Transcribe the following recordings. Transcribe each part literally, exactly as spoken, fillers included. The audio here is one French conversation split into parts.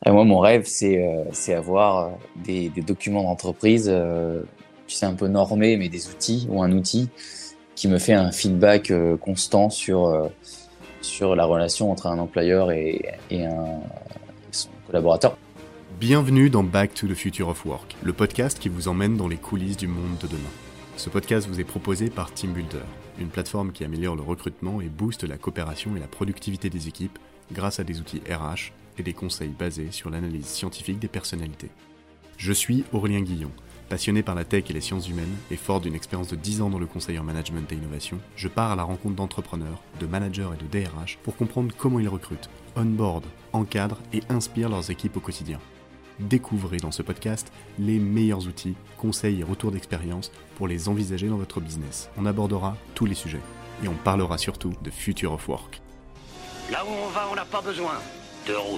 Et moi, mon rêve, c'est euh, c'est avoir euh, des, des documents d'entreprise, euh, tu sais, un peu normés, mais des outils ou un outil qui me fait un feedback euh, constant sur, euh, sur la relation entre un employeur et, et, un, et son collaborateur. Bienvenue dans Back to the Future of Work, le podcast qui vous emmène dans les coulisses du monde de demain. Ce podcast vous est proposé par TeamBuilder, une plateforme qui améliore le recrutement et booste la coopération et la productivité des équipes grâce à des outils R H et des conseils basés sur l'analyse scientifique des personnalités. Je suis Aurélien Guillon. Passionné par la tech et les sciences humaines et fort d'une expérience de dix ans dans le conseil en management et innovation, je pars à la rencontre d'entrepreneurs, de managers et de D R H pour comprendre comment ils recrutent, onboardent, encadrent et inspirent leurs équipes au quotidien. Découvrez dans ce podcast les meilleurs outils, conseils et retours d'expérience pour les envisager dans votre business. On abordera tous les sujets et on parlera surtout de Future of Work. Là où on va, on n'a pas besoin de route.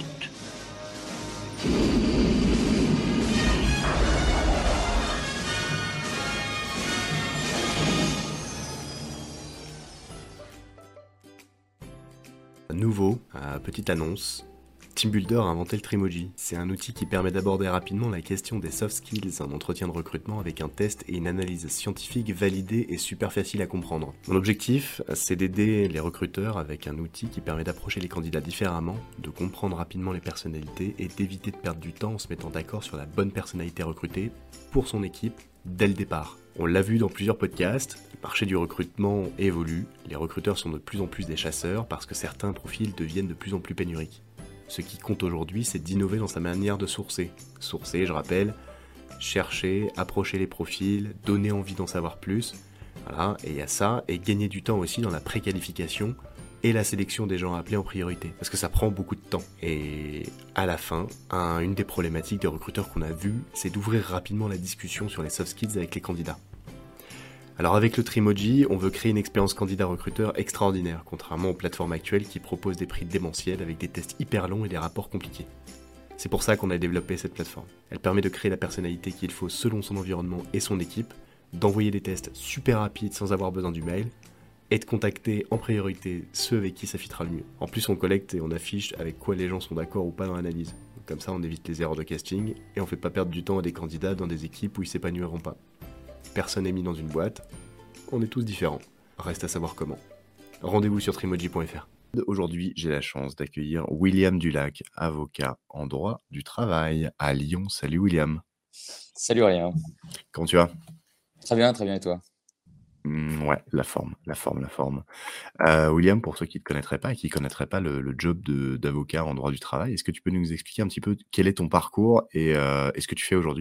Nouveau, euh, petite annonce, TeamBuilder a inventé le Trimoji. C'est un outil qui permet d'aborder rapidement la question des soft skills en entretien de recrutement avec un test et une analyse scientifique validée et super facile à comprendre. Mon objectif, c'est d'aider les recruteurs avec un outil qui permet d'approcher les candidats différemment, de comprendre rapidement les personnalités et d'éviter de perdre du temps en se mettant d'accord sur la bonne personnalité recrutée pour son équipe dès le départ. On l'a vu dans plusieurs podcasts, le marché du recrutement évolue, les recruteurs sont de plus en plus des chasseurs parce que certains profils deviennent de plus en plus pénuriques. Ce qui compte aujourd'hui, c'est d'innover dans sa manière de sourcer. Sourcer, je rappelle, chercher, approcher les profils, donner envie d'en savoir plus. Voilà, et il y a ça, et gagner du temps aussi dans la préqualification et la sélection des gens à appeler en priorité. Parce que ça prend beaucoup de temps. Et à la fin, un, une des problématiques des recruteurs qu'on a vu, c'est d'ouvrir rapidement la discussion sur les soft skills avec les candidats. Alors avec le Trimoji, on veut créer une expérience candidat-recruteur extraordinaire, contrairement aux plateformes actuelles qui proposent des prix démentiels avec des tests hyper longs et des rapports compliqués. C'est pour ça qu'on a développé cette plateforme. Elle permet de créer la personnalité qu'il faut selon son environnement et son équipe, d'envoyer des tests super rapides sans avoir besoin du mail, et de contacter en priorité ceux avec qui ça fitera le mieux. En plus, on collecte et on affiche avec quoi les gens sont d'accord ou pas dans l'analyse. Comme ça, on évite les erreurs de casting et on fait pas perdre du temps à des candidats dans des équipes où ils s'épanouiront pas. Personne n'est mis dans une boîte, on est tous différents. Reste à savoir comment. Rendez-vous sur trimoji point f r. Aujourd'hui, j'ai la chance d'accueillir William Dulac, avocat en droit du travail à Lyon. Salut William. Salut Aurélien. Comment tu vas ? Très bien, très bien, et toi ? Mmh, ouais, la forme, la forme, la forme. Euh, William, pour ceux qui ne te connaîtraient pas et qui ne connaîtraient pas le, le job de, d'avocat en droit du travail, est-ce que tu peux nous expliquer un petit peu quel est ton parcours et, euh, et ce que tu fais aujourd'hui ?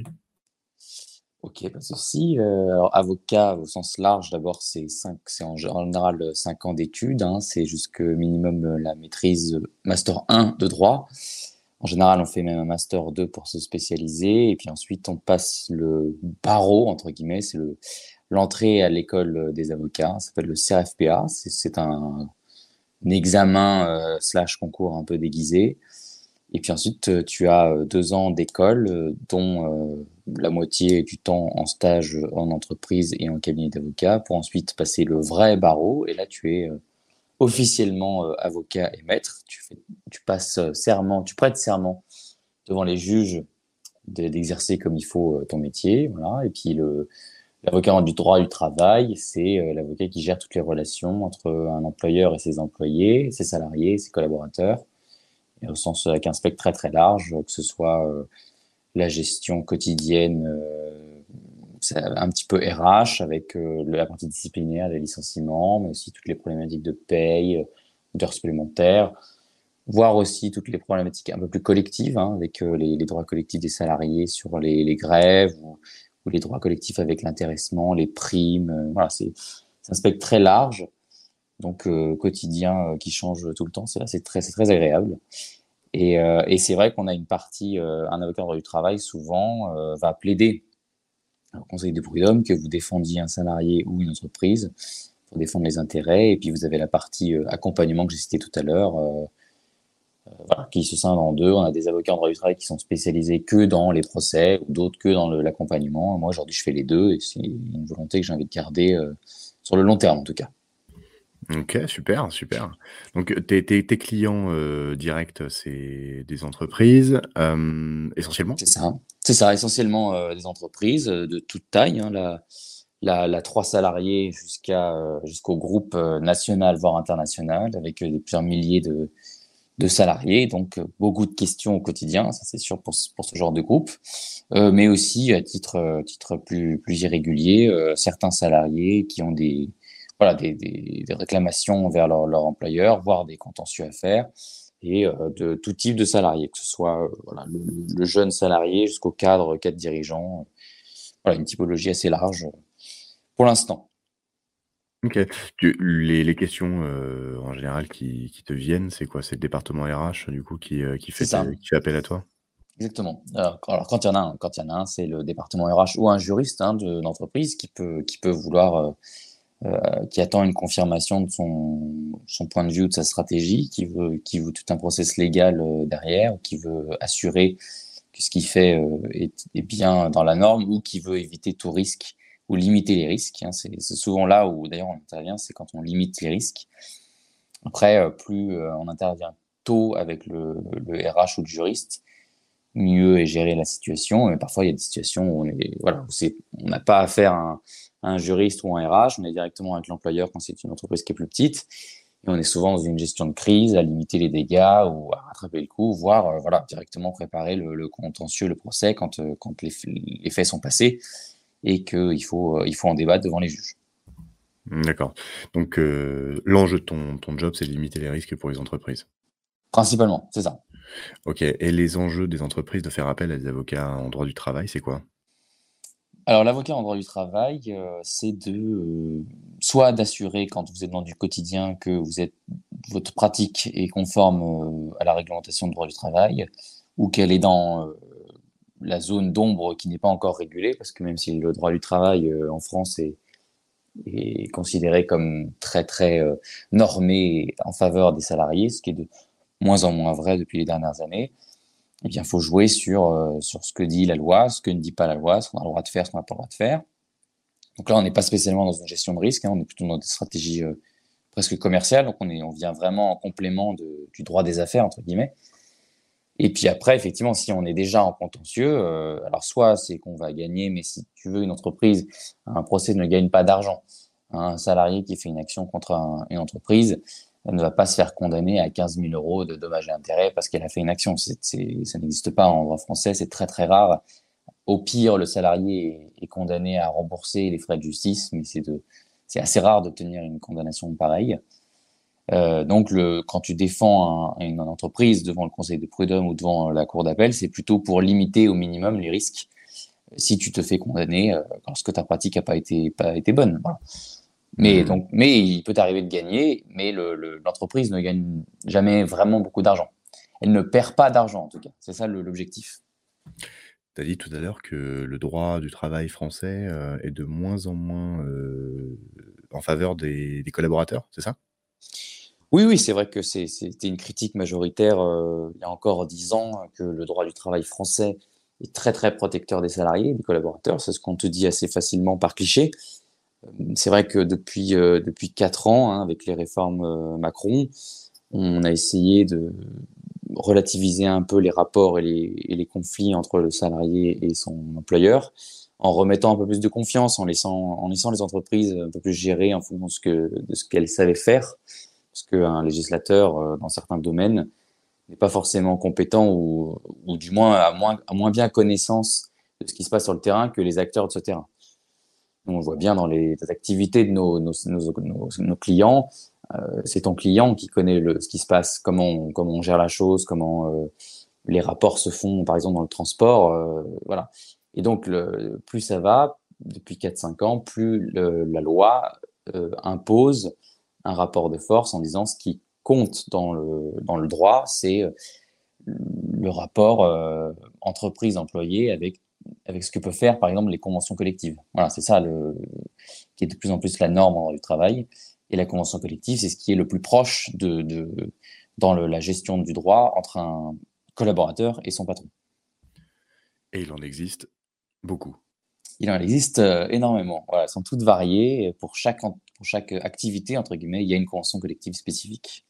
Ok, pas de souci. Euh, alors, avocat au sens large, d'abord, c'est cinq, c'est en, en général cinq ans d'études. Hein, c'est jusque minimum euh, la maîtrise euh, master un de droit. En général, on fait même un master deux pour se spécialiser. Et puis ensuite, on passe le barreau, entre guillemets, c'est le, l'entrée à l'école des avocats. Ça s'appelle le C R F P A. C'est, c'est un, un examen euh, slash concours un peu déguisé. Et puis ensuite, euh, tu as euh, deux ans d'école, euh, dont euh, la moitié du temps en stage en entreprise et en cabinet d'avocat, pour ensuite passer le vrai barreau. Et là, tu es euh, officiellement euh, avocat et maître. Tu fais, tu passes euh, serment, tu prêtes serment devant les juges de- d'exercer comme il faut euh, ton métier. Voilà. Et puis le, l'avocat du droit du travail, c'est euh, l'avocat qui gère toutes les relations entre un employeur et ses employés, ses salariés, ses collaborateurs, et au sens avec un spectre très très large, que ce soit euh, la gestion quotidienne, euh, c'est un petit peu R H avec euh, la partie disciplinaire, les licenciements, mais aussi toutes les problématiques de paye, euh, d'heures supplémentaires, voire aussi toutes les problématiques un peu plus collectives, hein, avec euh, les, les droits collectifs des salariés sur les, les grèves ou, ou les droits collectifs avec l'intéressement, les primes. Euh, voilà, c'est, c'est un spectre très large, donc euh, quotidien euh, qui change tout le temps. C'est, c'est très, c'est très agréable. Et, euh, et c'est vrai qu'on a une partie, euh, un avocat en droit du travail souvent euh, va plaider au conseil de prud'homme que vous défendiez un salarié ou une entreprise pour défendre les intérêts. Et puis vous avez la partie euh, accompagnement que j'ai cité tout à l'heure, euh, voilà, qui se scinde en deux. On a des avocats en droit du travail qui sont spécialisés que dans les procès ou d'autres que dans le, l'accompagnement. Moi aujourd'hui je fais les deux et c'est une volonté que j'ai envie de garder euh, sur le long terme en tout cas. OK, super, super. Donc, heu, tes tes tes clients, heu, directs, c'est des entreprises, hem, essentiellement? C'est ça. C'est ça, essentiellement, heu, des entreprises, heu, de toute taille, hein, la la la trois salariés jusqu'à, heu, jusqu'au groupe, heu, national, voire international, avec, heu, plusieurs milliers de de salariés, donc heu, beaucoup de questions au quotidien, ça c'est sûr pour ce pour ce genre de groupe. Heu, mais aussi à titre, heu, titre plus plus irrégulier, heu, certains salariés qui ont des voilà, des des des réclamations envers leur leur employeur, voire des contentieux à faire et heu, de tout type de salariés, que ce soit, heu, voilà, le le le jeune salarié jusqu'au cadre, cadre dirigeant, voilà, une typologie assez large, heu, pour l'instant. OK. Tu les les questions, heu, en général qui qui te viennent, c'est quoi? C'est le département R H du coup qui, heu, qui C'est fait te ça, qui fait appel à toi? exactement. Alors quand alors quand il y en a un quand il y en a un, c'est le département R H ou un juriste, hein, de d'entreprise qui peut qui peut vouloir, heu heu, qui attend une confirmation de son son point de vue ou de sa stratégie, qui veut qui veut tout un process légal, heu, derrière, ou qui veut assurer que ce qu'il fait, heu, est est bien dans la norme, ou qui veut éviter tout risque ou limiter les risques, hein. C'est c'est souvent là où d'ailleurs on intervient, c'est quand on limite les risques. Après, heu, plus, heu, on intervient tôt avec le le R H ou le juriste, mieux est gérer la situation. Et parfois, il y a des situations où on est voilà, où c'est on n'a pas affaire à un à un juriste ou un R H, on est directement avec l'employeur quand c'est une entreprise qui est plus petite, et on est souvent dans une gestion de crise, à limiter les dégâts ou à rattraper le coup, voire, heu, voilà, directement préparer le le contentieux, le procès quand, heu, quand les f les faits sont passés et qu'il faut, heu, il faut en débattre devant les juges. Mmh, d'accord. Donc, heu, l'enjeu de ton ton job, c'est de limiter les risques pour les entreprises. Principalement, c'est ça. OK, et les enjeux des entreprises de faire appel à des avocats en droit du travail, c'est quoi? Alors l'avocat en droit du travail, heu, c'est de, heu, soit d'assurer quand vous êtes dans du quotidien que vous êtes votre pratique est conforme, heu, à la réglementation de droit du travail, ou qu'elle est dans, heu, la zone d'ombre qui n'est pas encore régulée. Parce que même si le droit du travail, heu, en France est est considéré comme très, très, heu, normé en faveur des salariés, ce qui est de moins en moins vrai depuis les dernières années. Eh bien, il faut jouer sur, heu, sur ce que dit la loi, ce que ne dit pas la loi, ce qu'on a le droit de faire, ce qu'on n'a pas le droit de faire. Donc là, on n'est pas spécialement dans une gestion de risque, hein, on est plutôt dans des stratégies, heu, presque commerciales. Donc on est on vient vraiment en complément de du «droit des affaires» entre guillemets. Et puis après, effectivement, si on est déjà en contentieux, heu, alors soit c'est qu'on va gagner, mais si tu veux, une entreprise, un procès ne gagne pas d'argent. Un salarié qui fait une action contre un une entreprise ne va pas se faire condamner à quinze mille euros de dommages et intérêts parce qu'elle a fait une action. C'est c'est ça n'existe pas en droit français, c'est très, très rare. Au pire, le salarié est est condamné à rembourser les frais de justice, mais c'est de c'est assez rare d'obtenir une condamnation pareille. Heu, donc le quand tu défends un une entreprise devant le conseil de prud'homme ou devant la cour d'appel, c'est plutôt pour limiter au minimum les risques, si tu te fais condamner, heu, lorsque ta pratique a pas été pas été bonne, voilà. Mais Mmh. donc mais il peut t'arriver de gagner, mais le le l'entreprise ne gagne jamais vraiment beaucoup d'argent. Elle ne perd pas d'argent en tout cas, c'est ça le l'objectif. Tu as dit tout à l'heure que le droit du travail français, heu, est de moins en moins, heu, en faveur des des collaborateurs, c'est ça? Oui, oui, c'est vrai que c'est c'était une critique majoritaire, heu, il y a encore dix ans, que le droit du travail français est très, très protecteur des salariés, des collaborateurs. C'est ce qu'on te dit assez facilement par cliché. Hem, c'est vrai que depuis, heu, depuis quatre ans, hein, avec les réformes, heu, Macron, on a essayé de relativiser un peu les rapports et les et les conflits entre le salarié et son employeur, en remettant un peu plus de confiance, en laissant en laissant les entreprises un peu plus gérer en fonction de ce que de ce qu'elles savaient faire. Parce qu'un législateur, heu, dans certains domaines, n'est pas forcément compétent, ou ou du moins a moins a moins bien connaissance de ce qui se passe sur le terrain que les acteurs de ce terrain. On le voit bien dans les activités de nos nos nos nos nos clients, heu, c'est ton client qui connaît le ce qui se passe, comment on comment on gère la chose, comment, heu, les rapports se font, par exemple, dans le transport, heu, voilà. Et donc le plus ça va, depuis quatre cinq ans, plus le la loi, heu, impose un rapport de force en disant ce qui compte dans le dans le droit, c'est, heu, le rapport, heu, entreprise-employé avec avec ce que peuvent faire, par exemple, les conventions collectives. Voilà, c'est ça le qui est de plus en plus la norme en droit du travail. Et la convention collective, c'est ce qui est le plus proche de de dans le la gestion du droit entre un collaborateur et son patron. Et il en existe beaucoup. Il en existe, heu, énormément. Voilà, elles sont toutes variées, pour chaque en pour chaque activité, entre guillemets, il y a une convention collective spécifique.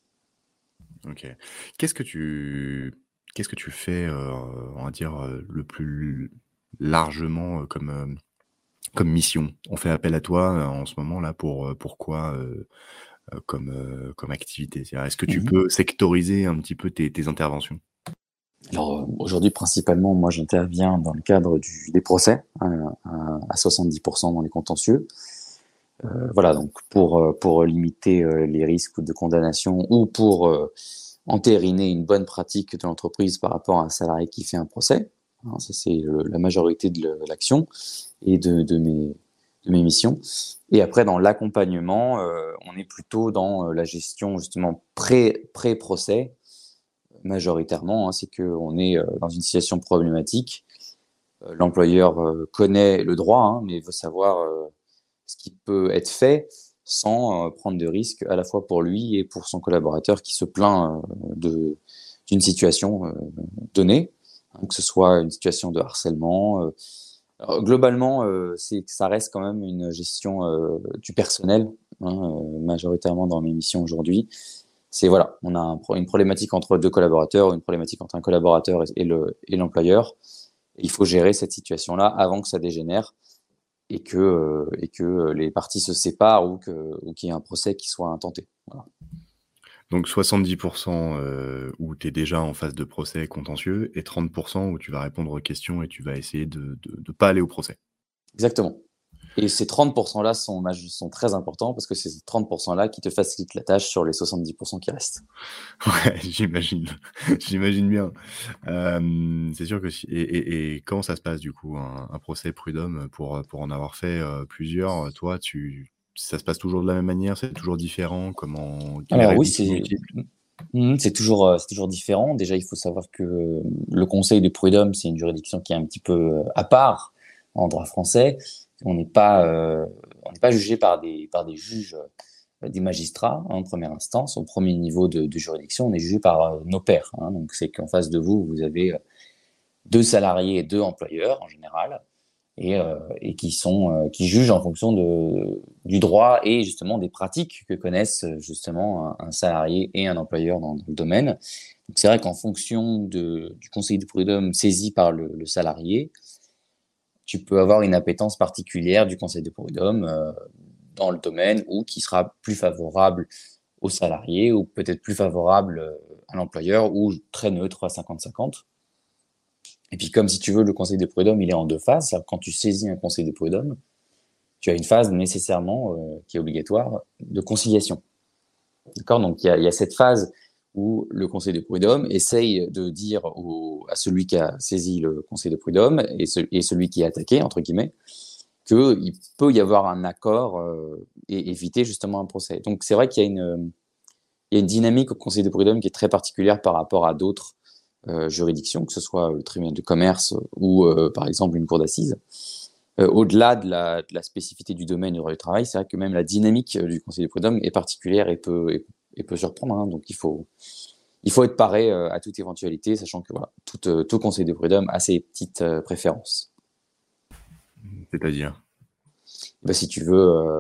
Ok. Qu'est-ce que tu, qu'est-ce que tu fais, euh, on va dire, euh, le plus largement euh, comme, euh, comme mission? On fait appel à toi euh, en ce moment-là pour, euh, pourquoi euh, euh, comme, euh, comme activité? C'est-à-dire, est-ce que tu Mhm. peux sectoriser un petit peu tes, tes interventions? Alors euh, aujourd'hui, principalement, moi j'interviens dans le cadre du, des procès, hein, à, à soixante-dix pour cent dans les contentieux. Euh, voilà, donc pour, euh, pour limiter euh, les risques de condamnation ou pour euh, entériner une bonne pratique de l'entreprise par rapport à un salarié qui fait un procès. Hein, ça, c'est le- la majorité de l'action et de, de, mes, de mes missions. Et après, dans l'accompagnement, euh, on est plutôt dans euh, la gestion justement pré, pré-procès, majoritairement. Hein, c'est qu'on est euh, dans une situation problématique. Euh, L'employeur euh, connaît le droit, hein, mais veut savoir euh, ce qui peut être fait sans euh, prendre de risques à la fois pour lui et pour son collaborateur qui se plaint euh, de d'une situation euh, donnée, hein, que ce soit une situation de harcèlement. Euh. Alors, globalement, euh, c'est ça reste quand même une gestion euh, du personnel, hein, euh, majoritairement dans mes missions aujourd'hui. C'est voilà, on a un pro- une problématique entre deux collaborateurs, une problématique entre un collaborateur et, et le et l'employeur. Et il faut gérer cette situation-là avant que ça dégénère et que, euh, et que les parties se séparent ou que, ou qu'il y ait un procès qui soit intenté. Voilà. Donc soixante-dix pour cent euh, où tu es déjà en phase de procès contentieux et trente pour cent où tu vas répondre aux questions et tu vas essayer de ne pas aller au procès. Exactement. Et ces trente pour cent-là sont, sont très importants parce que c'est ces trente pour cent-là qui te facilitent la tâche sur les soixante-dix pour cent qui restent. Ouais, j'imagine. J'imagine bien. Euh, c'est sûr que si... et, et, et comment ça se passe du coup un, un procès prud'homme pour, pour en avoir fait euh, plusieurs, toi, tu ça se passe toujours de la même manière, c'est toujours différent, comment les Alors raisons oui, sont c'est multiples? mmh, c'est toujours, euh, c'est toujours différent. Déjà, il faut savoir que euh, le Conseil de prud'homme, c'est une juridiction qui est un petit peu euh, à part en droit français. On n'est pas, euh, on n'est pas jugé par des, par des juges, euh, des magistrats hein, en première instance. Au premier niveau de, de juridiction, on est jugé par euh, nos pairs. Hein. Donc, c'est qu'en face de vous, vous avez euh, deux salariés et deux employeurs en général, et, euh, et qui sont, euh, qui jugent en fonction de, du droit et justement des pratiques que connaissent justement un, un salarié et un employeur dans, dans le domaine. Donc, c'est vrai qu'en fonction de, du conseil de prud'homme saisi par le, le salarié, tu peux avoir une appétence particulière du conseil de prud'homme euh, dans le domaine ou qui sera plus favorable au salarié ou peut-être plus favorable euh, à l'employeur ou très neutre à cinquante cinquante. Et puis, comme si tu veux, le conseil de prud'homme, il est en deux phases. Quand tu saisis un conseil de prud'homme, tu as une phase nécessairement, euh, qui est obligatoire, de conciliation. D'accord? Donc, il y a, il y a cette phase où le conseil de prud'homme essaye de dire au, à celui qui a saisi le conseil de prud'homme et, ce, et celui qui est attaqué, entre guillemets, qu'il peut y avoir un accord euh, et éviter justement un procès. Donc, c'est vrai qu'il y a une, il y a une dynamique au conseil de prud'homme qui est très particulière par rapport à d'autres euh, juridictions, que ce soit le tribunal de commerce ou, euh, par exemple, une cour d'assises. Euh, au-delà de la, de la spécificité du domaine du droit du travail, c'est vrai que même la dynamique euh, du conseil de prud'homme est particulière et peut, et, et peut surprendre. Hein. Donc, il faut, il faut être paré euh, à toute éventualité, sachant que voilà, tout, euh, tout conseil de prud'homme a ses petites euh, préférences. C'est-à-dire? Ben, si tu veux, euh,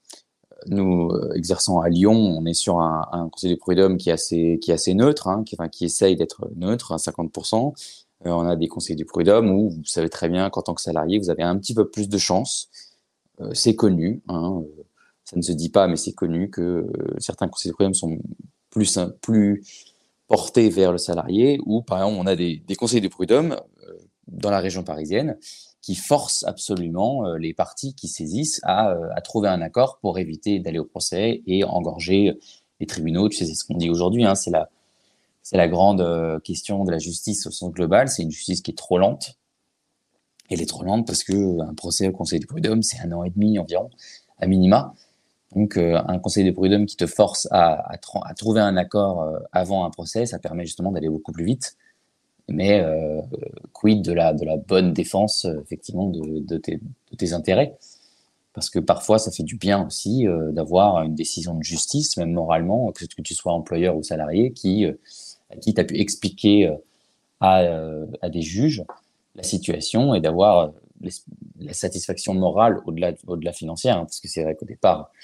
nous euh, exerçant à Lyon, on est sur un, un conseil de prud'homme qui est assez, qui est assez neutre, hein, qui, enfin, qui essaye d'être neutre à cinquante pour cent. Euh, on a des conseils de prud'homme où vous savez très bien qu'en tant que salarié, vous avez un petit peu plus de chance. Euh, c'est connu, hein, euh, ça ne se dit pas, mais c'est connu que euh, certains conseils de prud'homme sont plus, plus portés vers le salarié, ou par exemple, on a des, des conseils de prud'homme euh, dans la région parisienne qui forcent absolument euh, les parties qui saisissent à, euh, à trouver un accord pour éviter d'aller au procès et engorger les tribunaux. Tu sais, c'est ce qu'on dit aujourd'hui, hein, c'est la, c'est la grande euh, question de la justice au sens global. C'est une justice qui est trop lente. Elle est trop lente parce que un procès au conseil de prud'homme, c'est un an et demi environ, à minima. Donc, euh, un conseil de prud'homme qui te force à, à, à trouver un accord euh, avant un procès, ça permet justement d'aller beaucoup plus vite. Mais euh, quid de la, de la bonne défense, euh, effectivement, de, de, tes, de tes intérêts? Parce que parfois, ça fait du bien aussi euh, d'avoir une décision de justice, même moralement, que, que tu sois employeur ou salarié, qui, euh, à qui tu as pu expliquer euh, à, euh, à des juges la situation et d'avoir euh, la satisfaction morale au-delà, au-delà financière. Hein, parce que c'est vrai qu'au départ,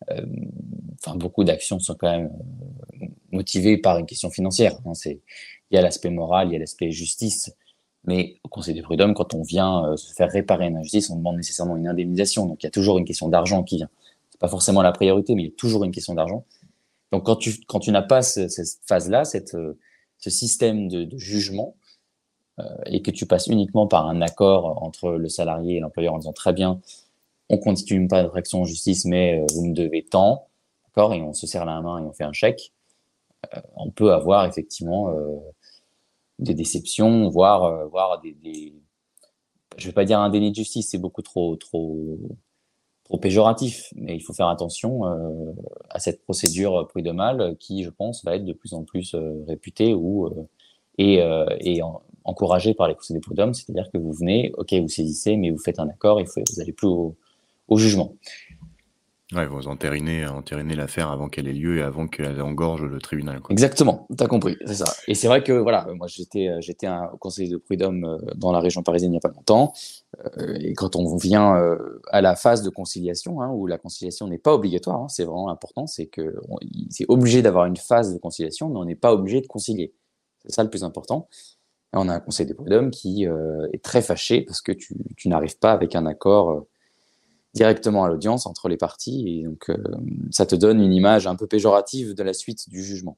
euh, enfin, beaucoup d'actions sont quand même euh, motivées par une question financière, hein. C'est, il y a l'aspect moral, il y a l'aspect justice. Mais au Conseil des prud'hommes, quand on vient euh, se faire réparer une injustice, on demande nécessairement une indemnisation. Donc il y a toujours une question d'argent qui vient. C'est pas forcément la priorité, mais il y a toujours une question d'argent. Donc quand tu quand tu n'as pas ce- cette phase-là, cette euh, ce système de, de jugement, euh, et que tu passes uniquement par un accord entre le salarié et l'employeur en disant très bien, on continue pas notre action en justice, mais euh, vous me devez tant, d'accord, et on se serre la main et on fait un chèque, on peut avoir effectivement euh, des déceptions, voire euh, voire des, des je vais pas dire un déni de justice, c'est beaucoup trop trop trop péjoratif, mais il faut faire attention euh, à cette procédure prud'homale qui, je pense, va être de plus en plus euh, réputée ou euh, et, euh, et en, encouragée par les conseils des prud'hommes, c'est-à-dire que vous venez, ok, vous saisissez, mais vous faites un accord et vous n'allez plus au, au jugement. Ouais, vous entériner, entériner l'affaire avant qu'elle ait lieu et avant qu'elle engorge le tribunal, quoi. Exactement, t'as compris, c'est ça. Et c'est vrai que voilà, moi j'étais euh, j'étais un, au conseil de prud'homme euh, dans la région parisienne il n'y a pas longtemps. Euh, et quand on vient euh, à la phase de conciliation, hein, où la conciliation n'est pas obligatoire, hein, c'est vraiment important, c'est que on- il- c'est obligé d'avoir une phase de conciliation, mais on n'est pas obligé de concilier. C'est ça le plus important. Et on a un conseil des prud'hommes qui euh, est très fâché parce que tu, tu n'arrives pas avec un accord euh, directement à l'audience entre les parties, et donc euh, ça te donne une image un peu péjorative de la suite du jugement.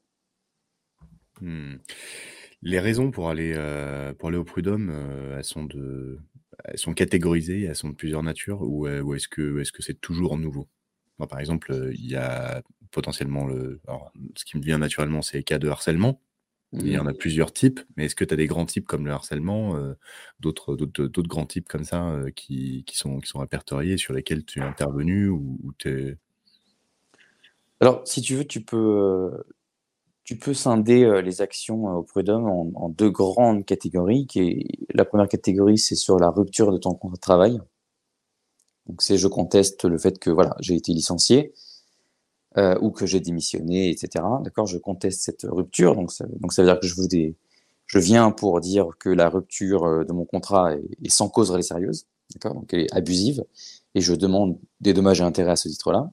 Hmm. Les raisons pour aller, euh, pour aller au prud'homme, euh, elles sont de, elles sont catégorisées, elles sont de plusieurs natures, ou, euh, ou est-ce que, est-ce que c'est toujours nouveau? Moi, par exemple, euh, il y a potentiellement le, alors, ce qui me vient naturellement, c'est les cas de harcèlement. Il y en a Mmh. plusieurs types, mais est-ce que tu as des grands types comme le harcèlement, euh, d'autres, d'autres, d'autres grands types comme ça, euh, qui, qui sont, qui sont répertoriés, sur lesquels tu es intervenu, ou, ou t'es... Alors, si tu veux, tu peux, euh, tu peux scinder euh, les actions euh, au prud'homme en, en deux grandes catégories. Qui est, la première catégorie, c'est sur la rupture de ton contrat de travail. Donc, c'est je conteste le fait que voilà, j'ai été licencié euh, ou que j'ai démissionné, et cetera. D'accord, je conteste cette rupture. Donc, ça, donc ça veut dire que je vous des, je viens pour dire que la rupture euh, de mon contrat est, est sans cause réelle et sérieuse. D'accord, donc elle est abusive et je demande des dommages et intérêts à ce titre-là.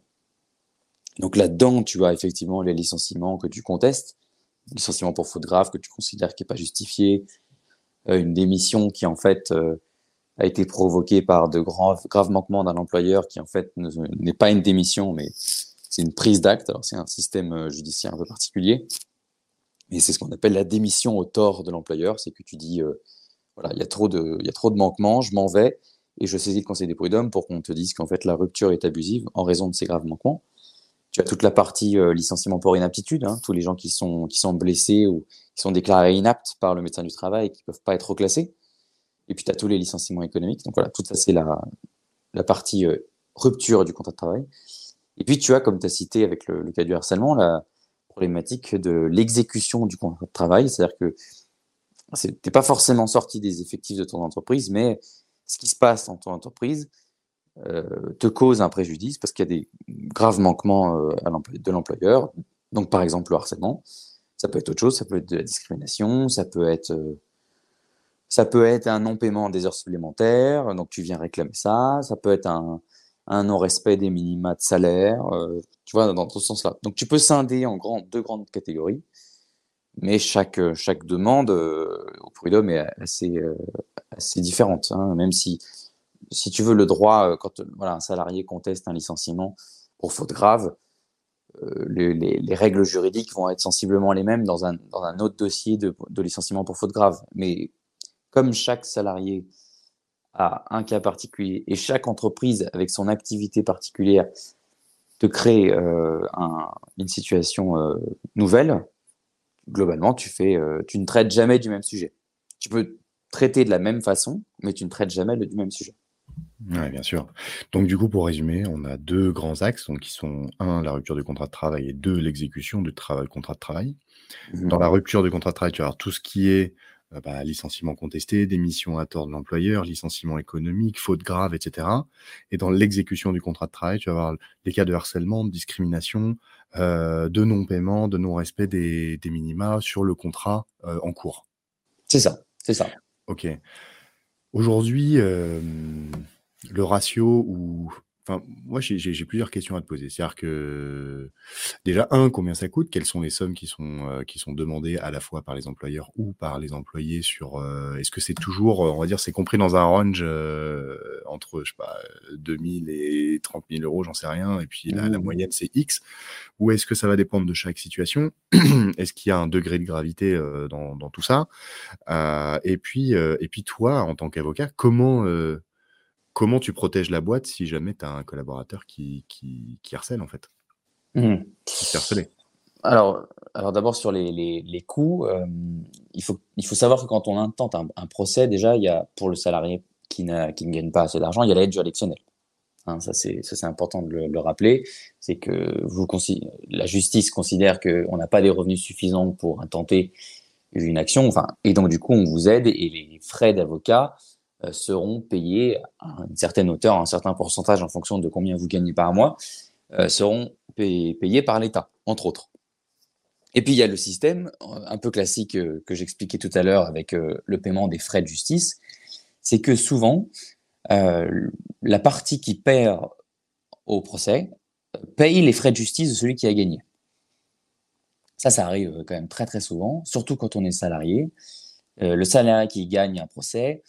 Donc là-dedans, tu as effectivement les licenciements que tu contestes, licenciement pour faute grave que tu considères qui n'est pas justifié, euh, une démission qui en fait euh, a été provoquée par de graves, graves manquements d'un employeur qui en fait ne- n'est pas une démission, mais c'est une prise d'acte. Alors c'est un système euh, judiciaire un peu particulier, et c'est ce qu'on appelle la démission au tort de l'employeur. C'est que tu dis, euh, voilà, il y a trop de, il y a trop de manquements, je m'en vais, et je saisis le conseil des prud'hommes pour qu'on te dise qu'en fait la rupture est abusive en raison de ces graves manquements. Tu as toute la partie euh, licenciement pour inaptitude, hein, tous les gens qui sont, qui sont blessés ou qui sont déclarés inaptes par le médecin du travail et qui ne peuvent pas être reclassés. Et puis tu as tous les licenciements économiques. Donc voilà, tout ça, c'est la, la partie euh, rupture du contrat de travail. Et puis tu as, comme tu as cité avec le, le cas du harcèlement, la problématique de l'exécution du contrat de travail. C'est-à-dire que tu n'es pas forcément sorti des effectifs de ton entreprise, mais ce qui se passe dans ton entreprise euh, te cause un préjudice parce qu'il y a des graves manquements euh, à de l'employeur. Donc, par exemple, le harcèlement. Ça peut être autre chose, ça peut être de la discrimination, ça peut être, euh, ça peut être un non-paiement des heures supplémentaires, donc tu viens réclamer ça. Ça peut être un, un non-respect des minima de salaire, euh, tu vois, dans ce sens-là. Donc, tu peux scinder en grand, deux grandes catégories, mais chaque, chaque demande euh, au prud'homme est assez, euh, assez différente, hein, même si si tu veux, le droit, euh, quand voilà, un salarié conteste un licenciement pour faute grave, euh, les, les, les règles juridiques vont être sensiblement les mêmes dans un, dans un autre dossier de, de licenciement pour faute grave. Mais comme chaque salarié a un cas particulier et chaque entreprise, avec son activité particulière, te crée euh, un, une situation euh, nouvelle, globalement, tu, fais, euh, tu ne traites jamais du même sujet. Tu peux traiter de la même façon, mais tu ne traites jamais du même sujet. Ouais, bien sûr. Donc du coup, pour résumer, on a deux grands axes, donc qui sont un, la rupture du contrat de travail, et deux, l'exécution du travail, contrat de travail. Dans Mhm. la rupture du contrat de travail, tu vas avoir tout ce qui est euh, bah, licenciement contesté, démission à tort de l'employeur, licenciement économique, faute grave, et cetera. Et dans l'exécution du contrat de travail, tu vas avoir les cas de harcèlement, de discrimination, euh, de non-paiement, de non-respect des, des minima sur le contrat euh, en cours. C'est ça, c'est ça. Ok. Aujourd'hui, euh, le ratio où enfin, moi, j'ai j'ai- j'ai plusieurs questions à te poser. C'est-à-dire que, déjà, un, combien ça coûte? Quelles sont les sommes qui sont, euh, qui sont demandées à la fois par les employeurs ou par les employés sur, euh, est-ce que c'est toujours, euh, on va dire, c'est compris dans un range euh, entre, je sais pas, euh, deux mille et trente mille euros, j'en sais rien, et puis la, la Mmh. moyenne, c'est X, ou est-ce que ça va dépendre de chaque situation? Est-ce qu'il y a un degré de gravité euh, dans, dans tout ça? Euh, et puis, euh, et puis toi, en tant qu'avocat, comment, euh, comment tu protèges la boîte si jamais tu as un collaborateur qui, qui, qui harcèle, en fait, Mmh. qui se fait harceler? Alors, alors d'abord sur les, les, les coûts, euh, il faut, il faut savoir que quand on intente un, un procès, déjà, il y a, pour le salarié qui, n'a, qui ne gagne pas assez d'argent, il y a l'aide juridictionnelle. Hein, ça, c'est, ça, c'est important de le, le rappeler. C'est que vous, consi- la justice considère qu'on n'a pas des revenus suffisants pour intenter une action, enfin, et donc du coup, on vous aide et les frais d'avocat euh, seront payés à une certaine hauteur, un certain pourcentage en fonction de combien vous gagnez par mois, euh, seront pay- payés par l'État, entre autres. Et puis il y a le système euh, un peu classique euh, que j'expliquais tout à l'heure avec euh, le paiement des frais de justice, c'est que souvent euh, la partie qui perd au procès euh, paye les frais de justice de celui qui a gagné. Ça, ça arrive quand même très très souvent, surtout quand on est salarié. Euh, le salarié qui gagne un procès,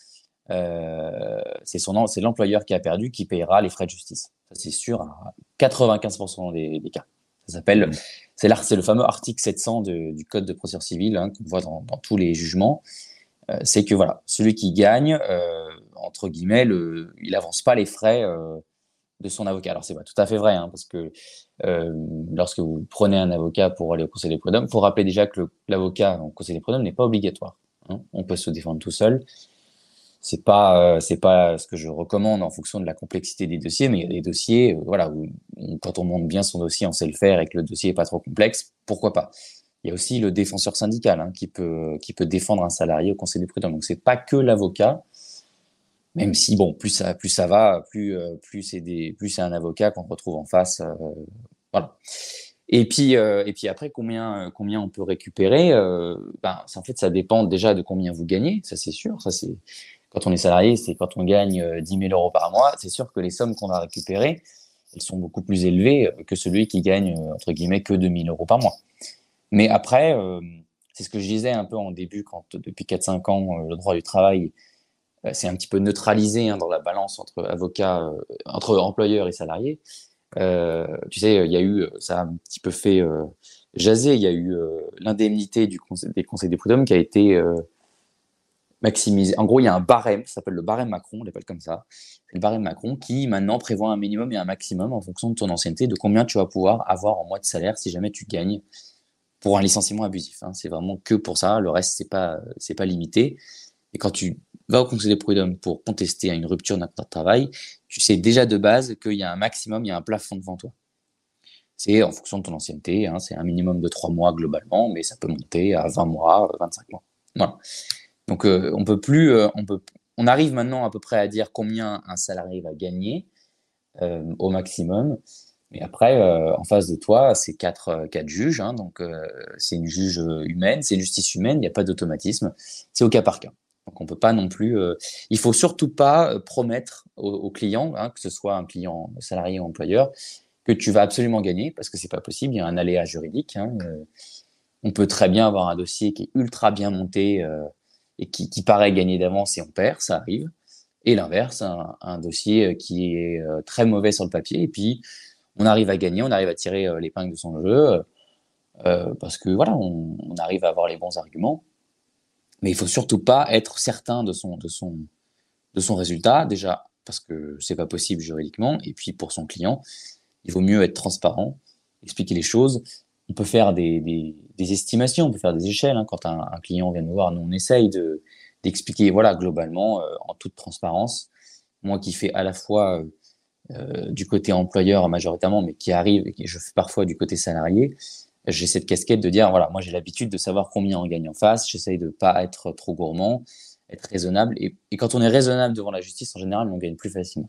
euh, c'est son, c'est l'employeur qui a perdu qui payera les frais de justice. Ça, c'est sûr à quatre-vingt-quinze pour cent des, des cas. Ça s'appelle, Mmh. c'est, l'ar- c'est le fameux article sept cents de- du Code de procédure civile hein, qu'on voit dans, dans tous les jugements. Euh, c'est que voilà, celui qui gagne, euh, entre guillemets, le, il avance pas les frais euh, de son avocat. Alors c'est pas tout à fait vrai, hein, parce que euh, lorsque vous prenez un avocat pour aller au Conseil des prud'hommes, faut rappeler déjà que le- l'avocat au Conseil des prud'hommes n'est pas obligatoire. Hein. On peut se défendre tout seul. C'est pas, euh, c'est pas ce que je recommande en fonction de la complexité des dossiers, mais il y a des dossiers, euh, voilà, où, où quand on monte bien son dossier, on sait le faire et que le dossier est pas trop complexe, pourquoi pas. Il y a aussi le défenseur syndical hein, qui peut qui peut défendre un salarié au Conseil des prud'hommes. Donc c'est pas que l'avocat, même si bon, plus ça plus ça va, plus euh, plus c'est des plus c'est un avocat qu'on retrouve en face, euh, voilà. Et puis euh, et puis après combien euh, combien on peut récupérer, euh, ben ça, en fait ça dépend déjà de combien vous gagnez, ça c'est sûr, ça c'est quand on est salarié, c'est quand on gagne euh, dix mille euros par mois, c'est sûr que les sommes qu'on va récupérer, elles sont beaucoup plus élevées euh, que celui qui gagne, euh, entre guillemets, que deux mille euros par mois. Mais après, euh, c'est ce que je disais un peu en début, quand depuis quatre cinq ans, euh, le droit du travail, euh, c'est un petit peu neutralisé hein, dans la balance entre avocats, euh, entre employeurs et salariés. Euh, tu sais, il y a eu, ça a un petit peu fait euh, jaser, il y a eu euh, l'indemnité du conseil, des conseils des prud'hommes qui a été euh, maximiser. En gros, il y a un barème, ça s'appelle le barème Macron, on l'appelle comme ça. C'est le barème Macron qui maintenant prévoit un minimum et un maximum en fonction de ton ancienneté, de combien tu vas pouvoir avoir en mois de salaire si jamais tu gagnes pour un licenciement abusif. Hein. C'est vraiment que pour ça. Le reste, c'est pas, c'est pas limité. Et quand tu vas au conseil des prud'hommes pour contester une rupture d'un contrat de travail, tu sais déjà de base qu'il y a un maximum, il y a un plafond devant toi. C'est en fonction de ton ancienneté, hein, c'est un minimum de trois mois globalement, mais ça peut monter à vingt mois, vingt-cinq mois. Voilà. Donc euh, on peut plus, euh, on peut, on arrive maintenant à peu près à dire combien un salarié va gagner euh, au maximum. Mais après, euh, en face de toi, c'est quatre, euh, quatre juges, hein, donc euh, c'est une juge humaine, c'est une justice humaine, il n'y a pas d'automatisme, c'est au cas par cas. Donc on peut pas non plus, euh, il faut surtout pas euh, promettre au, au client, hein, que ce soit un client salarié ou employeur, que tu vas absolument gagner, parce que c'est pas possible, il y a un aléa juridique. Hein, euh, on peut très bien avoir un dossier qui est ultra bien monté euh, et qui, qui paraît gagner d'avance et on perd, ça arrive. Et l'inverse, un, un dossier qui est euh, très mauvais sur le papier et puis on arrive à gagner, on arrive à tirer euh, l'épingle de son jeu euh, parce que voilà, on, on arrive à avoir les bons arguments. Mais il faut surtout pas être certain de son de son de son résultat déjà parce que c'est pas possible juridiquement et puis pour son client, il vaut mieux être transparent, expliquer les choses. On peut faire des, des, des estimations, on peut faire des échelles. Hein. Quand un, un client vient nous voir, nous on essaye de d'expliquer, voilà, globalement, euh, en toute transparence. Moi qui fais à la fois euh, du côté employeur majoritairement, mais qui arrive, et qui je fais parfois du côté salarié, j'ai cette casquette de dire, voilà, moi j'ai l'habitude de savoir combien on gagne en face, j'essaye de pas être trop gourmand, être raisonnable. Et, et quand on est raisonnable devant la justice, en général, on gagne plus facilement.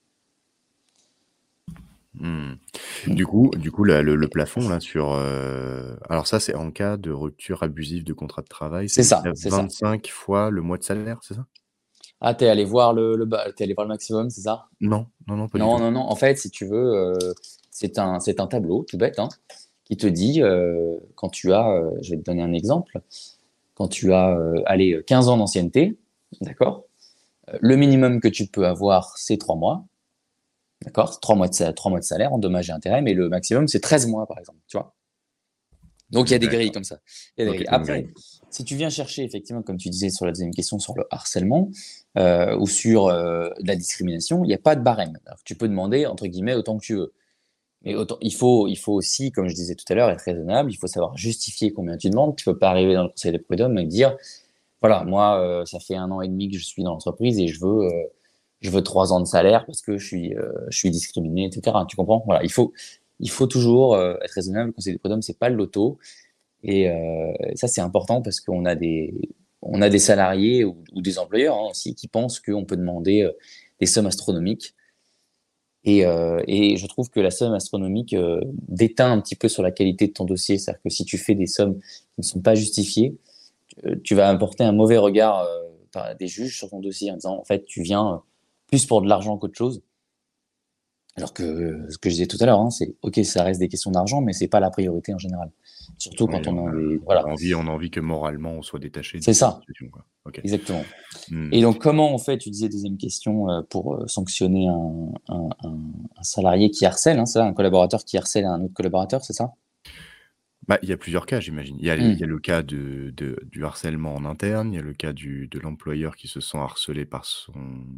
Mmh. Du coup, du coup, la- le, le plafond là sur, euh, alors ça c'est en cas de rupture abusive de contrat de travail, C'est c'est ça, jusqu'à c'est ça. vingt-cinq fois le mois de salaire, c'est ça? Ah, t'es allé voir le, le, ba- t'es allé voir le maximum, c'est ça? Non, non, non, pas du Non, tout. non, non. En fait, si tu veux, euh, c'est un, c'est un tableau tout bête, hein, qui te dit, euh, quand tu as, euh, je vais te donner un exemple, quand tu as, euh, allez, quinze ans d'ancienneté, d'accord? Euh, Le minimum que tu peux avoir, c'est trois mois, d'accord? Trois mois de, sa- trois mois de salaire en dommages et intérêts, mais le maximum, c'est treize mois, par exemple, tu vois? Donc, il y a des grilles D'accord. comme ça. Il y a des Ok, grilles. t'as une Après, grille. si tu viens chercher, effectivement, comme tu disais sur la deuxième question, sur le harcèlement euh, ou sur euh, la discrimination, il n'y a pas de barème. Alors, tu peux demander, entre guillemets, autant que tu veux. Mais autant, il faut, il faut aussi, comme je disais tout à l'heure, être raisonnable. Il faut savoir justifier combien tu demandes. Tu peux pas arriver dans le conseil des prud'hommes et dire, voilà, moi, euh, ça fait un an et demi que je suis dans l'entreprise et je veux, euh, je veux trois ans de salaire parce que je suis, euh, je suis discriminé, et cetera. Tu comprends? Voilà, il faut, il faut toujours euh, être raisonnable. Le conseil des prud'hommes, c'est pas le loto. Et euh, ça, c'est important parce qu'on a des, on a des salariés ou, ou des employeurs hein, aussi qui pensent qu'on peut demander euh, des sommes astronomiques. Et, euh, et je trouve que la somme astronomique euh, déteint un petit peu sur la qualité de ton dossier. C'est-à-dire que si tu fais des sommes qui ne sont pas justifiées, euh, tu vas apporter un mauvais regard euh, par des juges sur ton dossier en disant, en fait, tu viens euh, plus pour de l'argent qu'autre chose. Alors que euh, ce que je disais tout à l'heure, hein, c'est ok, ça reste des questions d'argent, mais c'est pas la priorité en général. Surtout quand Oui, on on a a, des, on a voilà, envie, on a envie que moralement on soit détaché de c'est cette ça, situation, quoi. Ok. exactement. Hmm. Et donc, comment on fait, tu disais deuxième question, euh, pour euh, sanctionner un, un, un, un salarié qui harcèle, hein, c'est ça, un collaborateur qui harcèle un autre collaborateur, c'est ça? Bah, il y a plusieurs cas, j'imagine. Il y a le, il y a Hmm. le cas de, de- du harcèlement en interne, il y a le cas du, de l'employeur qui se sent harcelé par son,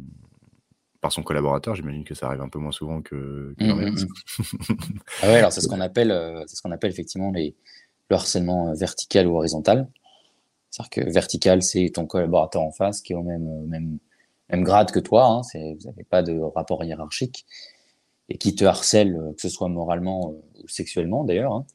par son collaborateur. J'imagine que ça arrive un peu moins souvent que, que Hmm, hmm, l'inverse. hmm. Ah ouais, alors c'est ce qu'on appelle, euh, c'est ce qu'on appelle effectivement les, le harcèlement euh, vertical ou horizontal. C'est-à-dire que vertical, c'est ton collaborateur en face qui est au même, euh, même, même grade que toi, hein, c'est, vous n'avez pas de rapport hiérarchique, et qui te harcèle, euh, que ce soit moralement euh, ou sexuellement d'ailleurs, hein.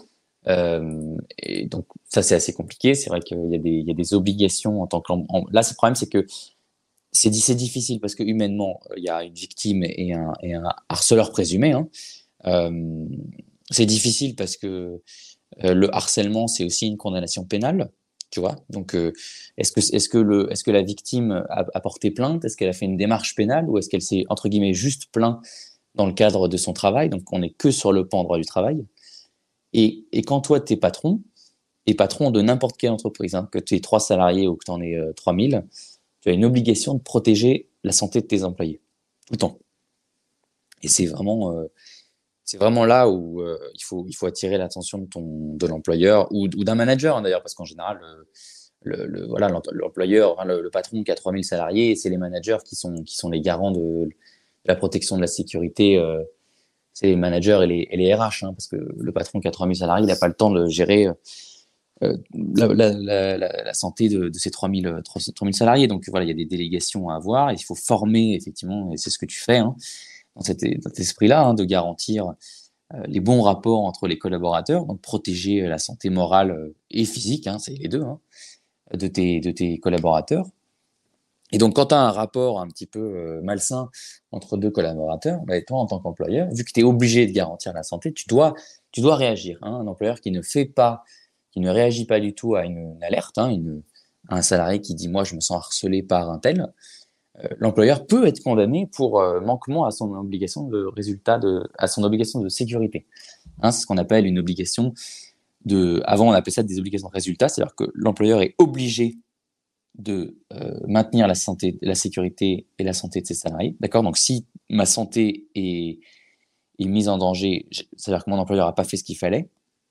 Euh, et donc ça c'est assez compliqué. C'est vrai qu'il y a des, il y a des obligations en tant que en- là, ce problème c'est que c'est di- c'est difficile parce que humainement il y a une victime et un, et un harceleur présumé, hein. Euh, c'est difficile parce que euh, le harcèlement c'est aussi une condamnation pénale, tu vois. Donc euh, est-ce que est-ce que le est-ce que la victime a, a porté plainte? Est-ce qu'elle a fait une démarche pénale ou est-ce qu'elle s'est entre guillemets juste plaint dans le cadre de son travail? Donc on n'est que sur le pan droit du travail. Et, et quand toi, tu es patron, et patron de n'importe quelle entreprise, hein, que tu aies trois salariés ou que tu en aies euh, trois mille, tu as une obligation de protéger la santé de tes employés, tout le temps. Et c'est vraiment, euh, c'est vraiment là où euh, il, faut, il faut attirer l'attention de, ton, de l'employeur ou, ou d'un manager, hein, d'ailleurs, parce qu'en général, euh, le, le, voilà, l'employeur, enfin, le, le patron qui a trois mille salariés, c'est les managers qui sont, qui sont les garants de, de la protection de la sécurité. Euh, c'est les managers et les, et les R H, hein, parce que le patron qui a trois mille salariés, il n'a pas le temps de gérer euh, la, la, la, la, santé de, de ces trois mille salariés. Donc voilà, il y a des délégations à avoir. Il faut former, effectivement, et c'est ce que tu fais, hein, dans, cet, dans cet esprit-là, hein, de garantir euh, les bons rapports entre les collaborateurs, donc protéger la santé morale euh, et physique, hein, c'est les deux, hein, de, tes, de tes collaborateurs. Et donc, quand tu as un rapport un petit peu euh, malsain entre deux collaborateurs, bah, toi, en tant qu'employeur, vu que tu es obligé de garantir la santé, tu dois, tu dois réagir, hein. Un employeur qui ne fait pas, qui ne réagit pas du tout à une, une alerte, hein, une, à un salarié qui dit, moi, je me sens harcelé par un tel, euh, l'employeur peut être condamné pour euh, manquement à son obligation de résultat, de, à son obligation de sécurité. Hein, c'est ce qu'on appelle une obligation de, avant, on appelait ça des obligations de résultat, c'est-à-dire que l'employeur est obligé de euh, maintenir la santé, la sécurité et la santé de ses salariés. D'accord? Donc, si ma santé est, est mise en danger, c'est-à-dire que mon employeur n'a pas fait ce qu'il fallait.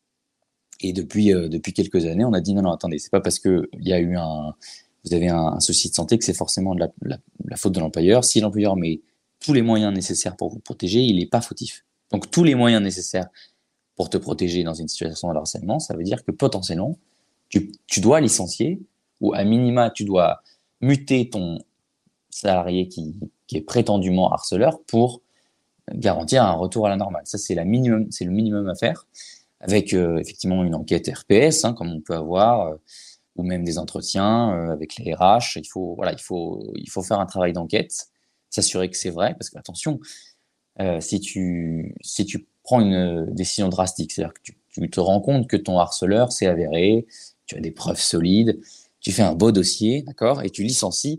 Et depuis, euh, depuis quelques années, on a dit non, non, attendez, c'est pas parce que il y a eu un, vous avez un, un souci de santé que c'est forcément de la, la, la faute de l'employeur. Si l'employeur met tous les moyens nécessaires pour vous protéger, il n'est pas fautif. Donc, tous les moyens nécessaires pour te protéger dans une situation de harcèlement, ça veut dire que potentiellement, tu, tu dois licencier ou à minima, tu dois muter ton salarié qui, qui est prétendument harceleur pour garantir un retour à la normale. Ça, c'est, la minimum, c'est le minimum à faire, avec euh, effectivement une enquête R P S, hein, comme on peut avoir, euh, ou même des entretiens euh, avec les R H. Il faut, voilà, il faut, il faut faire un travail d'enquête, s'assurer que c'est vrai, parce que attention, euh, si tu, si tu prends une décision drastique, c'est-à-dire que tu, tu te rends compte que ton harceleur s'est avéré, tu as des preuves solides, tu fais un beau dossier, d'accord, et tu licencies,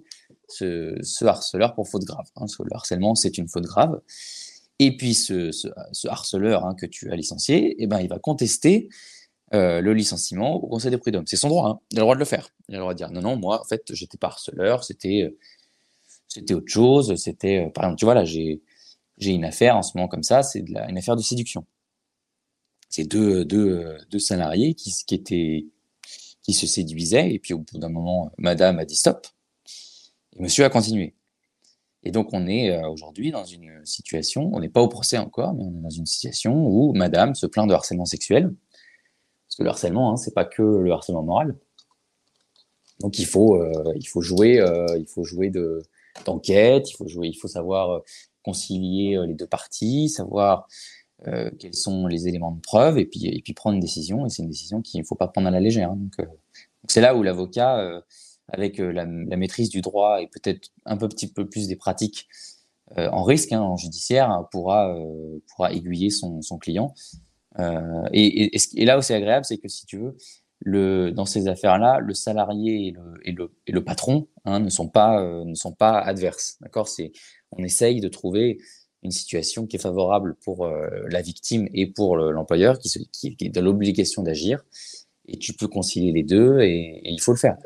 ce, ce harceleur pour faute grave. Hein, parce que le harcèlement, c'est une faute grave. Et puis, ce, ce, ce harceleur hein, que tu as licencié, eh ben, il va contester euh, le licenciement au Conseil des prud'hommes. C'est son droit. Hein. Il a le droit de le faire. Il a le droit de dire non, non, moi, en fait, j'étais pas harceleur, c'était, c'était autre chose. C'était, euh, par exemple, tu vois, là, j'ai, j'ai une affaire en ce moment comme ça, c'est de la, une affaire de séduction. C'est deux, deux, deux salariés qui, qui étaient, qui se séduisaient, et puis au bout d'un moment, madame a dit stop, et monsieur a continué. Et donc, on est euh, aujourd'hui dans une situation, on n'est pas au procès encore, mais on est dans une situation où madame se plaint de harcèlement sexuel, parce que le harcèlement, hein, c'est pas que le harcèlement moral. Donc, il faut, euh, il faut jouer, euh, il faut jouer de, d'enquête, il faut jouer, il faut savoir euh, concilier euh, les deux parties, savoir euh, quels sont les éléments de preuve, et puis, et puis prendre une décision, et c'est une décision qu'il ne faut pas prendre à la légère. Hein. Donc, euh, donc, c'est là où l'avocat, euh, avec euh, la, la maîtrise du droit et peut-être un peu, petit peu plus des pratiques euh, en risque, hein, en judiciaire, hein, pourra, euh, pourra aiguiller son, son client. Euh, et, et, et là où c'est agréable, c'est que si tu veux, le, dans ces affaires-là, le salarié et le, et le, et le patron hein, ne sont pas, euh, ne sont pas adverses. D'accord, c'est, on essaye de trouver une situation qui est favorable pour euh, la victime et pour le, l'employeur qui, se, qui, qui est dans l'obligation d'agir. Et tu peux concilier les deux et, et il faut le faire.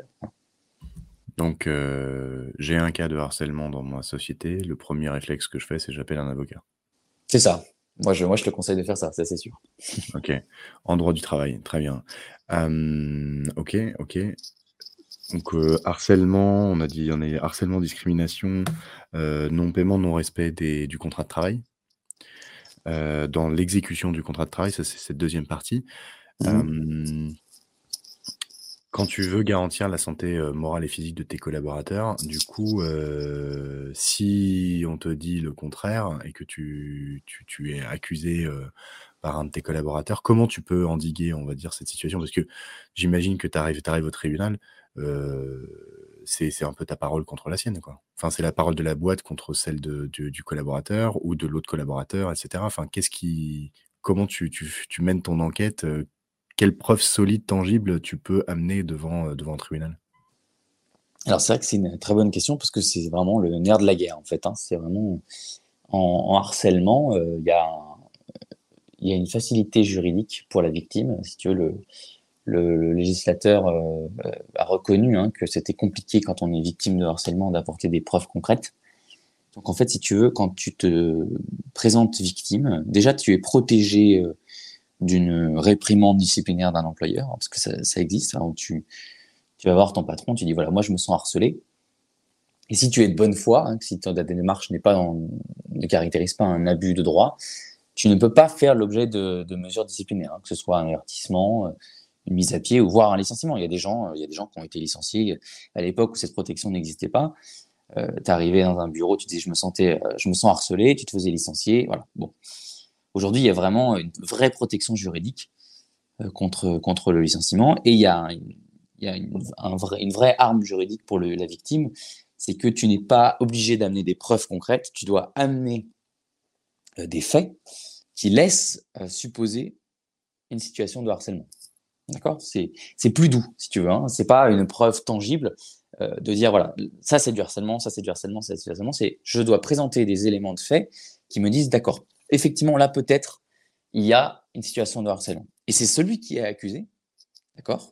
Donc, euh, j'ai un cas de harcèlement dans ma société. Le premier réflexe que je fais, c'est que j'appelle un avocat. C'est ça. Moi je, moi, je te conseille de faire ça, ça c'est sûr. Ok. En droit du travail, très bien. Euh, ok, ok. Donc, euh, harcèlement, on a dit, on est harcèlement, discrimination, euh, non-paiement, non-respect des, du contrat de travail. Euh, dans l'exécution du contrat de travail, ça c'est cette deuxième partie. Mmh. Euh, Quand tu veux garantir la santé euh, morale et physique de tes collaborateurs, du coup, euh, si on te dit le contraire et que tu, tu, tu es accusé euh, par un de tes collaborateurs, comment tu peux endiguer, on va dire, cette situation? Parce que j'imagine que tu arrives, t'arrives au tribunal, euh, c'est, c'est un peu ta parole contre la sienne, quoi. Enfin, c'est la parole de la boîte contre celle de, du, du collaborateur ou de l'autre collaborateur, et cetera. Enfin, qu'est-ce qui, comment tu, tu, tu mènes ton enquête? euh, Quelle preuve solide, tangible, tu peux amener devant, euh, devant un tribunal? Alors c'est vrai que c'est une très bonne question parce que c'est vraiment le nerf de la guerre en fait. Hein. C'est vraiment en, en harcèlement, il euh, y a il y a une facilité juridique pour la victime. Si tu veux, le, le, le législateur euh, a reconnu hein, que c'était compliqué quand on est victime de harcèlement d'apporter des preuves concrètes. Donc en fait, si tu veux, quand tu te présentes victime, déjà tu es protégé euh, d'une réprimande disciplinaire d'un employeur, hein, parce que ça, ça existe. Hein, où tu, tu vas voir ton patron, tu dis voilà, moi je me sens harcelé. Et si tu es de bonne foi, hein, si ta démarche n'est pas dans, ne caractérise pas un abus de droit, tu ne peux pas faire l'objet de, de mesures disciplinaires, hein, que ce soit un avertissement, une mise à pied ou voire un licenciement. Il y a des gens, il y a des gens qui ont été licenciés à l'époque où cette protection n'existait pas. Euh, tu arrivais dans un bureau, tu disais je me sentais, euh, je me sens harcelé, tu te faisais licencier, voilà. Bon, aujourd'hui il y a vraiment une vraie protection juridique euh, contre contre le licenciement et il y a, une, il y a une, un vrai, une vraie arme juridique pour le, la victime, c'est que tu n'es pas obligé d'amener des preuves concrètes, tu dois amener euh, des faits qui laissent euh, supposer une situation de harcèlement. D'accord ? C'est, c'est plus doux, si tu veux. Hein. C'est pas une preuve tangible euh, de dire, voilà, ça c'est du harcèlement, ça c'est du harcèlement, ça c'est du harcèlement. C'est, je dois présenter des éléments de fait qui me disent, d'accord, effectivement, là peut-être, il y a une situation de harcèlement. Et c'est celui qui est accusé, d'accord ?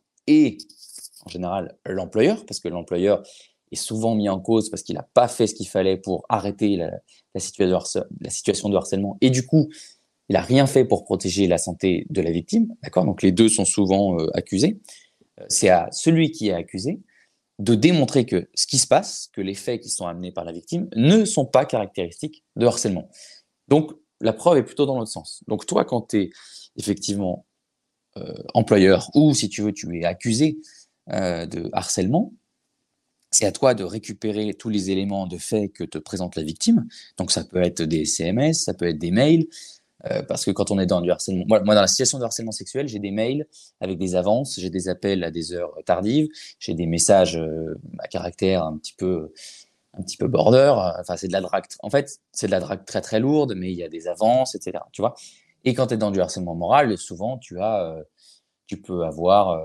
Et en général, l'employeur, parce que l'employeur est souvent mis en cause parce qu'il n'a pas fait ce qu'il fallait pour arrêter la, la, situation de harcèlement, la situation de harcèlement. Et du coup, il n'a rien fait pour protéger la santé de la victime, d'accord ? Donc les deux sont souvent euh, accusés. C'est à celui qui est accusé de démontrer que ce qui se passe, que les faits qui sont amenés par la victime ne sont pas caractéristiques de harcèlement. Donc la preuve est plutôt dans l'autre sens. Donc toi, quand tu es effectivement euh, employeur ou si tu veux, tu es accusé euh, de harcèlement, c'est à toi de récupérer tous les éléments de fait que te présente la victime. Donc ça peut être des S M S, ça peut être des mails. Euh, parce que quand on est dans du harcèlement, moi, moi dans la situation de harcèlement sexuel, j'ai des mails avec des avances, j'ai des appels à des heures tardives, j'ai des messages euh, à caractère un petit peu, un petit peu border. Enfin, c'est de la drague. En fait, c'est de la drague très très lourde, mais il y a des avances, et cetera. Tu vois. Et quand tu es dans du harcèlement moral, souvent tu as, euh, tu peux avoir euh,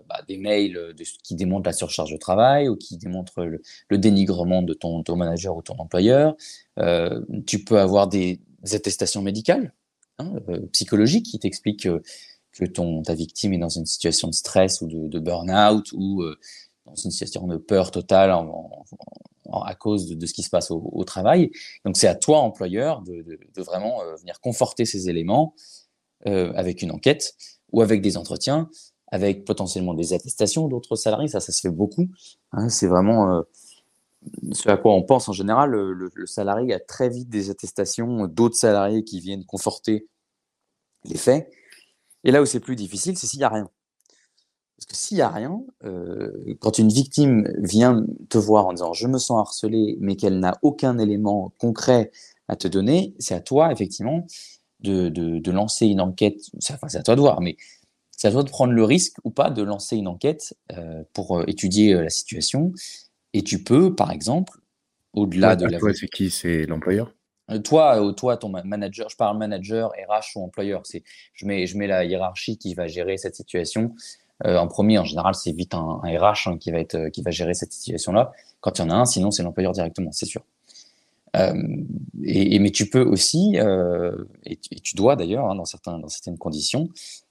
bah, des mails de, qui démontrent la surcharge de travail ou qui démontrent le, le dénigrement de ton, ton manager ou ton employeur. Euh, tu peux avoir des, des attestations médicales, hein, euh, psychologiques qui t'expliquent que, que ton, ta victime est dans une situation de stress ou de, de burn-out ou euh, dans une situation de peur totale en, en, en, à cause de, de ce qui se passe au, au travail. Donc c'est à toi, employeur, de, de, de vraiment euh, venir conforter ces éléments euh, avec une enquête ou avec des entretiens, avec potentiellement des attestations d'autres salariés. Ça, ça se fait beaucoup. Hein, c'est vraiment euh, ce à quoi on pense en général. Le, le, le salarié a très vite des attestations d'autres salariés qui viennent conforter les faits. Et là où c'est plus difficile, c'est s'il n'y a rien. Parce que s'il n'y a rien, euh, quand une victime vient te voir en disant « je me sens harcelée », mais qu'elle n'a aucun élément concret à te donner, c'est à toi, effectivement, de, de, de lancer une enquête. Enfin, c'est à toi de voir, mais c'est à toi de prendre le risque ou pas de lancer une enquête euh, pour euh, étudier euh, la situation. Et tu peux, par exemple, au-delà Toi, de la... toi c'est qui? C'est l'employeur? Toi, euh, toi, ton manager, je parle manager, R H ou employeur. C'est, je mets, je mets la hiérarchie qui va gérer cette situation. Euh, en premier, en général, c'est vite un, un R H hein, qui va être, qui va gérer cette situation-là. Quand il y en a un, sinon c'est l'employeur directement, c'est sûr. Euh, et, et mais tu peux aussi, euh, et, tu, et tu dois d'ailleurs, hein, dans certains, dans certaines conditions,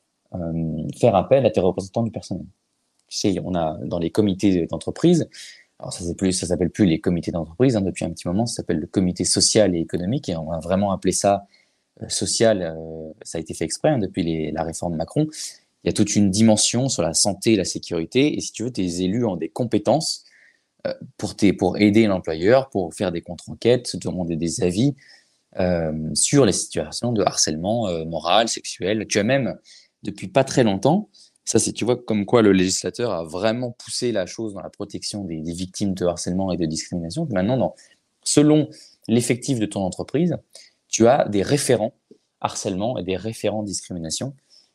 euh, faire appel à tes représentants du personnel. Tu sais, on a dans les comités d'entreprise. Alors ça s'appelle, ça s'appelle plus les comités d'entreprise hein, depuis un petit moment, ça s'appelle le comité social et économique et on a vraiment appelé ça euh, social. Euh, ça a été fait exprès hein, depuis les, la réforme Macron. Il y a toute une dimension sur la santé et la sécurité et si tu veux, tes élus ont des compétences euh, pour, tes, pour aider l'employeur, pour faire des contre-enquêtes, demander des avis euh, sur les situations de harcèlement euh, moral, sexuel. Tu as même depuis pas très longtemps. Ça, c'est, tu vois, comme quoi le législateur a vraiment poussé la chose dans la protection des, des victimes de harcèlement et de discrimination. Maintenant, dans, selon l'effectif de ton entreprise, tu as des référents harcèlement et des référents discrimination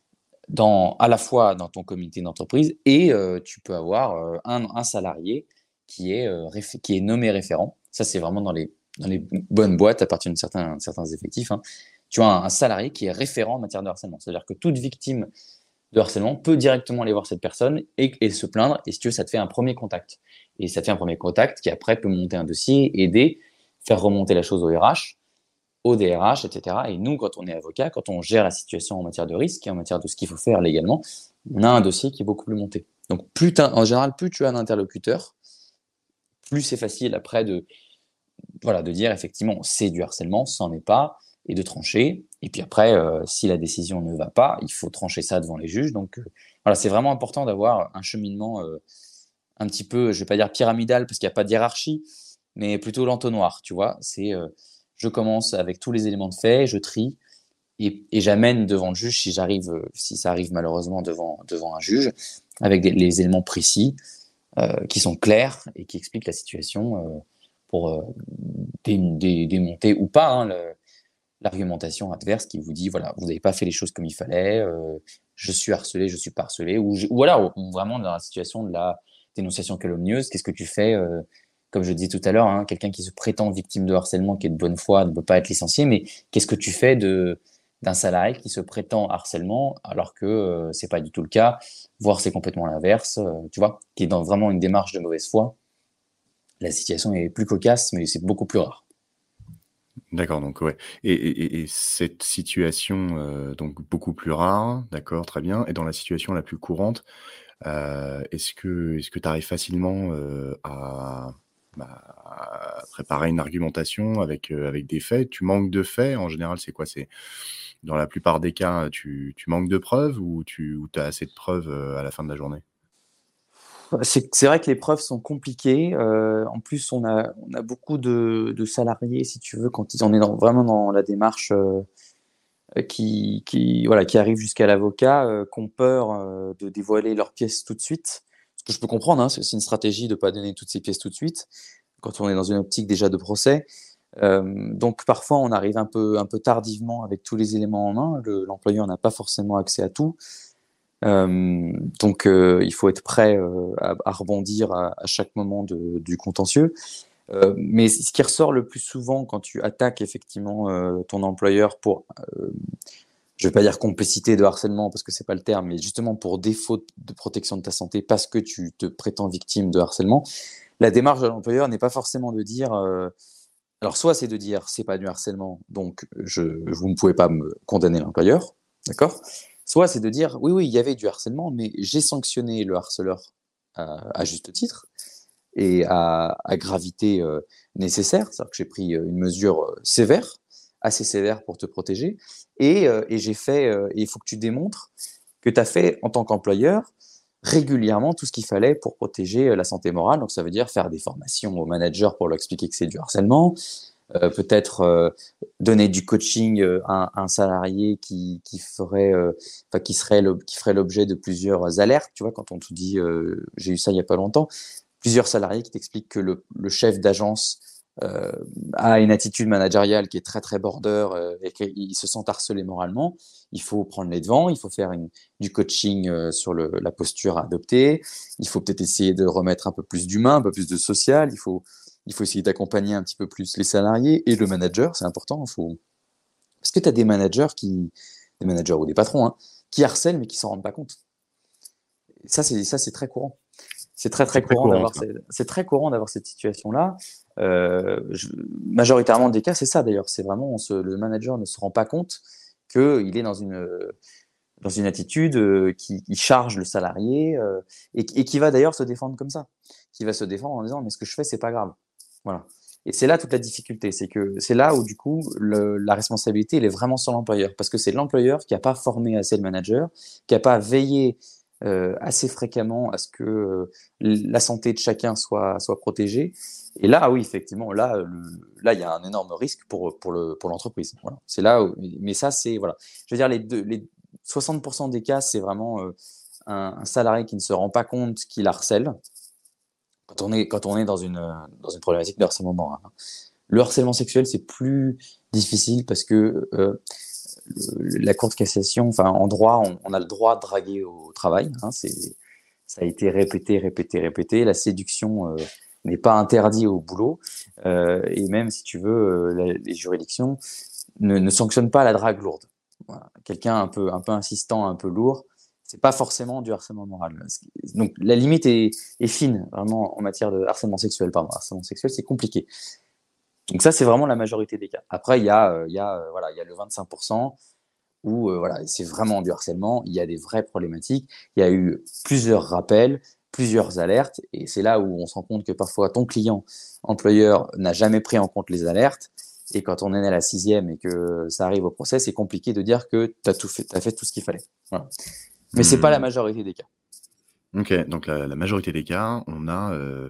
dans, à la fois dans ton comité d'entreprise et euh, tu peux avoir euh, un, un salarié qui est, euh, réf- qui est nommé référent. Ça, c'est vraiment dans les, dans les bonnes boîtes à partir de certains, certains effectifs. Hein. Tu as un, un salarié qui est référent en matière de harcèlement. C'est-à-dire que toute victime de harcèlement peut directement aller voir cette personne et, et se plaindre. Et si tu veux, ça te fait un premier contact. Et ça te fait un premier contact qui après peut monter un dossier, aider, faire remonter la chose au R H, au D R H, et cetera. Et nous, quand on est avocat, quand on gère la situation en matière de risque et en matière de ce qu'il faut faire légalement, on a un dossier qui est beaucoup plus monté. Donc, plus en général, plus tu as un interlocuteur, plus c'est facile après de, voilà, de dire effectivement c'est du harcèlement, ça n'en est pas, et de trancher. Et puis après, euh, si la décision ne va pas, il faut trancher ça devant les juges. Donc euh, voilà, c'est vraiment important d'avoir un cheminement euh, un petit peu, je vais pas dire pyramidal parce qu'il n'y a pas de hiérarchie, mais plutôt l'entonnoir, tu vois. C'est, euh, je commence avec tous les éléments de fait, je trie et, et j'amène devant le juge si j'arrive, euh, si ça arrive malheureusement devant devant un juge, avec des, les éléments précis euh, qui sont clairs et qui expliquent la situation euh, pour euh, dé, dé, démonter ou pas hein, le, l'argumentation adverse qui vous dit voilà, vous n'avez pas fait les choses comme il fallait, euh, je suis harcelé, je suis pas harcelé, ou, je, ou alors ou vraiment dans la situation de la dénonciation calomnieuse, qu'est-ce que tu fais euh, comme je disais tout à l'heure, hein, quelqu'un qui se prétend victime de harcèlement, qui est de bonne foi, ne peut pas être licencié, mais qu'est-ce que tu fais de d'un salarié qui se prétend harcèlement alors que euh, c'est pas du tout le cas, voire c'est complètement l'inverse, euh, tu vois, qui est dans vraiment une démarche de mauvaise foi. La situation est plus cocasse, mais c'est beaucoup plus rare. D'accord, donc ouais. Et, et, et cette situation, euh, donc beaucoup plus rare, d'accord, très bien. Et dans la situation la plus courante, euh, est-ce que est-ce que tu arrives facilement euh, à, bah, à préparer une argumentation avec euh, avec des faits? Tu manques de faits, en général, c'est quoi? C'est dans la plupart des cas, tu, tu manques de preuves ou tu ou as assez de preuves euh, à la fin de la journée? C'est, c'est vrai que les preuves sont compliquées. Euh, en plus, on a, on a beaucoup de, de salariés, si tu veux, quand ils en est dans, vraiment dans la démarche euh, qui, qui, voilà, qui arrivent jusqu'à l'avocat, euh, qui ont peur euh, de dévoiler leurs pièces tout de suite. Ce que je peux comprendre, hein, c'est aussi une stratégie de ne pas donner toutes ces pièces tout de suite, quand on est dans une optique déjà de procès. Euh, donc parfois, on arrive un peu, un peu tardivement avec tous les éléments en main. Le, l'employeur n'a pas forcément accès à tout. Euh, donc euh, il faut être prêt euh, à, à rebondir à, à chaque moment de, du contentieux. Euh, mais ce qui ressort le plus souvent quand tu attaques effectivement euh, ton employeur pour euh, je vais pas dire complicité de harcèlement parce que c'est pas le terme, mais justement pour défaut de protection de ta santé parce que tu te prétends victime de harcèlement, la démarche de l'employeur n'est pas forcément de dire, euh, alors soit c'est de dire c'est pas du harcèlement, donc je, vous ne pouvez pas me condamner l'employeur, d'accord? Soit c'est de dire oui, oui, il y avait du harcèlement, mais j'ai sanctionné le harceleur à, à juste titre et à, à gravité euh, nécessaire, c'est-à-dire que j'ai pris une mesure euh, sévère, assez sévère pour te protéger, et, euh, et j'ai fait, euh, et il faut que tu démontres que tu as fait en tant qu'employeur régulièrement tout ce qu'il fallait pour protéger la santé morale. Donc ça veut dire faire des formations aux managers pour leur expliquer que c'est du harcèlement, euh, peut-être euh, donner du coaching euh, à, à un salarié qui, qui ferait, euh, enfin qui serait le, qui ferait l'objet de plusieurs alertes. Tu vois, quand on te dit, euh, j'ai eu ça il y a pas longtemps, plusieurs salariés qui t'expliquent que le, le chef d'agence euh, a une attitude managériale qui est très très border euh, et qu'ils se sentent harcelés moralement. Il faut prendre les devants, il faut faire une, du coaching euh, sur le, la posture à adopter, il faut peut-être essayer de remettre un peu plus d'humain, un peu plus de social, il faut, il faut essayer d'accompagner un petit peu plus les salariés et le manager, c'est important. Il faut... Parce que tu as des managers, qui, des managers ou des patrons hein, qui harcèlent mais qui s'en rendent pas compte. Ça, c'est, ça, c'est très courant. C'est très très, C'est très courant, courant d'avoir ça. ces, c'est très courant d'avoir cette situation-là. Euh, je, majoritairement des cas, c'est ça d'ailleurs. C'est vraiment on se, le manager ne se rend pas compte qu'il est dans une dans une attitude euh, qui, qui charge le salarié euh, et, et qui va d'ailleurs se défendre comme ça, qui va se défendre en disant mais ce que je fais c'est pas grave. Voilà. Et c'est là toute la difficulté, c'est que c'est là où du coup le, la responsabilité elle est vraiment sur l'employeur parce que c'est l'employeur qui a pas formé assez le manager, qui a pas veillé Euh, assez fréquemment à ce que euh, la santé de chacun soit, soit protégée. Et là, oui, effectivement, là, le, là, il y a un énorme risque pour, pour, le, pour l'entreprise. Voilà. C'est là où, mais ça, c'est, voilà. Je veux dire, les, deux, les soixante pour cent des cas, c'est vraiment euh, un, un salarié qui ne se rend pas compte qu'il harcèle quand on est, quand on est dans une, dans une problématique de harcèlement moral. Le harcèlement sexuel, c'est plus difficile parce que euh, la Cour de cassation, enfin en droit, on, on a le droit de draguer au travail. Hein, c'est, ça a été répété, répété, répété. La séduction euh, n'est pas interdite au boulot. Euh, et même, si tu veux, euh, la, les juridictions ne, ne sanctionnent pas la drague lourde. Voilà. Quelqu'un un peu, un peu insistant, un peu lourd, c'est pas forcément du harcèlement moral. Donc la limite est, est fine, vraiment, en matière de harcèlement sexuel. Pardon, harcèlement sexuel, c'est compliqué. Donc ça, c'est vraiment la majorité des cas. Après, il y a, euh, il y a, euh, voilà, il y a le vingt-cinq pour cent où euh, voilà, c'est vraiment du harcèlement. Il y a des vraies problématiques. Il y a eu plusieurs rappels, plusieurs alertes, et c'est là où on se rend compte que parfois ton client employeur n'a jamais pris en compte les alertes. Et quand on est à la sixième et que ça arrive au procès, c'est compliqué de dire que tu as tout fait, t'as fait tout ce qu'il fallait. Voilà. Mais c'est pas la majorité des cas. Ok, donc la, la majorité des cas, on a euh,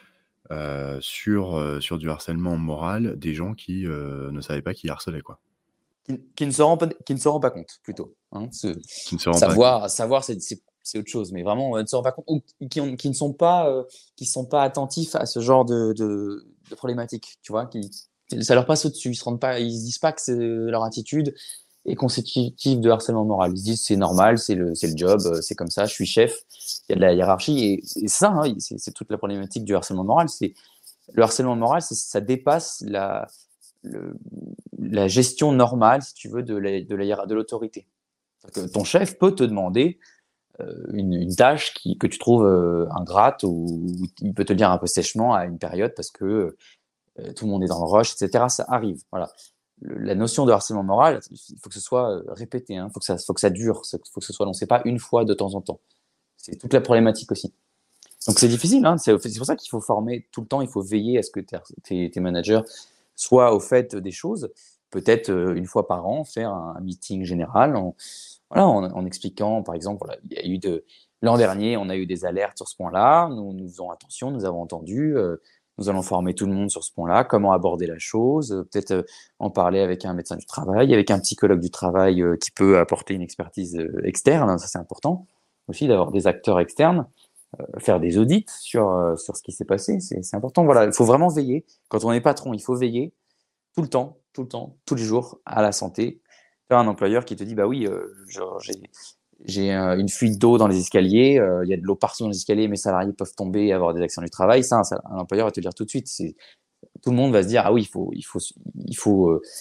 euh, sur, euh, sur du harcèlement moral des gens qui euh, ne savaient pas qu'ils harcelaient, quoi. Qui, qui, ne se rend pas, qui ne se rend pas compte, plutôt. Hein, ce, Qui ne se rendent savoir, pas savoir, c'est, c'est, c'est autre chose, mais vraiment, euh, ne se rend pas compte, ou qui, ont, qui ne sont pas, euh, qui sont pas attentifs à ce genre de, de, de problématiques, tu vois, qui, ça leur passe au-dessus, ils se rendent pas, ils se disent pas que c'est, leur attitude est constitutive de harcèlement moral. Ils se disent c'est normal, c'est le, c'est le job, c'est comme ça, je suis chef, il y a de la hiérarchie, et, et ça, hein, c'est, c'est toute la problématique du harcèlement moral, c'est le harcèlement moral, c'est, ça dépasse la, le, la gestion normale, si tu veux, de, la, de, la, de l'autorité. Que ton chef peut te demander euh, une, une tâche qui, que tu trouves euh, ingrate ou, ou il peut te le dire un peu sèchement à une période parce que euh, tout le monde est dans le rush, et cetera. Ça arrive. Voilà. Le, la notion de harcèlement moral, il faut que ce soit répété, il hein, faut, que ça, faut que ça dure, il faut que ce soit lancé pas une fois de temps en temps. C'est toute la problématique aussi. Donc c'est difficile, hein, c'est, c'est pour ça qu'il faut former tout le temps, il faut veiller à ce que tes, tes managers soient au fait des choses, peut-être euh, une fois par an, faire un, un meeting général en, voilà, en, en expliquant, par exemple, voilà, il y a eu de, l'an dernier, on a eu des alertes sur ce point-là, nous, nous faisons attention, nous avons entendu, euh, nous allons former tout le monde sur ce point-là, comment aborder la chose, euh, peut-être euh, en parler avec un médecin du travail, avec un psychologue du travail euh, qui peut apporter une expertise euh, externe, ça c'est important aussi d'avoir des acteurs externes, euh, faire des audits sur, euh, sur ce qui s'est passé, c'est, c'est important. Voilà, il faut vraiment veiller, quand on est patron, il faut veiller tout le temps, tout le temps, tous les jours à la santé. Faire un employeur qui te dit bah oui, euh, genre, j'ai, j'ai euh, une fuite d'eau dans les escaliers, il euh, y a de l'eau partout dans les escaliers, mes salariés peuvent tomber et avoir des accidents du travail. Ça, un, un employeur va te le dire tout de suite. C'est, tout le monde va se dire ah oui, il faut, il faut, il faut euh,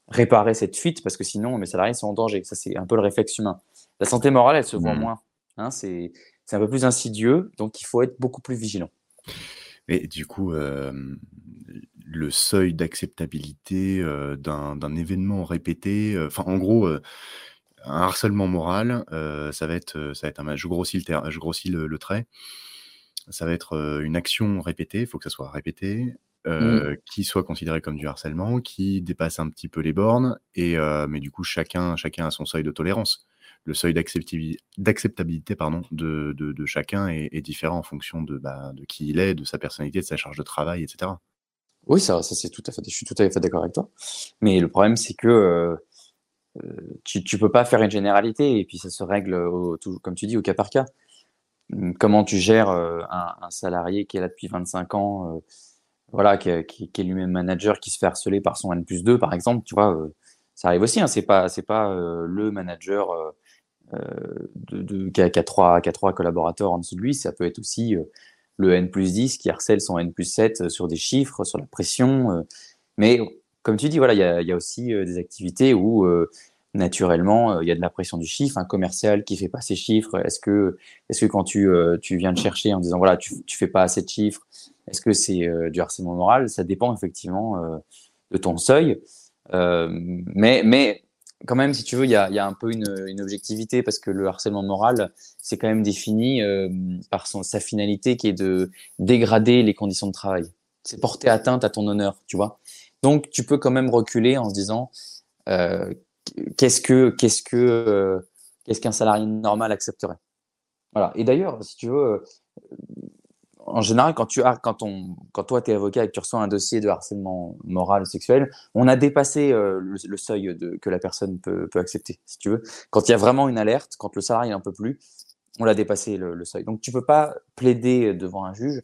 réparer cette fuite parce que sinon mes salariés sont en danger. Ça, c'est un peu le réflexe humain. La santé morale, elle se voit Mmh. moins. Hein, c'est, c'est un peu plus insidieux, donc il faut être beaucoup plus vigilant. Et du coup, hem, le seuil d'acceptabilité, heu, d'un d'un événement répété, heu, enfin, en gros, heu, un harcèlement moral, heu, ça va être, heu, ça va être un ma je grossis le ter je grossis le le trait. Ça va être, heu, une action répétée, il faut que ça soit répété, Mmh. heu, qui soit considérée comme du harcèlement, qui dépasse un petit peu les bornes et heu, mais du coup chacun chacun a son seuil de tolérance. Le seuil d'acceptibi d'acceptabilité pardon, de de de chacun est est différent en fonction de, bah, de qui il est, de sa personnalité, de sa charge de travail et cetera. Oui, ça, ça c'est tout à fait. Je suis tout à fait d'accord avec toi. Mais le problème, c'est que euh, tu, tu peux pas faire une généralité et puis ça se règle, au, tout, comme tu dis, au cas par cas. Hum, Comment tu gères euh, un, un salarié qui est là depuis vingt-cinq ans, euh, voilà, qui, est- qui- qui est lui-même manager, qui se fait harceler par son N plus deux, par exemple, tu vois, euh, ça arrive aussi. Hein, c'est pas, c'est pas euh, le manager euh, euh, de, de- qui, a, qui a trois, qui a trois collaborateurs en dessous de lui. Ça peut être aussi euh, le N plus dix qui harcèle son N plus sept sur des chiffres, sur la pression. euh, Mais comme tu dis, voilà, il y a, il y a aussi euh, des activités où euh, naturellement euh, il y a de la pression du chiffre, un commercial qui fait pas ses chiffres. Est-ce que, est-ce que quand tu, euh, tu viens de chercher en disant voilà, tu, tu fais pas assez de chiffres, est-ce que c'est euh, du harcèlement moral? Ça dépend effectivement euh, de ton seuil. Euh, mais, mais quand même, si tu veux, il y a, il y a un peu une, une objectivité parce que le harcèlement moral, c'est quand même défini euh, par son, sa finalité qui est de dégrader les conditions de travail. C'est porter atteinte à ton honneur, tu vois. Donc, tu peux quand même reculer en se disant euh, qu'est-ce que qu'est-ce que euh, qu'est-ce qu'un salarié normal accepterait. Voilà. Et d'ailleurs, si tu veux, en général, quand tu as, quand on, quand toi t'es avocat et que tu reçois un dossier de harcèlement moral ou sexuel, on a dépassé euh, le, le seuil de, que la personne peut, peut accepter, si tu veux. Quand il y a vraiment une alerte, quand le salarié n'en peut plus, on l'a dépassé le, le seuil. Donc tu peux pas plaider devant un juge.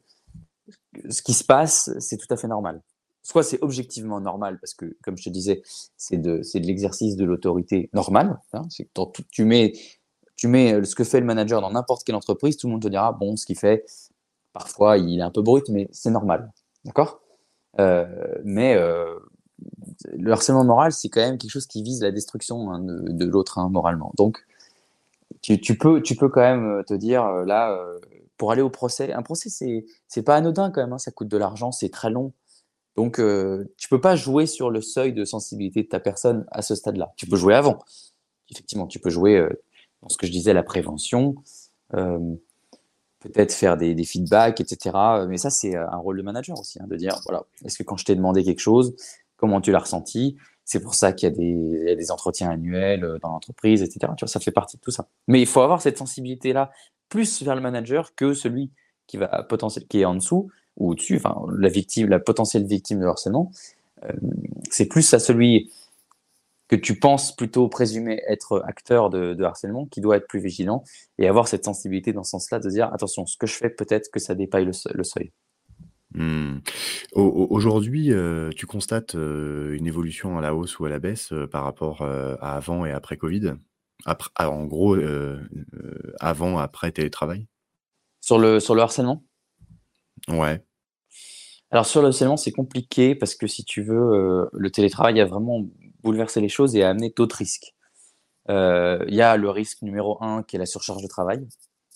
Ce qui se passe, c'est tout à fait normal. Soit c'est objectivement normal parce que, comme je te disais, c'est de, c'est de l'exercice de l'autorité normale. Hein, c'est que dans tout- tu mets, tu mets ce que fait le manager dans n'importe quelle entreprise, tout le monde te dira bon, ce qu'il fait, parfois il est un peu brut, mais c'est normal, d'accord. Euh, Mais euh, le harcèlement moral, c'est quand même quelque chose qui vise la destruction hein, de, de l'autre hein, moralement. Donc tu, tu peux, tu peux quand même te dire euh, là, euh, pour aller au procès, un procès c'est, c'est pas anodin quand même, hein, ça coûte de l'argent, c'est très long. Donc, euh, tu peux pas jouer sur le seuil de sensibilité de ta personne à ce stade-là. Tu peux jouer avant. Effectivement, tu peux jouer euh, dans ce que je disais, la prévention, euh, peut-être faire des, des feedbacks, et cetera. Mais ça, c'est euh, un rôle de manager aussi, hein, de dire, voilà, est-ce que quand je t'ai demandé quelque chose, comment tu l'as ressenti? C'est pour ça qu'il y a des, il y a des entretiens annuels euh, dans l'entreprise, et cetera. Tu vois, ça fait partie de tout ça. Mais il faut avoir cette sensibilité-là plus vers le manager que celui qui va potentiel, qui est en dessous ou au-dessus, enfin, la victime, la potentielle victime de harcèlement. Euh, c'est plus à celui que tu penses plutôt présumer être acteur de, de harcèlement qui doit être plus vigilant et avoir cette sensibilité dans ce sens-là de dire attention, ce que je fais peut-être que ça dépasse le, se- le seuil. Mmh. Au au Aujourd'hui, heu, tu constates, heu, une évolution à la hausse ou à la baisse, heu, par rapport, heu, à avant et après Covid? Apr ah, en gros, heu heu, avant, après télétravail? Sur le, sur le harcèlement. Ouais. Alors sur le harcèlement, c'est compliqué parce que si tu veux, euh, le télétravail a vraiment bouleversé les choses et a amené d'autres risques. Euh, Il y a le risque numéro un qui est la surcharge de travail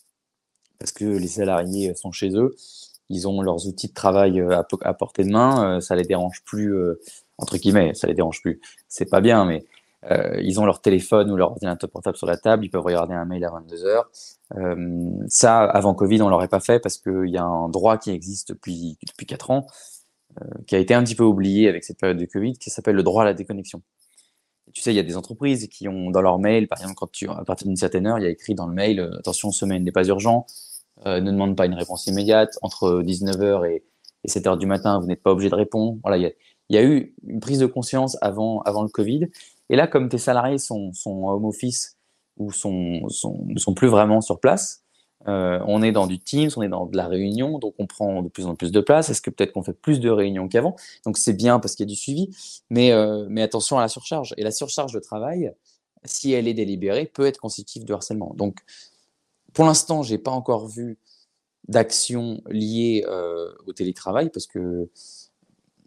parce que les salariés sont chez eux, ils ont leurs outils de travail euh, à, po- à portée de main, euh, ça les dérange plus, euh, entre guillemets, ça les dérange plus. C'est pas bien, mais euh, ils ont leur téléphone ou leur ordinateur portable sur la table, ils peuvent regarder un mail à vingt-deux heures. Euh, ça, avant Covid, on l'aurait pas fait parce qu'il y a un droit qui existe depuis, depuis quatre ans, euh, qui a été un petit peu oublié avec cette période de Covid, qui s'appelle le droit à la déconnexion. Et tu sais, il y a des entreprises qui ont dans leur mail, par exemple, quand tu, à partir d'une certaine heure, il y a écrit dans le mail, euh, attention, ce mail n'est pas urgent, euh, ne demande pas une réponse immédiate. Entre dix-neuf heures et, et sept heures du matin, vous n'êtes pas obligé de répondre. Voilà, il y a, il y a eu une prise de conscience avant, avant le Covid. Et là, comme tes salariés sont, sont en home office ou sont, sont, ne sont plus vraiment sur place, euh, on est dans du Teams, on est dans de la réunion, donc on prend de plus en plus de place. Est-ce que peut-être qu'on fait plus de réunions qu'avant? Donc c'est bien parce qu'il y a du suivi, mais, euh, mais attention à la surcharge. Et la surcharge de travail, si elle est délibérée, peut être constitutive de harcèlement. Donc pour l'instant, j'ai pas encore vu d'actions liées euh, au télétravail parce que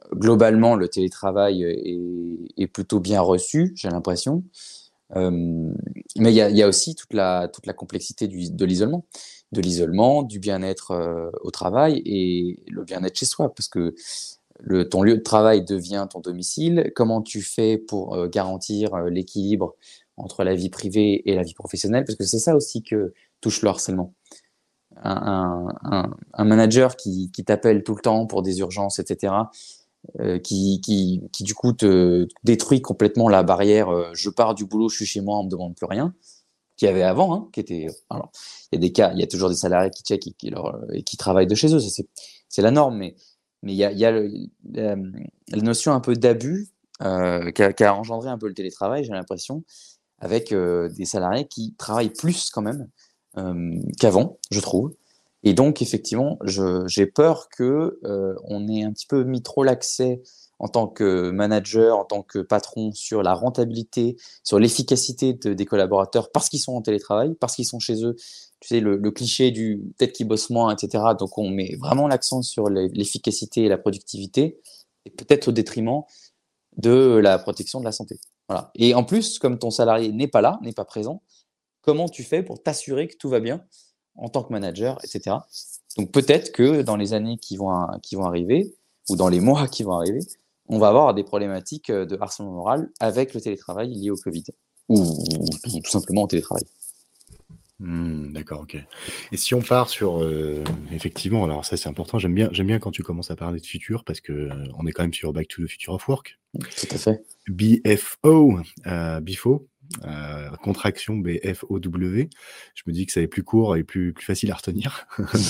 globalement, le télétravail est, est plutôt bien reçu, j'ai l'impression. Euh, mais il y a, il y a aussi toute la, toute la complexité du, de l'isolement, de l'isolement, du bien-être euh, au travail et le bien-être chez soi, parce que le, ton lieu de travail devient ton domicile. Comment tu fais pour euh, garantir euh, l'équilibre entre la vie privée et la vie professionnelle? Parce que c'est ça aussi que touche le harcèlement. Un, un, un, un manager qui, qui t'appelle tout le temps pour des urgences, et cetera, euh, qui, qui, qui du coup te détruit complètement la barrière euh, je pars du boulot, je suis chez moi, on me demande plus rien, qu'il y avait avant, hein, qui était. Alors, il y a des cas, il y a toujours des salariés qui checkent et qui, leur, et qui travaillent de chez eux, ça, c'est, c'est la norme, mais mais il y a, il y a le, la, la notion un peu d'abus euh, qui, a, qui a engendré un peu le télétravail, j'ai l'impression, avec euh, des salariés qui travaillent plus quand même euh, qu'avant, je trouve. Et donc, effectivement, je, j'ai peur que euh, on ait un petit peu mis trop l'accès en tant que manager, en tant que patron, sur la rentabilité, sur l'efficacité de, des collaborateurs, parce qu'ils sont en télétravail, parce qu'ils sont chez eux. Tu sais, le, le cliché du peut-être qu'ils bossent moins, et cetera. Donc, on met vraiment l'accent sur l'efficacité et la productivité, et peut-être au détriment de la protection de la santé. Voilà. Et en plus, comme ton salarié n'est pas là, n'est pas présent, comment tu fais pour t'assurer que tout va bien en tant que manager, et cetera. Donc peut-être que dans les années qui vont, qui vont arriver, ou dans les mois qui vont arriver, on va avoir des problématiques de harcèlement moral avec le télétravail lié au Covid, ou, ou tout simplement au télétravail. Mmh, d'accord, ok. Et si on part sur, euh, effectivement, alors ça c'est important, j'aime bien, j'aime bien quand tu commences à parler de futur, parce que euh, on est quand même sur Back to the Future of Work. Tout à fait. B F O, euh, B F O, euh, contraction B F O W. Je me dis que ça est plus court et plus, plus facile à retenir.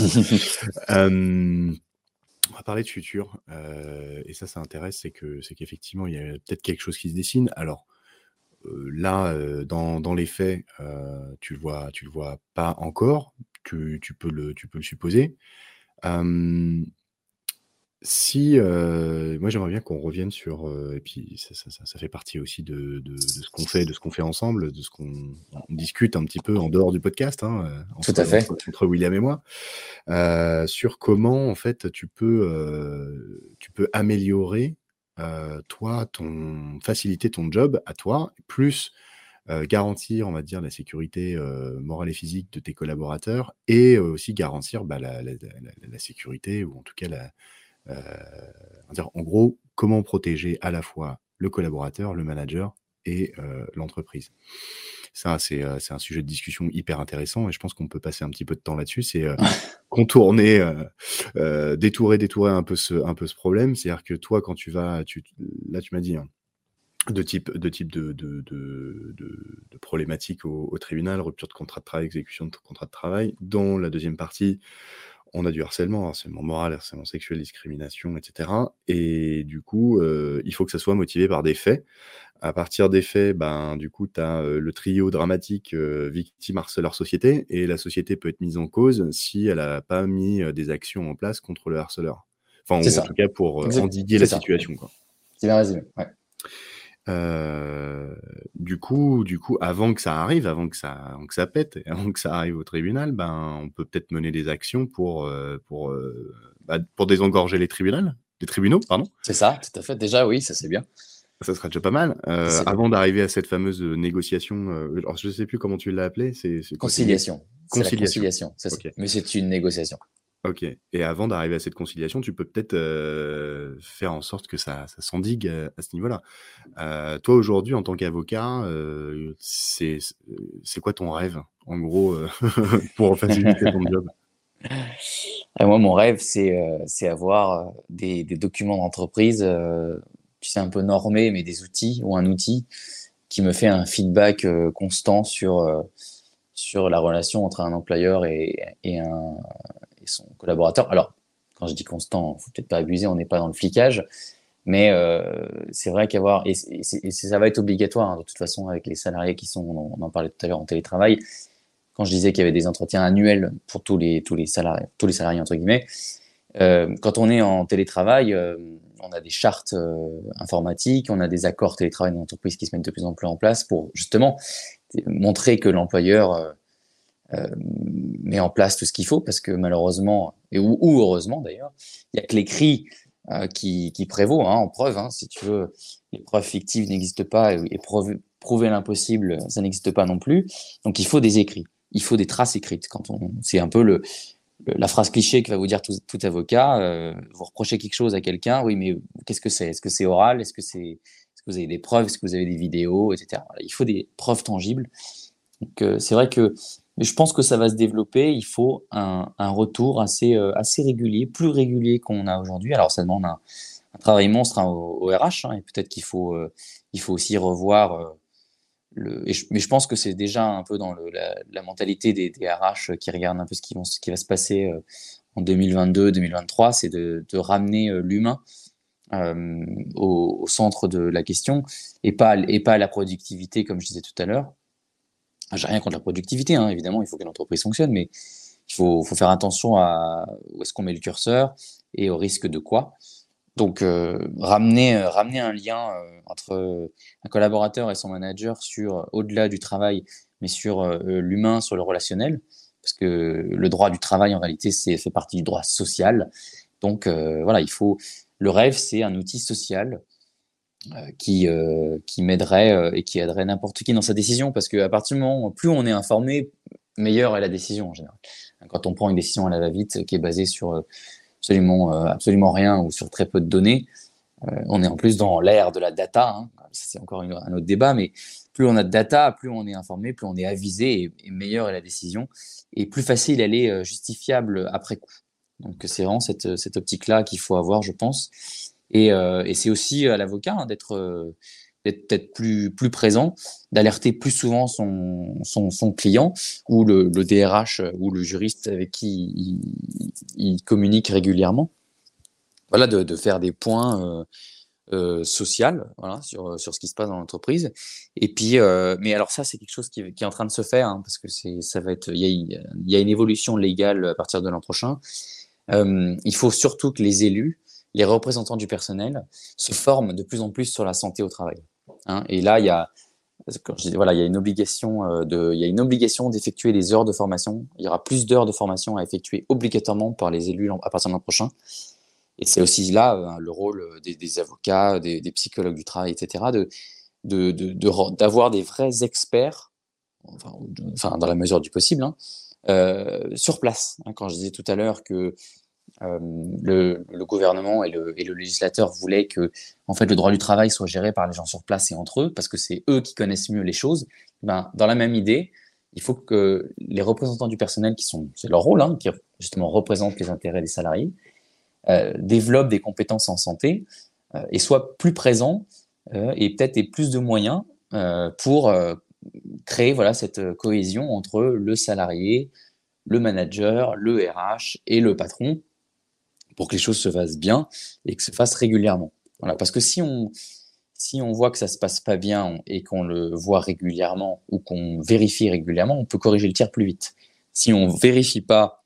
euh, on va parler de futur, euh, et ça, ça intéresse, c'est que, c'est qu'effectivement, il y a peut-être quelque chose qui se dessine. Alors, euh, là, euh, dans, dans les faits, euh, tu le vois, tu le vois pas encore. Tu, tu peux le, tu peux le supposer. Euh, Si, heu, moi j'aimerais bien qu'on revienne sur, heu et puis ça ça ça ça fait partie aussi de de de ce qu'on fait de ce qu'on fait ensemble, de ce qu'on on discute un petit peu en dehors du podcast, hein, heu, Tout entre à fait. entre entre William et moi, heu, sur comment en fait tu peux, heu, tu peux améliorer, heu, toi, ton faciliter ton job à toi, plus, heu, garantir, on va dire, la sécurité, heu, morale et physique de tes collaborateurs et euh, aussi garantir, bah, la la la la la sécurité ou en tout cas la Heu, on va dire, en gros, comment protéger à la fois le collaborateur, le manager et heu, l'entreprise. Ça, c'est, heu, c'est un sujet de discussion hyper intéressant et je pense qu'on peut passer un petit peu de temps là-dessus. C'est, heu, contourner, heu heu, détourer détourer un peu ce un peu ce problème. C'est-à-dire que toi, quand tu vas tu là, tu m'as dit, hein, deux types de types de de de de de problématiques au au tribunal, rupture de contrat de travail, exécution de contrat de travail. Dans la deuxième partie, on a du harcèlement, harcèlement moral, harcèlement sexuel, discrimination, et cetera. Et du coup, heu, il faut que ça soit motivé par des faits. À partir des faits, ben, du coup, tu as, le trio dramatique, heu, victime, harceleur, société et la société peut être mise en cause si elle a pas mis, heu, des actions en place contre le harceleur. Enfin, C'est ou en ça. tout cas pour, heu, Exact. endiguer C'est la ça. situation, quoi. C'est bien résumé. Ouais. Heu, du coup du coup, avant que ça arrive, avant que ça avant que ça pète et avant que ça arrive au tribunal, ben, on peut peut-être mener des actions pour, heu, pour, heu, bah, pour désengorger les tribunals les tribunaux, pardon. C'est ça, tout à fait. Déjà, oui, ça c'est bien. Ça serait déjà pas mal, Ça, heu, c'est bien. avant d'arriver à cette fameuse, heu, négociation, heu, alors je sais plus comment tu l'as appelée, c'est c'est quoi? C'est né Conciliation. C'est la conciliation. conciliation. Ça, c'est... OK. Mais c'est une négociation. OK, et avant d'arriver à cette conciliation, tu peux peut-être, heu, faire en sorte que ça ça s'endigue, heu, à ce niveau-là. Heu, toi, aujourd'hui, en tant qu'avocat, heu, c'est c'est quoi ton rêve, en gros, heu, pour faciliter ton job? Et moi, mon rêve, c'est euh, c'est avoir euh, des, des documents d'entreprise, euh, tu sais, un peu normés, mais des outils ou un outil qui me fait un feedback euh, constant sur, euh, sur la relation entre un employeur et, et, un, et son collaborateur. Alors, quand je dis constant, faut peut-être pas abuser, on n'est pas dans le flicage, mais euh, c'est vrai qu'avoir, et, et, et ça va être obligatoire hein, de toute façon avec les salariés qui sont, on en parlait tout à l'heure, en télétravail. Quand je disais qu'il y avait des entretiens annuels pour tous les, tous les salariés, tous les salariés entre guillemets, euh, quand on est en télétravail, euh, on a des chartes euh, informatiques, on a des accords télétravail dans l'entreprise qui se mettent de plus en plus en place pour justement montrer que l'employeur euh, euh, met en place tout ce qu'il faut, parce que malheureusement, et ou, ou heureusement d'ailleurs, il y a que l'écrit euh, qui, qui prévaut hein, en preuve. Hein, si tu veux, les preuves fictives n'existent pas et, et preuve- prouver l'impossible, ça n'existe pas non plus. Donc il faut des écrits, il faut des traces écrites. Quand on, c'est un peu le, le- la phrase cliché que va vous dire tout, tout avocat. Euh, vous reprochez quelque chose à quelqu'un, oui, mais qu'est-ce que c'est? Est-ce que c'est oral? Est-ce que c'est, est-ce que vous avez des preuves? Est-ce que vous avez des vidéos, et cetera. Voilà, il faut des preuves tangibles. Donc euh, c'est vrai que mais je pense que ça va se développer. Il faut un, un retour assez, euh, assez régulier, plus régulier qu'on a aujourd'hui. Alors ça demande un, un travail monstre hein, au, au R H hein, et peut-être qu'il faut, euh, il faut aussi revoir euh, le. Et je, mais je pense que c'est déjà un peu dans le, la, la mentalité des, des R H qui regardent un peu ce qui, vont, ce qui va se passer euh, en deux mille vingt-deux, deux mille vingt-trois, c'est de, de ramener euh, l'humain euh, au, au centre de la question et pas, et pas la productivité comme je disais tout à l'heure. J'ai rien contre la productivité, hein, évidemment, il faut que l'entreprise fonctionne, mais il faut, faut faire attention à où est-ce qu'on met le curseur et au risque de quoi. Donc, euh, ramener, euh, ramener un lien euh, entre un collaborateur et son manager sur, euh, au-delà du travail, mais sur euh, l'humain, sur le relationnel, parce que le droit du travail, en réalité, c'est fait partie du droit social. Donc, euh, voilà, il faut. Le rêve, c'est un outil social euh, qui, euh, qui m'aiderait euh, et qui aiderait n'importe qui dans sa décision, parce qu'à partir du moment où plus on est informé, meilleure est la décision en général. Quand on prend une décision à la va-vite qui est basée sur euh, absolument, euh, absolument rien ou sur très peu de données, euh, on est en plus dans l'ère de la data, hein. C'est encore une, un autre débat, mais plus on a de data, plus on est informé, plus on est avisé et, et meilleure est la décision et plus facile elle est euh, justifiable après coup. Donc c'est vraiment cette, cette optique-là qu'il faut avoir, je pense. Et, euh, et c'est aussi à l'avocat hein, d'être euh, d'être peut-être plus, plus présent, d'alerter plus souvent son, son, son client ou le, le D R H ou le juriste avec qui il, il communique régulièrement. Voilà, de, de faire des points euh, euh, sociaux voilà, sur, sur ce qui se passe dans l'entreprise. Et puis, euh, mais alors ça, c'est quelque chose qui, qui est en train de se faire hein, parce que c'est, ça va être, il y a, il y a une évolution légale à partir de l'an prochain. Euh, il faut surtout que les élus, les représentants du personnel, se forment de plus en plus sur la santé au travail. Hein. Et là, il y a, quand je dis, voilà, il y a une obligation euh, de, il y a une obligation d'effectuer des heures de formation. Il y aura plus d'heures de formation à effectuer obligatoirement par les élus à partir de l'an prochain. Et c'est aussi là euh, le rôle des, des avocats, des, des psychologues du travail, et cetera, de, de, de, de, d'avoir des vrais experts, enfin, de, enfin dans la mesure du possible, hein, euh, sur place. Hein, quand je disais tout à l'heure que euh, le, le gouvernement et le, et le législateur voulaient que en fait, le droit du travail soit géré par les gens sur place et entre eux, parce que c'est eux qui connaissent mieux les choses. Ben, dans la même idée, il faut que les représentants du personnel, qui sont, c'est leur rôle, hein, qui justement représentent les intérêts des salariés, euh, développent des compétences en santé euh, et soient plus présents euh, et peut-être aient plus de moyens euh, pour euh, créer voilà, cette cohésion entre le salarié, le manager, le R H et le patron pour que les choses se fassent bien et que se fassent régulièrement. Voilà, parce que si on, si on voit que ça se passe pas bien et qu'on le voit régulièrement ou qu'on vérifie régulièrement, on peut corriger le tir plus vite. Si on vérifie pas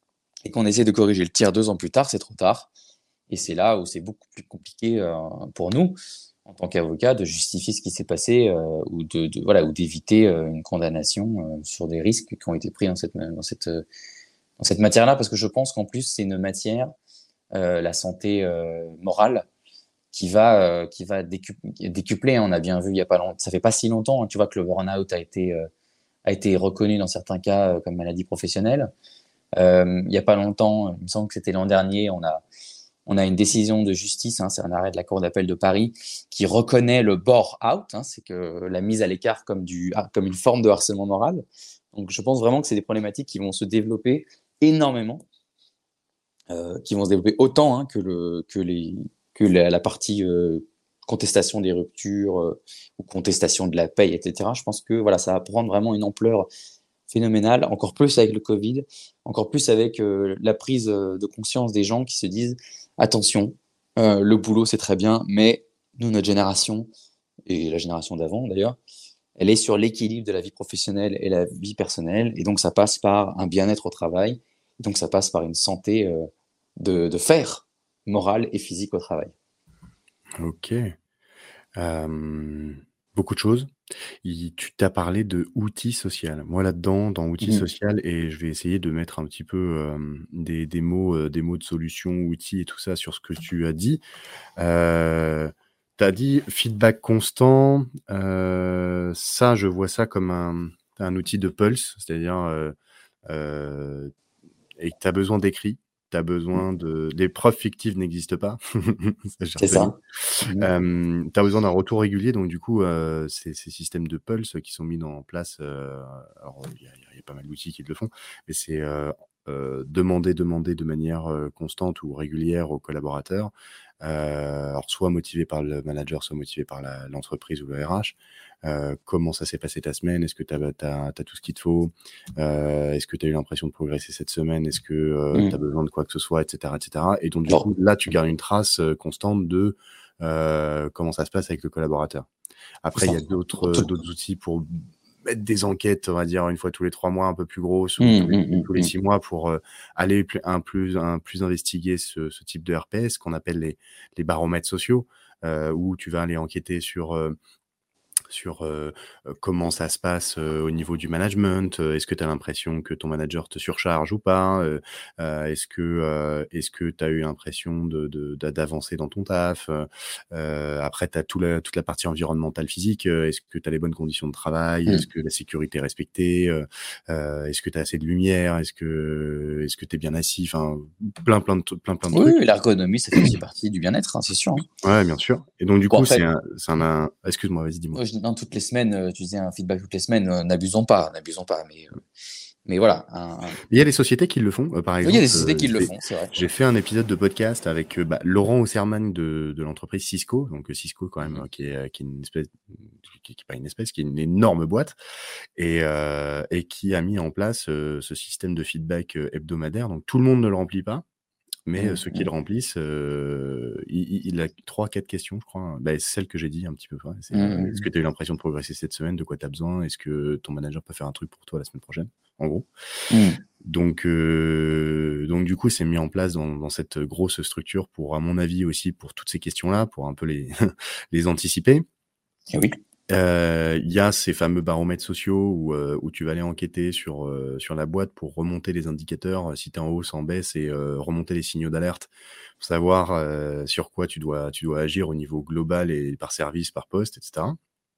et qu'on essaie de corriger le tir deux ans plus tard, c'est trop tard. Et c'est là où c'est beaucoup plus compliqué euh, pour nous, en tant qu'avocats, de justifier ce qui s'est passé euh, ou de, de voilà ou d'éviter euh, une condamnation euh, sur des risques qui ont été pris dans cette dans cette dans cette matière-là, parce que je pense qu'en plus c'est une matière euh, la santé euh, morale qui va euh, qui va décu- décupler. Hein. On a bien vu il y a pas longtemps, ça fait pas si longtemps, hein, tu vois que le burn-out a été euh, a été reconnu dans certains cas euh, comme maladie professionnelle. Euh, il y a pas longtemps, il me semble que c'était l'an dernier, on a on a une décision de justice, hein, c'est un arrêt de la Cour d'appel de Paris qui reconnaît le bore-out, hein, c'est que la mise à l'écart comme du comme une forme de harcèlement moral. Donc je pense vraiment que c'est des problématiques qui vont se développer énormément. Euh, qui vont se développer autant hein, que, le, que, les, que la, la partie euh, contestation des ruptures euh, ou contestation de la paye, et cetera. Je pense que voilà, ça va prendre vraiment une ampleur phénoménale, encore plus avec le Covid, encore plus avec euh, la prise euh, de conscience des gens qui se disent attention, euh, le boulot c'est très bien, mais nous, notre génération, et la génération d'avant d'ailleurs, elle est sur l'équilibre de la vie professionnelle et la vie personnelle, et donc ça passe par un bien-être au travail, donc ça passe par une santé euh, de, de fer, morale et physique au travail. Ok. Euh, Beaucoup de choses. Il tu t'as parlé de outils social. Moi, là-dedans, dans outils Mmh mh. social et je vais essayer de mettre un petit peu, hem, des des mots, heu, des mots de solution, outils et tout ça sur ce que tu as dit. Heu, tu as dit feedback constant, heu, ça, je vois ça comme un un outil de pulse, c'est-à-dire, heu heu et que tu as besoin d'écrit, tu as Mmh. besoin de les preuves fictives n'existent pas, ça j'ai C'est retenu. ça. Mmh mh. Hem, tu as besoin d'un retour régulier donc du coup, heu, ces ces systèmes de pulse qui sont mis dans en place, heu, alors il y a il y a il y a pas mal d'outils qui le font, mais c'est, heu heu, demander, demander de manière, heu, constante ou régulière aux collaborateurs, heu, alors soit motivé par le manager, soit motivé par la l'entreprise ou le R H. Heu, comment ça s'est passé ta semaine? Est-ce que tu as tu as tu as tout ce qu'il te faut? Heu, est-ce que tu as eu l'impression de progresser cette semaine? Est-ce que, heu, tu as Mmh. besoin de quoi que ce soit? Et cetera, et cetera et donc du Alors coup, là, tu gardes une trace, heu, constante de, heu, comment ça se passe avec le collaborateur. c'est Après, il ça. y a d'autres, heu, Tout d'autres outils pour mettre des enquêtes, on va dire une fois tous les trois mois, un peu plus grosses ou mmh, tous les mmh, mmh, tous les mmh. six mois pour, heu, aller plus un plus un plus investiguer ce ce type de R P S qu'on appelle les les baromètres sociaux, heu, où tu vas aller enquêter sur, heu sur, heu heu, comment ça se passe, heu, au niveau du management, heu, est-ce que tu as l'impression que ton manager te surcharge ou pas? Heu heu, est-ce que, heu, est-ce que tu as eu l'impression de de d'a d'avancer dans ton taf? Heu heu, après tu as tout la toute la partie environnementale physique, heu, est-ce que tu as les bonnes conditions de travail? Est-ce Mmh. que la sécurité est respectée? Heu heu, est-ce que tu as assez de lumière? Est-ce que est-ce que tu es bien assis? Enfin, plein, plein de tru plein, plein de Oui, trucs. oui, l'ergonomie, ça fait aussi partie du bien-être, hein, c'est sûr, hein. Ouais, bien sûr et donc du Bon coup, c'est après, un c'est un un excuse-moi, vas-y, dis-moi. moi je dis non toutes les semaines, heu, tu disais un feedback toutes les semaines, heu, n'abusons pas, n'abusons pas, mais heu, mais voilà, un un Il y a des sociétés qui le font. Heu, par oui, il y a des exemple, sociétés heu, qui le j'ai font, c'est vrai. j'ai fait un épisode de podcast avec, heu, bah, Laurent Osserman de de l'entreprise Cisco. Donc, heu, Cisco quand Mmh même, mh. heu, qui est, heu, qui est une espèce qui qui est pas une espèce, qui est une énorme boîte et heu et qui a mis en place, heu, ce système de feedback, heu, hebdomadaire. Donc tout le monde ne le remplit pas, mais heu, Mmh, ceux qui mmh. le remplissent, heu, il il il a trois quatre questions, je crois, hein. Bah, celle que j'ai dit un petit peu, ouais, c'est, Mmh, heu: mmh «Est-ce mh. que tu as eu l'impression de progresser cette semaine? De quoi tu as besoin? Est-ce que ton manager peut faire un truc pour toi la semaine prochaine?» en gros. Mmh. Donc, heu, donc du coup, c'est mis en place dans dans cette grosse structure pour, à mon avis aussi, pour toutes ces questions-là, pour un peu les les anticiper. Et oui. Heu, il y a ces fameux baromètres sociaux où, heu, où tu vas aller enquêter sur, heu, sur la boîte pour remonter les indicateurs, heu, si tu es en hausse, en baisse et heu, remonter les signaux d'alerte pour savoir, heu, sur quoi tu dois tu dois agir au niveau global et par service, par poste et cetera.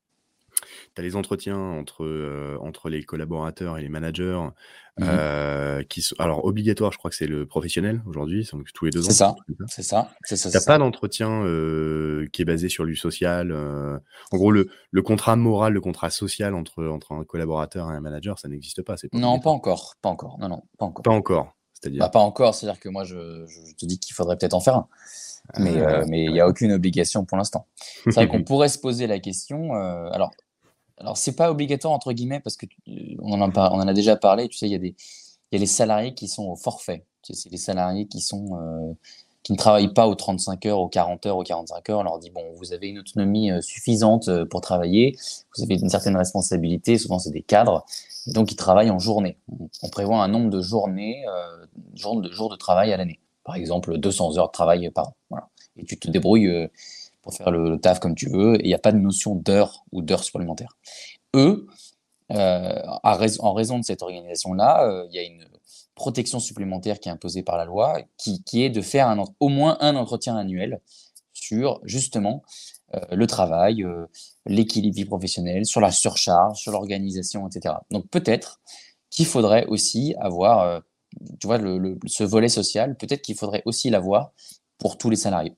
Tu as les entretiens entre, heu, entre les collaborateurs et les managers, Mmh mh. heu, qui sont alors obligatoires, je crois que c'est le professionnel aujourd'hui, c'est donc tous les deux C'est ans, un ça, truc comme ça. c'est ça, c'est ça, Tu c'est as pas ça. d'entretien, heu, qui est basé sur du social, heu, en gros le le contrat moral, le contrat social entre entre un collaborateur et un manager, ça n'existe pas, c'est pas Non, pas obligatoire. encore, pas encore. Non, non, pas Pas encore. encore, Bah, c'est-à-dire? pas encore, c'est-à-dire que moi je je je te dis qu'il faudrait peut-être en faire un, mais Ah, heu, mais il y a intéressant. aucune obligation pour l'instant. C'est vrai qu'on pourrait se poser la question, heu, alors alors c'est pas «obligatoire» entre guillemets parce que tu on en a par on en a déjà parlé, tu sais, il y a des il y a les salariés qui sont au forfait. Tu sais, c'est les salariés qui sont, heu, qui ne travaillent pas aux trente-cinq heures, aux quarante heures, aux quarante-cinq heures. On leur dit: «Bon, vous avez une autonomie, heu, suffisante, heu, pour travailler, vous avez une certaine responsabilité», souvent c'est des cadres et donc ils travaillent en journée. On on prévoit un nombre de journées, heu, jour de jours de travail à l'année. Par exemple, deux cents heures de travail par an, voilà et tu te débrouilles, heu, pour faire le le taf comme tu veux et il y a pas de notion d'heures ou d'heures supplémentaires. Eux, Heu, à rais en raison de cette organisation-là, heu, il y a une protection supplémentaire qui est imposée par la loi, qui qui est de faire un ent au moins un entretien annuel sur justement, heu, le travail, heu, l'équilibre vie professionnelle, sur la surcharge, sur l'organisation et cetera. Donc peut-être qu'il faudrait aussi avoir, heu, tu vois, le le ce volet social, peut-être qu'il faudrait aussi l'avoir pour tous les salariés.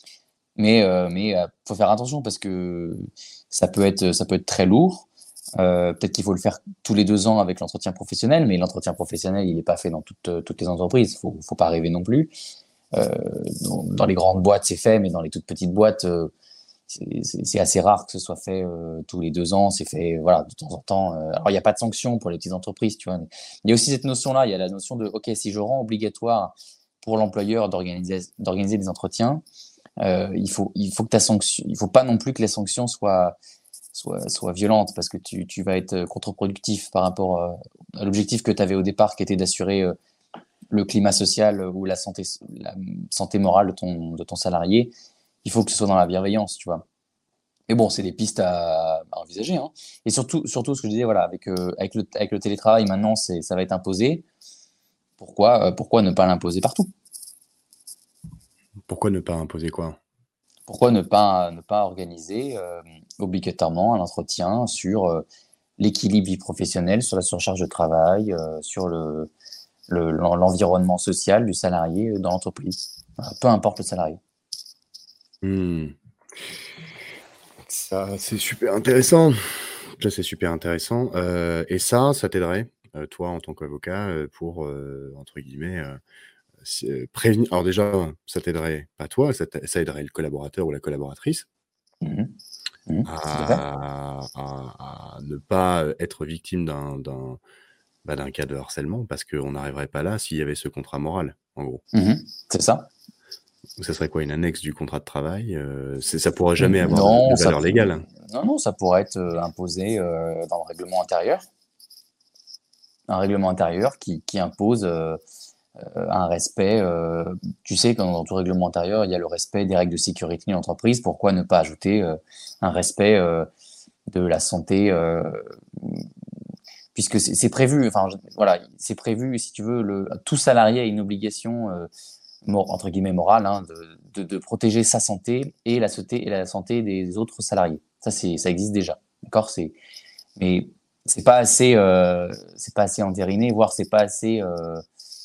Mais heu, mais heu, faut faire attention parce que ça peut être, ça peut être très lourd. Heu, peut-être qu'il faut le faire tous les deux ans avec l'entretien professionnel, mais l'entretien professionnel, il est pas fait dans toutes, heu, toutes les entreprises. Faut faut pas rêver non plus. Heu, dans dans les grandes boîtes, c'est fait, mais dans les toutes petites boîtes, heu, c'est c'est c'est assez rare que ce soit fait, heu, tous les deux ans. C'est fait, voilà, de temps en temps, heu alors il y a pas de sanction pour les petites entreprises, tu vois? Mais il y a aussi cette notion-là, il y a la notion de: «OK, si je rends obligatoire pour l'employeur d'organiser d'organiser des entretiens, heu, il faut il faut que ta sanction il faut pas non plus que les sanctions soient soient soient violentes parce que tu tu vas être contre-productif par rapport, heu, à l'objectif que tu avais au départ qui était d'assurer, heu, le climat social, ou la santé la, mmh, santé morale de ton de ton salarié. Il faut que ce soit dans la bienveillance, tu vois? Mais bon, c'est des pistes à envisager. Hein. Et surtout, surtout, ce que je disais, voilà, avec, euh, avec, le, avec le télétravail, maintenant, c'est, ça va être imposé. Pourquoi, euh, pourquoi ne pas l'imposer partout? Pourquoi ne pas imposer quoi? Pourquoi ne pas, ne pas organiser euh, obligatoirement un entretien sur euh, l'équilibre vie professionnelle, sur la surcharge de travail, euh, sur le, le, l'en- l'environnement social du salarié dans l'entreprise. Voilà, peu importe le salarié. Hmm. Ça, c'est super intéressant. Ça, c'est super intéressant. Euh, et ça, ça t'aiderait, euh, toi, en tant qu'avocat, euh, pour, euh, entre guillemets, euh, c'est- euh, prévenir. Alors déjà, ça t'aiderait, pas toi, ça, t'a- ça aiderait le collaborateur ou la collaboratrice Mhm. Mhm. Tout à fait. à, à- à ne pas être victime d'un d'un bah, d'un cas de harcèlement, parce qu'on n'arriverait pas là s'il y avait ce contrat moral, en gros. Mhm. C'est ça. Donc, ça serait quoi, une annexe du contrat de travail? euh, c'est- Ça pourrait jamais Mm, avoir de, de Non, ça, valeur pour- légale. non, non, ça pourrait être euh, imposé euh, dans le règlement intérieur. Un règlement intérieur qui, qui impose euh, euh, un respect. Euh, tu sais, quand dans tout règlement intérieur, il y a le respect des règles de sécurité de l'entreprise. Pourquoi ne pas ajouter euh, un respect euh, de la santé euh, puisque c'est c'est prévu. Enfin, je- voilà, c'est prévu. Si tu veux, le, tout salarié a une obligation euh, mor- entre guillemets morale hein, de, de, de protéger sa santé et la santé et la santé des autres salariés. Ça, c'est, ça existe déjà. D'accord, c'est, mais c'est pas assez, euh, c'est pas assez entériné, voire c'est pas assez, euh,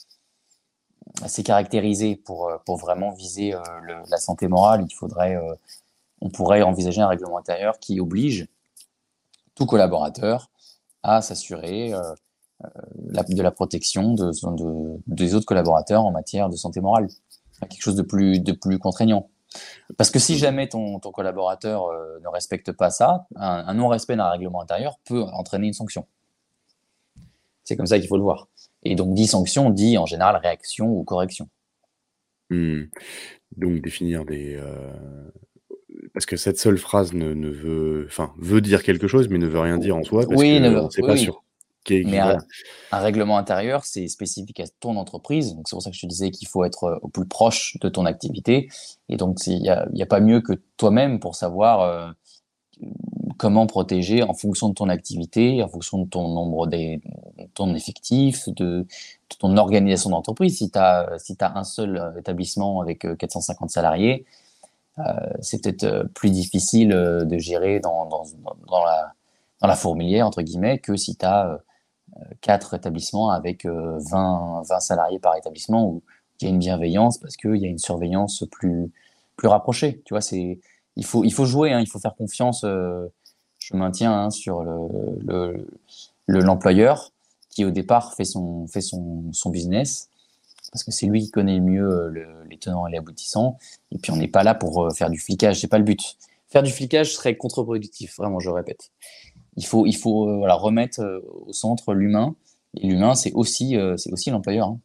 assez caractérisé pour euh, pour vraiment viser euh, le, la santé morale. Il faudrait, euh, on pourrait envisager un règlement intérieur qui oblige tout collaborateur à s'assurer euh, la, de la protection de, de, des autres collaborateurs en matière de santé morale. Quelque chose de plus, de plus contraignant. Parce que si jamais ton, ton collaborateur euh, ne respecte pas ça, un, un non-respect d'un règlement intérieur peut entraîner une sanction. C'est comme ça qu'il faut le voir. Et donc, dit sanction, dit en général réaction ou correction. Hmm. Donc définir des... euh, Parce que cette seule phrase ne, ne veut... Enfin, veut dire quelque chose, mais ne veut rien dire en soi, parce Oui, qu'on ne, ne sait oui, pas oui. sur... Qui, Mais qui- un, voilà. un règlement intérieur, c'est spécifique à ton entreprise. Donc, c'est pour ça que je te disais qu'il faut être euh, au plus proche de ton activité. Et donc, il n'y a, y a pas mieux que toi-même pour savoir euh, comment protéger en fonction de ton activité, en fonction de ton nombre des, de ton effectif, de, de ton organisation d'entreprise. Si tu as si t'as un seul euh, établissement avec euh, quatre cent cinquante salariés, euh, c'est peut-être euh, plus difficile euh, de gérer dans, dans, dans, la, dans la fourmilière, entre guillemets, que si tu as euh, quatre établissements avec euh, vingt, vingt salariés par établissement où il y a une bienveillance parce qu'il y a une surveillance plus, plus rapprochée. Tu vois, c'est, il faut, il faut jouer, hein, il faut faire confiance. Euh, je maintiens hein, sur le, le, le- l'employeur qui au départ fait son, fait son, son business parce que c'est lui qui connaît le mieux euh, le, les tenants et les aboutissants. Et puis on n'est pas là pour euh, faire du flicage, c'est pas le but. Faire du flicage serait contre-productif, vraiment, je répète. Il faut, il faut euh, voilà, remettre euh, au centre l'humain. Et l'humain, c'est aussi, euh, c'est aussi l'employeur. Hein.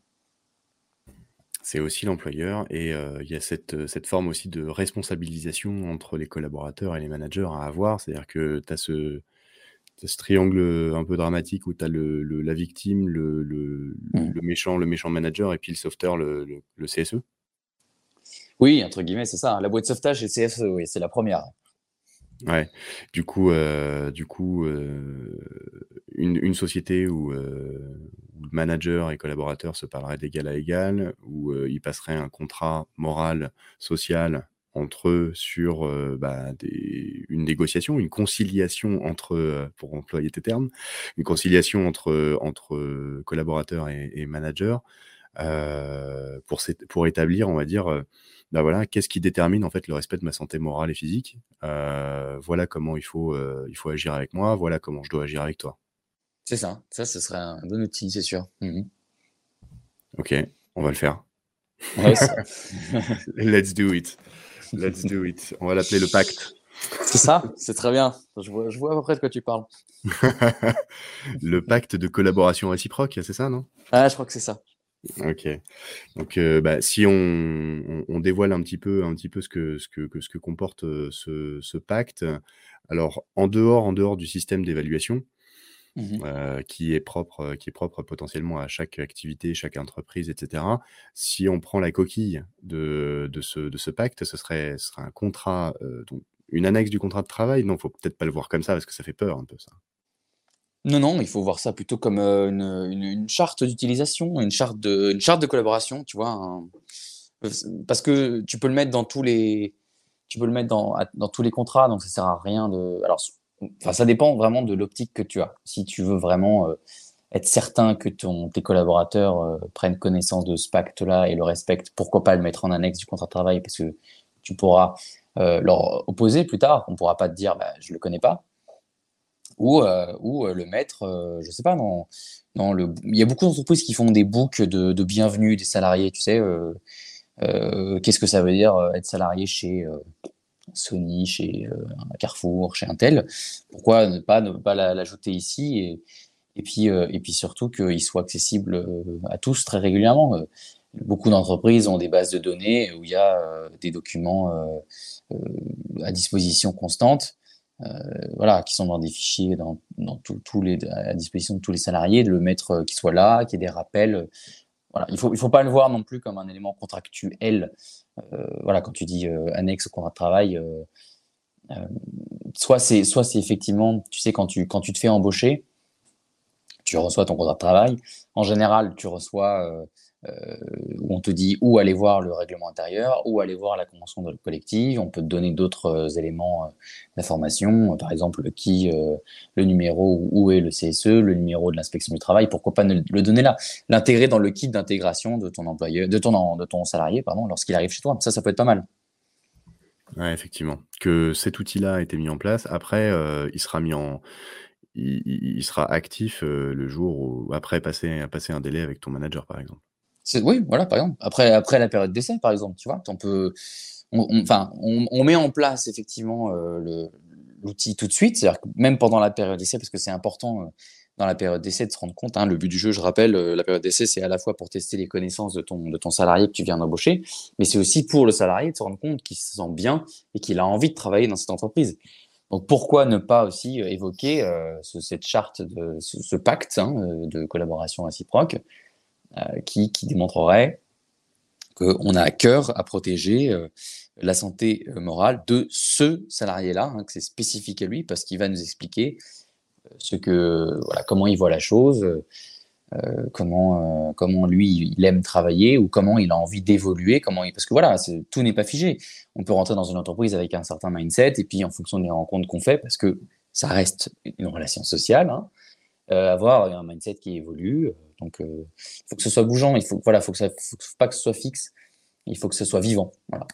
C'est aussi l'employeur, et euh, il y a cette, euh, cette forme aussi de responsabilisation entre les collaborateurs et les managers à avoir. C'est-à-dire que tu as ce, t'as ce triangle un peu dramatique où tu as le, le- la victime, le, le, Mm. le méchant, le méchant manager, et puis le sauveteur, le, le, le C S E. Oui, entre guillemets, c'est ça. La boîte de sauvetage et le C F E, oui, c'est la première. Ouais. Du coup, euh, du coup euh, une, une société où, euh, où le manager et collaborateur se parleraient d'égal à égal, où euh, ils passeraient un contrat moral, social entre eux sur euh, bah, des, une négociation, une conciliation entre, euh, pour employer tes termes, une conciliation entre, entre collaborateurs et, et managers, euh, pour, pour établir, on va dire, euh, bah voilà, qu'est-ce qui détermine en fait le respect de ma santé morale et physique. Euh, voilà comment il faut, euh, il faut agir avec moi, voilà comment je dois agir avec toi. C'est ça. Ça, ce serait un bon outil, c'est sûr. Mhm. Ok, on va le faire. Ouais, ça. Let's do it. Let's do it. On va l'appeler le pacte. C'est ça, c'est très bien. Je vois, je vois à peu près de quoi tu parles. Le pacte de collaboration réciproque, c'est ça, non? Ah, je crois que c'est ça. Ok. Donc, euh, bah, si on, on, on dévoile un petit peu, un petit peu ce que, ce que, que- ce que comporte euh, ce, ce pacte, alors en dehors, en dehors du système d'évaluation, Mhm. euh, qui est propre, euh, qui est propre potentiellement à chaque activité, chaque entreprise, et cetera. Si on prend la coquille de, de ce, de ce pacte, ce serait, ce serait un contrat euh, donc une annexe du contrat de travail? Non, faut peut-être pas le voir comme ça parce que ça fait peur un peu ça. Non, non, il faut voir ça plutôt comme euh, une, une, une charte d'utilisation, une charte de, une charte de collaboration, tu vois. un- Parce que tu peux le mettre dans tous les, tu peux le mettre dans, dans tous les contrats, donc ça sert à rien de. Alors, enfin, ça dépend vraiment de l'optique que tu as. Si tu veux vraiment euh, être certain que ton, tes collaborateurs euh, prennent connaissance de ce pacte-là et le respectent, pourquoi pas le mettre en annexe du contrat de travail, parce que tu pourras euh, leur opposer plus tard. On pourra pas te dire, bah, je le connais pas. Ou, euh, ou euh, le mettre, euh, je sais pas, dans, dans le. Il y a beaucoup d'entreprises qui font des books de, de bienvenue des salariés, tu sais. Euh, euh, qu'est-ce que ça veut dire euh, être salarié chez euh, Sony, chez euh, Carrefour, chez Intel? Pourquoi ne pas ne pas la- l'ajouter ici et, et puis euh, et puis surtout qu'il soit accessible euh, à tous très régulièrement. Euh, Beaucoup d'entreprises ont des bases de données où il y a euh, des documents euh, euh, à disposition constante, euh, voilà, qui sont dans des fichiers dans, dans tous tous les à disposition de tous les salariés, de le mettre, euh, qu'il soit là, qu'il y ait des rappels. Voilà, il faut il faut pas le voir non plus comme un élément contractuel. Euh, voilà, quand tu dis euh, annexe au contrat de travail, euh, euh, soit c'est soit c'est effectivement, tu sais, quand tu quand tu te fais embaucher, tu reçois ton contrat de travail. En général, tu reçois euh, euh, où on te dit où aller voir le règlement intérieur, où aller voir la convention de collective. On peut te donner d'autres euh, éléments euh, d'information, euh, par exemple le qui, euh, le numéro, où est le C S E, le numéro de l'inspection du travail. Pourquoi pas ne le donner là, l'intégrer dans le kit d'intégration de ton employeur, de ton de ton salarié, pardon, lorsqu'il arrive chez toi. Ça, ça peut être pas mal. Ouais, effectivement. Que cet outil-là a été mis en place. Après, euh, il sera mis en, il, il- il sera actif euh, le jour où après passer, passer un délai avec ton manager, par exemple. C'est, oui, voilà, par exemple. Après, après la période d'essai, par exemple, tu vois, on peut, on, on- enfin, on, on met en place effectivement euh, le, l'outil tout de suite, c'est-à-dire que même pendant la période d'essai, parce que c'est important euh, dans la période d'essai de se rendre compte. Hein, le but du jeu, je rappelle, euh, la période d'essai, c'est à la fois pour tester les connaissances de ton, de ton salarié que tu viens d'embaucher, mais c'est aussi pour le salarié de se rendre compte qu'il se sent bien et qu'il a envie de travailler dans cette entreprise. Donc pourquoi ne pas aussi euh, évoquer euh, ce- cette charte, de, ce, ce pacte hein, euh, de collaboration réciproque euh, qui, qui démontrerait qu'on a à cœur à protéger euh, la santé euh, morale de ce salarié-là, hein, que c'est spécifique à lui, parce qu'il va nous expliquer euh, ce que, voilà, comment il voit la chose, euh, comment, euh, comment lui il aime travailler ou comment il a envie d'évoluer, comment il... parce que voilà, c'est- tout n'est pas figé. On peut rentrer dans une entreprise avec un certain mindset et puis en fonction des rencontres qu'on fait, parce que ça reste une relation sociale, hein, euh, avoir un mindset qui évolue. Donc, il euh, faut que ce soit bougeant. Il faut, voilà, faut que ça, faut pas que ce soit fixe. Il faut que ce soit vivant. Voilà.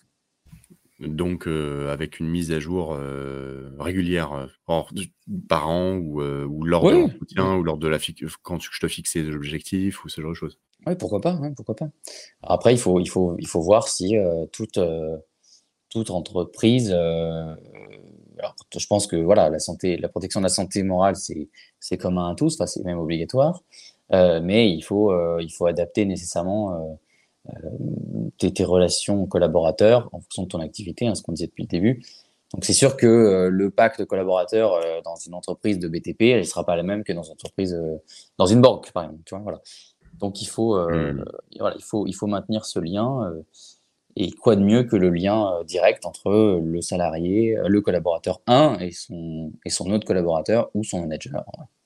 Donc, euh, avec une mise à jour euh, régulière euh, hors- par an ou, euh, ou lors de Oui, l'entretien ou lors de la fi- quand je te fixais des objectifs ou ce genre de choses. oui, pourquoi pas, hein, pourquoi pas. Après, il faut, il faut, il faut voir si euh, toute, euh, toute entreprise. Euh, alors, je pense que voilà, la santé, la protection de la santé morale, c'est, c'est commun à tous. Enfin, c'est même obligatoire. Euh, mais il faut, euh, il faut adapter nécessairement euh, tes, tes relations collaborateurs en fonction de ton activité, hein, ce qu'on disait depuis le début. Donc c'est sûr que euh, le pacte de collaborateurs euh, dans une entreprise de B T P, elle ne sera pas la même que dans une entreprise, euh, dans une banque, par exemple. Tu vois, voilà. Donc il faut, euh, Hmm. voilà, il faut, il faut maintenir ce lien. Euh, et quoi de mieux que le lien euh, direct entre le salarié, euh, le collaborateur un et son, et son autre collaborateur ou son manager.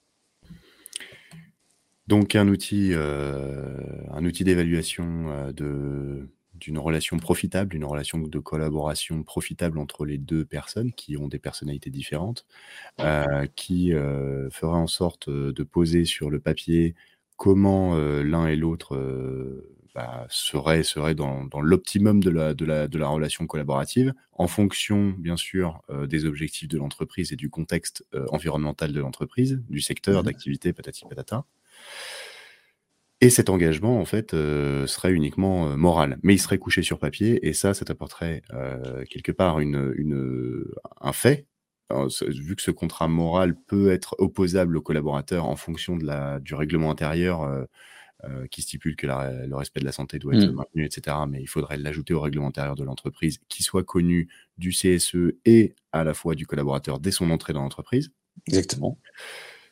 Donc un outil, euh, un outil d'évaluation euh, de d'une relation profitable, une relation de collaboration profitable entre les deux personnes qui ont des personnalités différentes, euh, qui euh, ferait en sorte euh, de poser sur le papier comment euh, l'un et l'autre euh, bah, seraient, seraient dans, dans l'optimum de la, de, la, de la relation collaborative, en fonction, bien sûr, euh, des objectifs de l'entreprise et du contexte euh, environnemental de l'entreprise, du secteur Mhm. d'activité, patati patata. Et cet engagement, en fait, euh, serait uniquement euh, moral, mais il serait couché sur papier, et ça, ça t'apporterait euh, quelque part une, une, un fait. Alors, ce- vu que ce contrat moral peut être opposable au collaborateur en fonction de la, du règlement intérieur euh, euh, qui stipule que la- le respect de la santé doit être Mhm. maintenu, et cetera, mais il faudrait l'ajouter au règlement intérieur de l'entreprise, qui soit connu du C S E et à la fois du collaborateur dès son entrée dans l'entreprise. Exactement.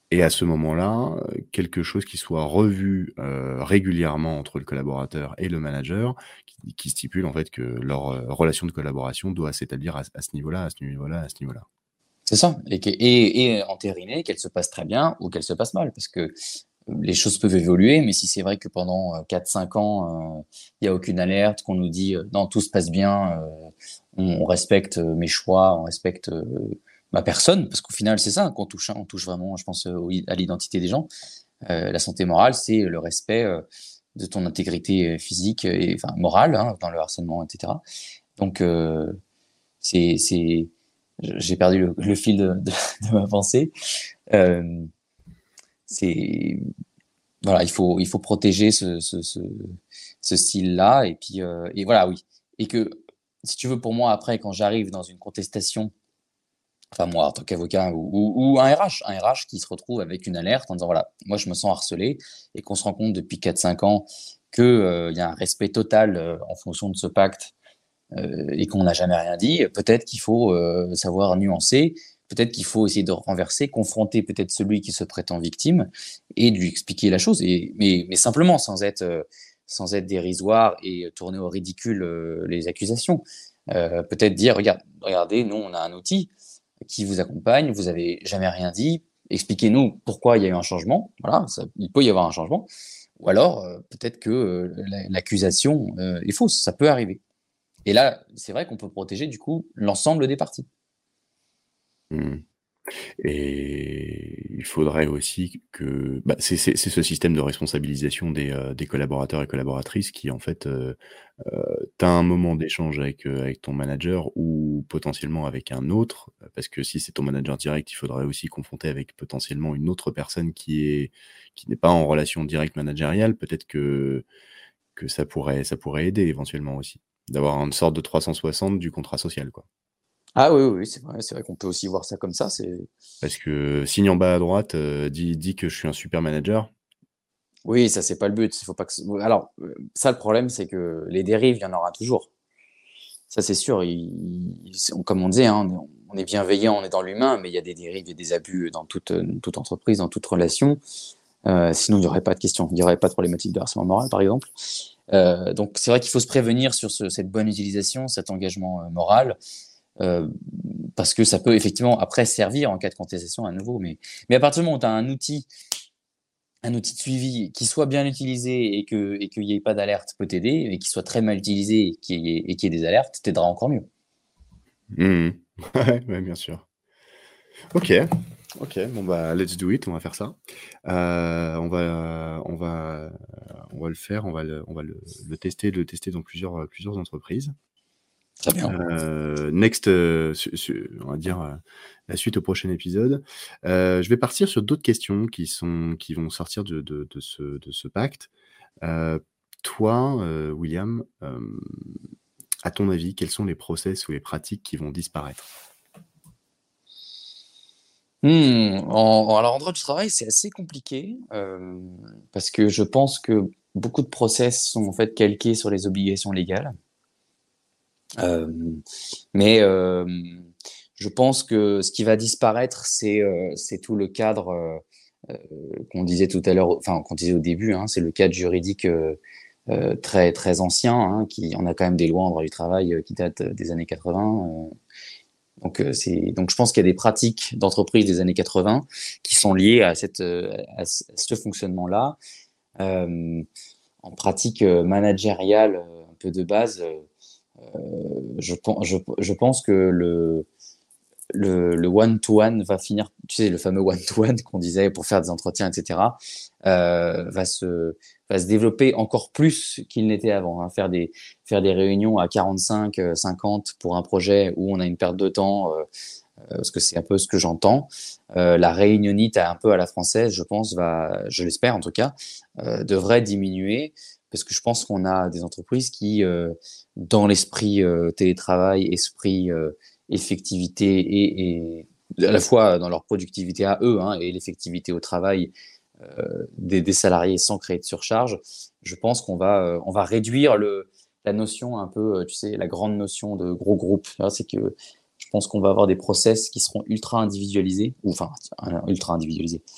Et à ce moment-là, quelque chose qui soit revu euh, régulièrement entre le collaborateur et le manager, qui, qui stipule en fait que leur euh, relation de collaboration doit s'établir à, à ce niveau-là, à ce niveau-là, à ce niveau-là. C'est ça. Et, que- et, et entériner qu'elle se passe très bien ou qu'elle se passe mal. Parce que les choses peuvent évoluer, mais si c'est vrai que pendant quatre cinq ans, euh, il n'y a aucune alerte, qu'on nous dit euh, non, tout se passe bien, euh, on, on respecte euh, mes choix, on respecte euh, ma personne, parce qu'au final, c'est ça qu'on touche, hein, on touche vraiment, je pense, euh, au- à l'identité des gens. Euh, la santé morale, c'est le respect euh, de ton intégrité physique et enfin morale, hein, dans le harcèlement, et cetera. Donc, euh, c'est, c'est, j'ai perdu le, le fil de, de, de ma pensée. Euh, c'est voilà, il faut il faut protéger ce ce ce, ce style-là et puis euh, et voilà oui et que si tu veux pour moi après quand j'arrive dans une contestation, enfin moi en tant qu'avocat ou, ou, ou un R H, un R H qui se retrouve avec une alerte en disant voilà moi je me sens harcelé et qu'on se rend compte depuis quatre cinq ans que euh, il y a un respect total euh, en fonction de ce pacte euh, et qu'on n'a jamais rien dit, peut-être qu'il faut euh, savoir nuancer, peut-être qu'il faut essayer de renverser, confronter peut-être celui qui se prétend victime et de lui expliquer la chose, et, mais, mais simplement, sans être, euh, sans être dérisoire et tourner au ridicule euh, les accusations. Euh, peut-être dire, regarde, regardez, nous, on a un outil qui vous accompagne, vous avez jamais rien dit, expliquez-nous pourquoi il y a eu un changement, voilà, ça, il peut y avoir un changement, ou alors euh, peut-être que euh, l'accusation euh, est fausse, ça peut arriver. Et là, c'est vrai qu'on peut protéger du coup l'ensemble des parties. Mmh. Et il faudrait aussi que bah, c'est c'est c'est ce système de responsabilisation des, heu, des collaborateurs et collaboratrices qui en fait, heu heu, tu as un moment d'échange avec, heu, avec ton manager ou potentiellement avec un autre, heu, parce que si c'est ton manager direct, il faudrait aussi confronter avec potentiellement une autre personne qui est qui n'est pas en relation directe managériale. Peut-être que que ça pourrait ça pourrait aider éventuellement aussi, d'avoir une sorte de trois cent soixante du contrat social, quoi. Ah oui, oui, oui, c'est vrai, c'est vrai qu'on peut aussi voir ça comme ça. C'est Parce que signe en bas à droite, heu, dit dit que je suis un super manager. oui, ça c'est pas le but. Il faut pas que. ce- Alors euh, ça, le problème, c'est que les dérives, il y en aura toujours. Ça c'est sûr. Il- il- Comme on disait, hein, on est on est bienveillant, on est dans l'humain, mais il y a des dérives, il y a des abus dans toute, dans toute entreprise, dans toute relation. Euh, sinon, il n'y aurait pas de question. Il n'y aurait pas de problématique de harcèlement moral, par exemple. Euh, donc, c'est vrai qu'il faut se prévenir sur ce- cette bonne utilisation, cet engagement euh, moral. Euh, Parce que ça peut effectivement après servir en cas de contestation à nouveau. Mais, mais à partir du moment où tu as un outil, un outil de suivi qui soit bien utilisé et que et qu'il n'y ait pas d'alerte peut t'aider, mais qui soit très mal utilisé et qu'il y ait, et qu'il y ait des alertes, t'aidera encore mieux. Mmh mh. Ouais, ouais, bien sûr. OK, OK, bon bah, let's do it, on va faire ça. Heu, on va on va on va le faire, on va le on va le le tester le tester dans plusieurs, heu, plusieurs entreprises. Très bien. Heu, next, heu, su su on va dire, heu, la suite au prochain épisode. Heu, je vais partir sur d'autres questions qui sont qui vont sortir de de de ce de ce pacte. Heu, toi, heu, William, hem, à ton avis, quels sont les process ou les pratiques qui vont disparaître? Hmm, en, alors, en droit du travail, c'est assez compliqué euh, parce que je pense que beaucoup de process sont en fait calqués sur les obligations légales. Euh, mais euh, je pense que ce qui va disparaître, c'est euh, c'est tout le cadre euh, euh, qu'on disait tout à l'heure, enfin qu'on disait au début, hein, c'est le cadre juridique euh, euh, très très ancien, hein, qui on a quand même des lois en droit du travail euh, qui datent des années quatre-vingts. Euh, donc euh, c'est donc je pense qu'il y a des pratiques d'entreprise des années quatre-vingts qui sont liées à cette euh, à ce, à ce fonctionnement-là. Euh, En pratique euh, managériale euh, un peu de base. Euh, je, je, je pense que le, le, le one-to-one va finir, tu sais, le fameux one-to-one qu'on disait pour faire des entretiens, et cetera, euh, va, se, va se développer encore plus qu'il n'était avant. Hein. Faire, des, faire des réunions à quarante-cinq, cinquante pour un projet où on a une perte de temps, euh, parce que c'est un peu ce que j'entends. Euh, la réunionnite un peu à la française, je pense, va, je l'espère en tout cas, euh, devrait diminuer parce que je pense qu'on a des entreprises qui, euh, dans l'esprit euh, télétravail, esprit euh, effectivité et, et à la fois dans leur productivité à eux hein, et l'effectivité au travail euh, des, des salariés sans créer de surcharge, je pense qu'on va, euh, on va réduire le, la notion un peu, euh, tu sais, la grande notion de gros groupe. C'est que je pense qu'on va avoir des process qui seront ultra individualisés, ou enfin ultra individualisés,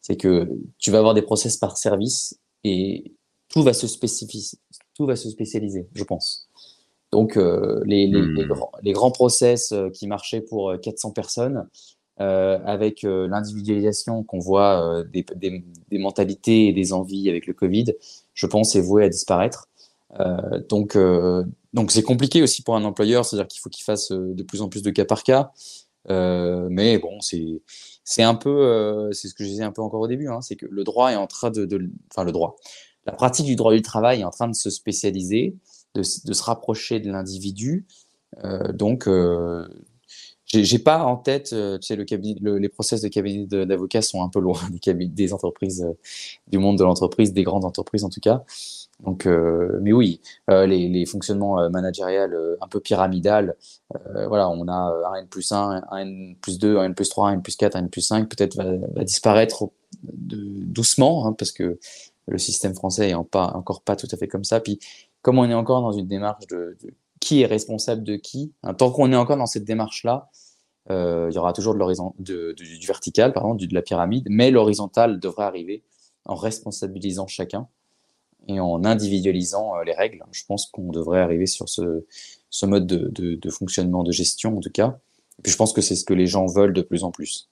C'est que tu vas avoir des process par service et tout va se spécifier, tout va se spécialiser, je pense. Donc, euh, les, les, les, Hmm. grands, les grands process euh, qui marchaient pour euh, quatre cents personnes, euh, avec euh, l'individualisation qu'on voit euh, des, des, des mentalités et des envies avec le Covid, je pense est voué à disparaître. Euh, donc, euh, donc c'est compliqué aussi pour un employeur, c'est-à-dire qu'il faut qu'il fasse euh, de plus en plus de cas par cas. Euh, mais bon, c'est c'est un peu, euh, c'est ce que je disais un peu encore au début, hein, c'est que le droit est en train de, de, enfin le droit, la pratique du droit du travail est en train de se spécialiser, de, de se rapprocher de l'individu. Euh, donc, euh, j'ai j'ai pas en tête, euh, tu sais, le cabinet, le- les process de cabinet de- d'avocats sont un peu loin des cabinets, des entreprises, euh, du monde de l'entreprise, des grandes entreprises en tout cas. Donc, euh, mais oui, euh, les, les fonctionnements euh, managériels euh, un peu pyramidal, euh, voilà, on a euh, un N plus un, un N plus deux, un N plus trois, un N plus quatre, un N plus cinq, peut-être va, va disparaître de, doucement, hein, parce que le système français est en pas, encore pas tout à fait comme ça. Puis, comme on est encore dans une démarche de, de qui est responsable de qui, hein, tant qu'on est encore dans cette démarche-là, euh, il y aura toujours de l'horizon, de, de- du vertical, pardon, du, de la pyramide, mais l'horizontal devrait arriver en responsabilisant chacun et en individualisant euh, les règles. Je pense qu'on devrait arriver sur ce, ce mode de, de, de fonctionnement, de gestion en tout cas. Et puis je pense que c'est ce que les gens veulent de plus en plus.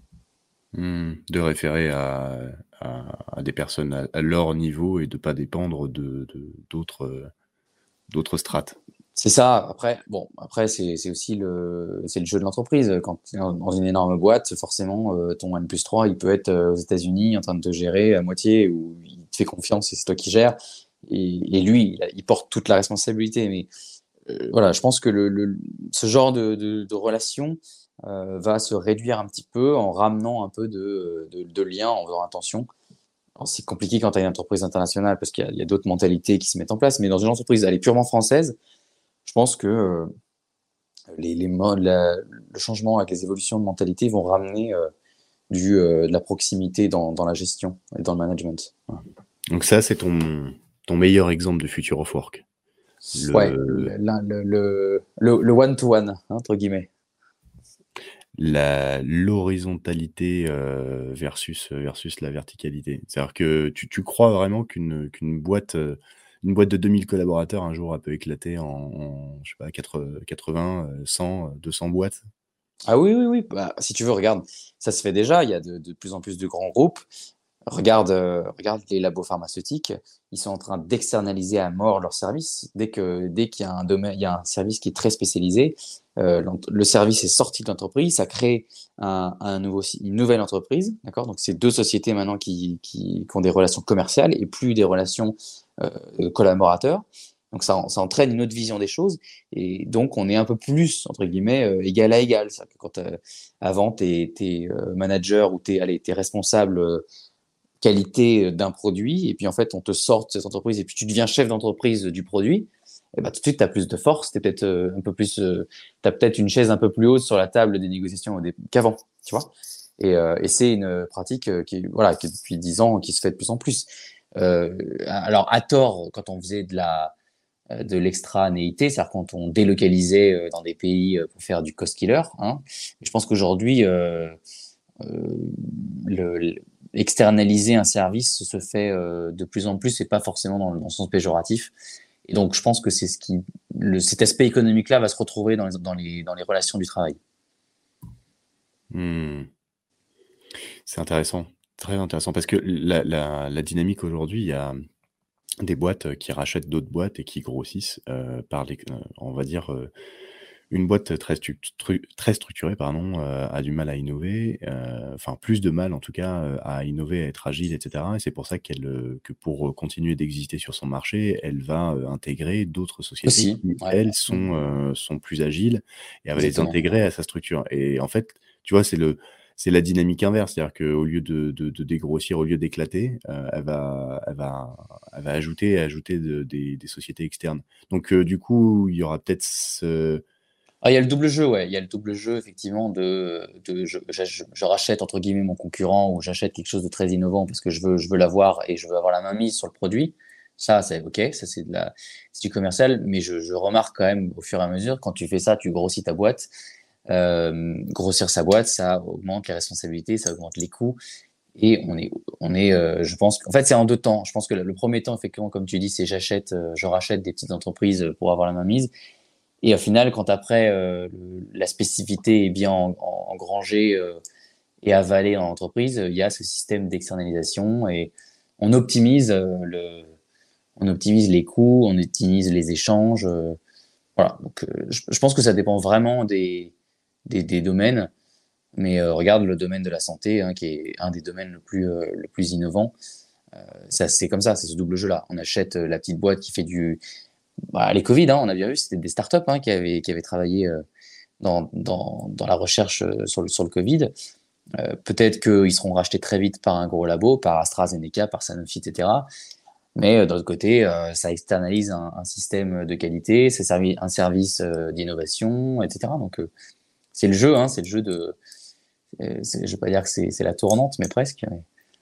Hmm. De référer à, à, à des personnes à, à leur niveau et de pas dépendre de, de- d'autres, euh, d'autres strates. C'est ça. Après, bon, après c'est c'est aussi le c'est le jeu de l'entreprise. Quand tu es dans une énorme boîte, forcément, euh, ton N plus trois, il peut être euh, aux États-Unis en train de te gérer à moitié, ou il te fait confiance et c'est toi qui gères. Et, et lui, il, a- il porte toute la responsabilité. Mais euh, voilà, je pense que le, le ce genre de de, de relation euh, va se réduire un petit peu en ramenant un peu de de, de lien, en faisant attention. Alors, c'est compliqué quand tu as une entreprise internationale parce qu'il y a, il y a d'autres mentalités qui se mettent en place. Mais dans une entreprise, elle est purement française. Je pense que euh, les, les mo- la- le changement avec les évolutions de mentalité vont ramener euh, du, euh, de la proximité dans, dans la gestion et dans le management. Voilà. Donc ça, c'est ton, ton meilleur exemple de Future of Work. Ouais, Le, le, la- le, le, le, le one-to-one, hein, entre guillemets. la, l'horizontalité euh, versus, versus la verticalité. C'est-à-dire que tu, tu crois vraiment qu'une, qu'une boîte, euh, une boîte de deux mille collaborateurs, un jour, elle peut éclater en, en, je sais pas, quatre- quatre-vingts, euh, cent, deux cents boîtes. Ah oui, oui, oui. Bah, si tu veux, regarde, ça se fait déjà. Il y a de, de plus en plus de grands groupes. Regarde, euh, regarde les labos pharmaceutiques, ils sont en train d'externaliser à mort leurs services. Dès que, dès qu'il y a un domaine, il y a un service qui est très spécialisé, euh, l'ent- le service est sorti de l'entreprise, ça crée un, un nouveau, si- une nouvelle entreprise, d'accord? Donc c'est deux sociétés maintenant qui, qui, qui ont des relations commerciales et plus des relations euh, collaborateurs. Donc ça, en- ça entraîne une autre vision des choses et donc on est un peu plus entre guillemets euh, égal à égal. C'est-à-dire que quand euh, avant t'es, t'es euh, manager ou t'es, allez, t'es responsable euh, qualité d'un produit, et puis en fait, on te sort de cette entreprise, et puis tu deviens chef d'entreprise du produit, et bah, tout de suite, tu as plus de force, tu peut-être euh, un peu plus, euh, tu as peut-être une chaise un peu plus haute sur la table des négociations qu'avant, tu vois. Et, euh, et c'est une pratique euh, qui, voilà, qui depuis dix ans, qui se fait de plus en plus. Euh, alors, à tort, quand on faisait de la euh, de l'extranéité, c'est-à-dire quand on délocalisait euh, dans des pays euh, pour faire du cost killer. Hein. Je pense qu'aujourd'hui, euh, euh, le, le- externaliser un service se fait euh, de plus en plus et pas forcément dans le, dans le sens péjoratif. Et donc, je pense que c'est ce qui, le, cet aspect économique-là va se retrouver dans les, dans les, dans les relations du travail. Hmm. C'est intéressant, très intéressant, parce que la, la, la dynamique aujourd'hui, il y a des boîtes qui rachètent d'autres boîtes et qui grossissent euh, par les, euh, on va dire, euh, une boîte très, stru- stru- très structurée, pardon, euh, a du mal à innover, euh, enfin plus de mal en tout cas euh, à innover, à être agile, et cetera. Et c'est pour ça qu'elle, euh, que pour continuer d'exister sur son marché, elle va euh, intégrer d'autres sociétés Aussi, qui, ouais, elles, mmh, sont, euh, sont plus agiles et elle va les exactement. intégrer à sa structure. Et en fait, tu vois, c'est le, c'est la dynamique inverse, c'est-à-dire qu'au lieu de, de, de dégrossir, au lieu d'éclater, euh, elle va, elle va, elle va ajouter, ajouter de- des, des sociétés externes. Donc, euh, du coup, il y aura peut-être ce, Ah, il y a le double jeu, ouais. Il y a le double jeu, effectivement, de, de je, je, je rachète, entre guillemets, mon concurrent ou j'achète quelque chose de très innovant parce que je veux, je veux l'avoir et je veux avoir la main mise sur le produit. Ça, c'est OK. Ça, c'est de la, c'est du commercial. Mais je, je remarque quand même, au fur et à mesure, quand tu fais ça, tu grossis ta boîte. Euh, grossir sa boîte, ça augmente les responsabilités, ça augmente les coûts. Et on est, on est, euh, je pense qu'en fait, c'est en deux temps. Je pense que le, le premier temps, effectivement, comme tu dis, c'est j'achète, euh, je rachète des petites entreprises pour avoir la main mise. Et au final, quand après euh, le- la spécificité est bien en- en- engrangée euh, et avalée dans l'entreprise, il y a ce système d'externalisation et on optimise euh, le, on optimise les coûts, on optimise les échanges. euh, voilà. Donc, euh, je, je pense que ça dépend vraiment des, des, des domaines. Mais euh, regarde le domaine de la santé, hein, qui est un des domaines le plus, euh, le plus innovant. Ça, c'est comme ça, c'est ce double jeu-là. On achète euh, la petite boîte qui fait du. Bah, les Covid, hein, on a bien vu, c'était des startups hein, qui avaient, qui avaient travaillé euh, dans, dans, dans la recherche euh, sur le, sur le Covid. Euh, peut-être qu'ils seront rachetés très vite par un gros labo, par AstraZeneca, par Sanofi, et cetera. Mais euh, d'un autre côté, euh, ça externalise un, un système de qualité, c'est servi, un service euh, d'innovation, et cetera. Donc, euh, c'est le jeu, hein, c'est le jeu de. euh, c'est- je ne vais pas dire que c'est c'est la tournante, mais presque. Mais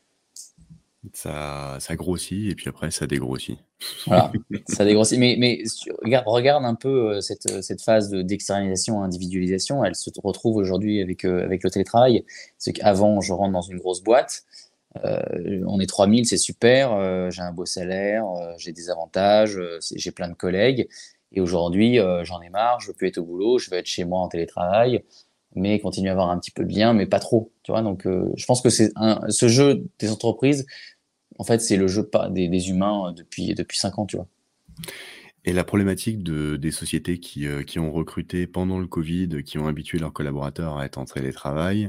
Ça, ça grossit et puis après ça dégrossit. voilà, ça dégrossit. Mais, mais sur- regarde, regarde un peu euh, cette, euh, cette phase de- d'externalisation, individualisation. Elle se retrouve aujourd'hui avec, euh, avec le télétravail. C'est qu'avant, je rentre dans une grosse boîte. Euh, on est trois mille, c'est super. Euh, j'ai un beau salaire, euh, j'ai des avantages, euh, c'est- j'ai plein de collègues. Et aujourd'hui, euh, j'en ai marre, je veux plus être au boulot, je veux être chez moi en télétravail, mais continuer à avoir un petit peu de lien, mais pas trop. Tu vois, donc euh, je pense que c'est un, ce jeu des entreprises. En fait, c'est le jeu pas des, des humains euh, depuis depuis cinq ans, tu vois. Et la problématique de, des sociétés qui, euh, qui ont recruté pendant le Covid, qui ont habitué leurs collaborateurs à être en télétravail,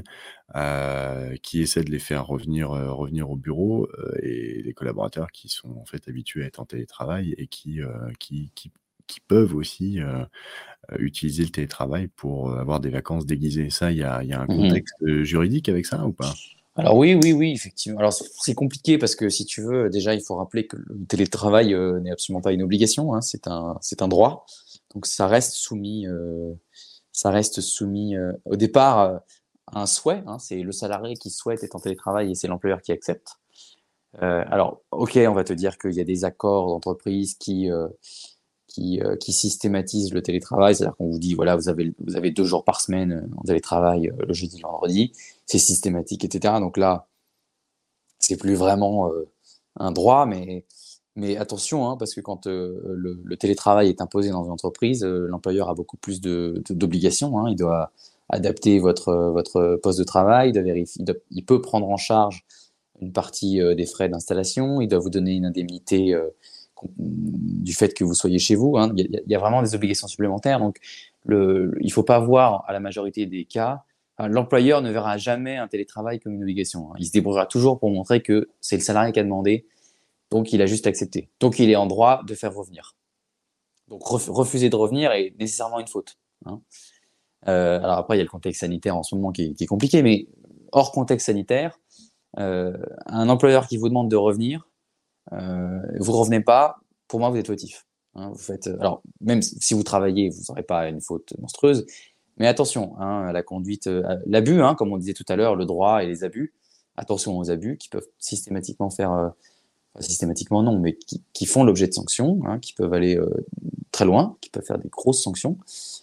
euh, qui essaient de les faire revenir, euh, revenir au bureau, euh, et les collaborateurs qui sont en fait habitués à être en télétravail et qui, euh, qui, qui, qui peuvent aussi euh, euh, utiliser le télétravail pour euh, avoir des vacances déguisées. Ça, il y a, il y a un Mhm. contexte euh, juridique avec ça ou pas? Alors oui, oui, oui, effectivement. Alors c'est c'est compliqué parce que si tu veux, déjà il faut rappeler que le télétravail euh, n'est absolument pas une obligation, hein, c'est un c'est un droit. Donc ça reste soumis, euh, ça reste soumis euh, au départ euh, à un souhait. Hein, c'est le salarié qui souhaite être en télétravail et c'est l'employeur qui accepte. Euh, alors ok, on va te dire qu'il y a des accords d'entreprise qui euh, qui, euh, qui systématisent le télétravail, c'est-à-dire qu'on vous dit, voilà, vous avez, vous avez deux jours par semaine euh, en télétravail, euh, le jeudi, le vendredi, c'est systématique, et cetera. Donc là, c'est plus vraiment euh, un droit, mais, mais attention, hein, parce que quand euh, le, le télétravail est imposé dans une entreprise, euh, l'employeur a beaucoup plus de, de- d'obligations, hein. Il doit adapter votre, votre poste de travail, il, doit vérifier, il, doit- il peut prendre en charge une partie euh, des frais d'installation, il doit vous donner une indemnité euh, com- du fait que vous soyez chez vous, hein. Il y a, il y a vraiment des obligations supplémentaires. Donc, le, le- il ne faut pas voir à la majorité des cas, enfin, l'employeur ne verra jamais un télétravail comme une obligation, hein. Il se débrouillera toujours pour montrer que c'est le salarié qui a demandé, donc il a juste accepté. Donc, il est en droit de faire revenir. Donc, ref- refuser de revenir est nécessairement une faute, hein. Euh, alors après, il y a le contexte sanitaire en ce moment qui est, qui est compliqué, mais hors contexte sanitaire, euh, un employeur qui vous demande de revenir, euh, vous ne revenez pas, pour moi, vous êtes fautif, hein. Vous faites, alors, même si vous travaillez, vous n'aurez pas une faute monstrueuse, mais attention, hein, à la conduite, euh, l'abus, hein, comme on disait tout à l'heure, le droit et les abus. Attention aux abus qui peuvent systématiquement faire, euh, pas systématiquement non, mais qui, qui font l'objet de sanctions, hein, qui peuvent aller euh, très loin, qui peuvent faire des grosses sanctions.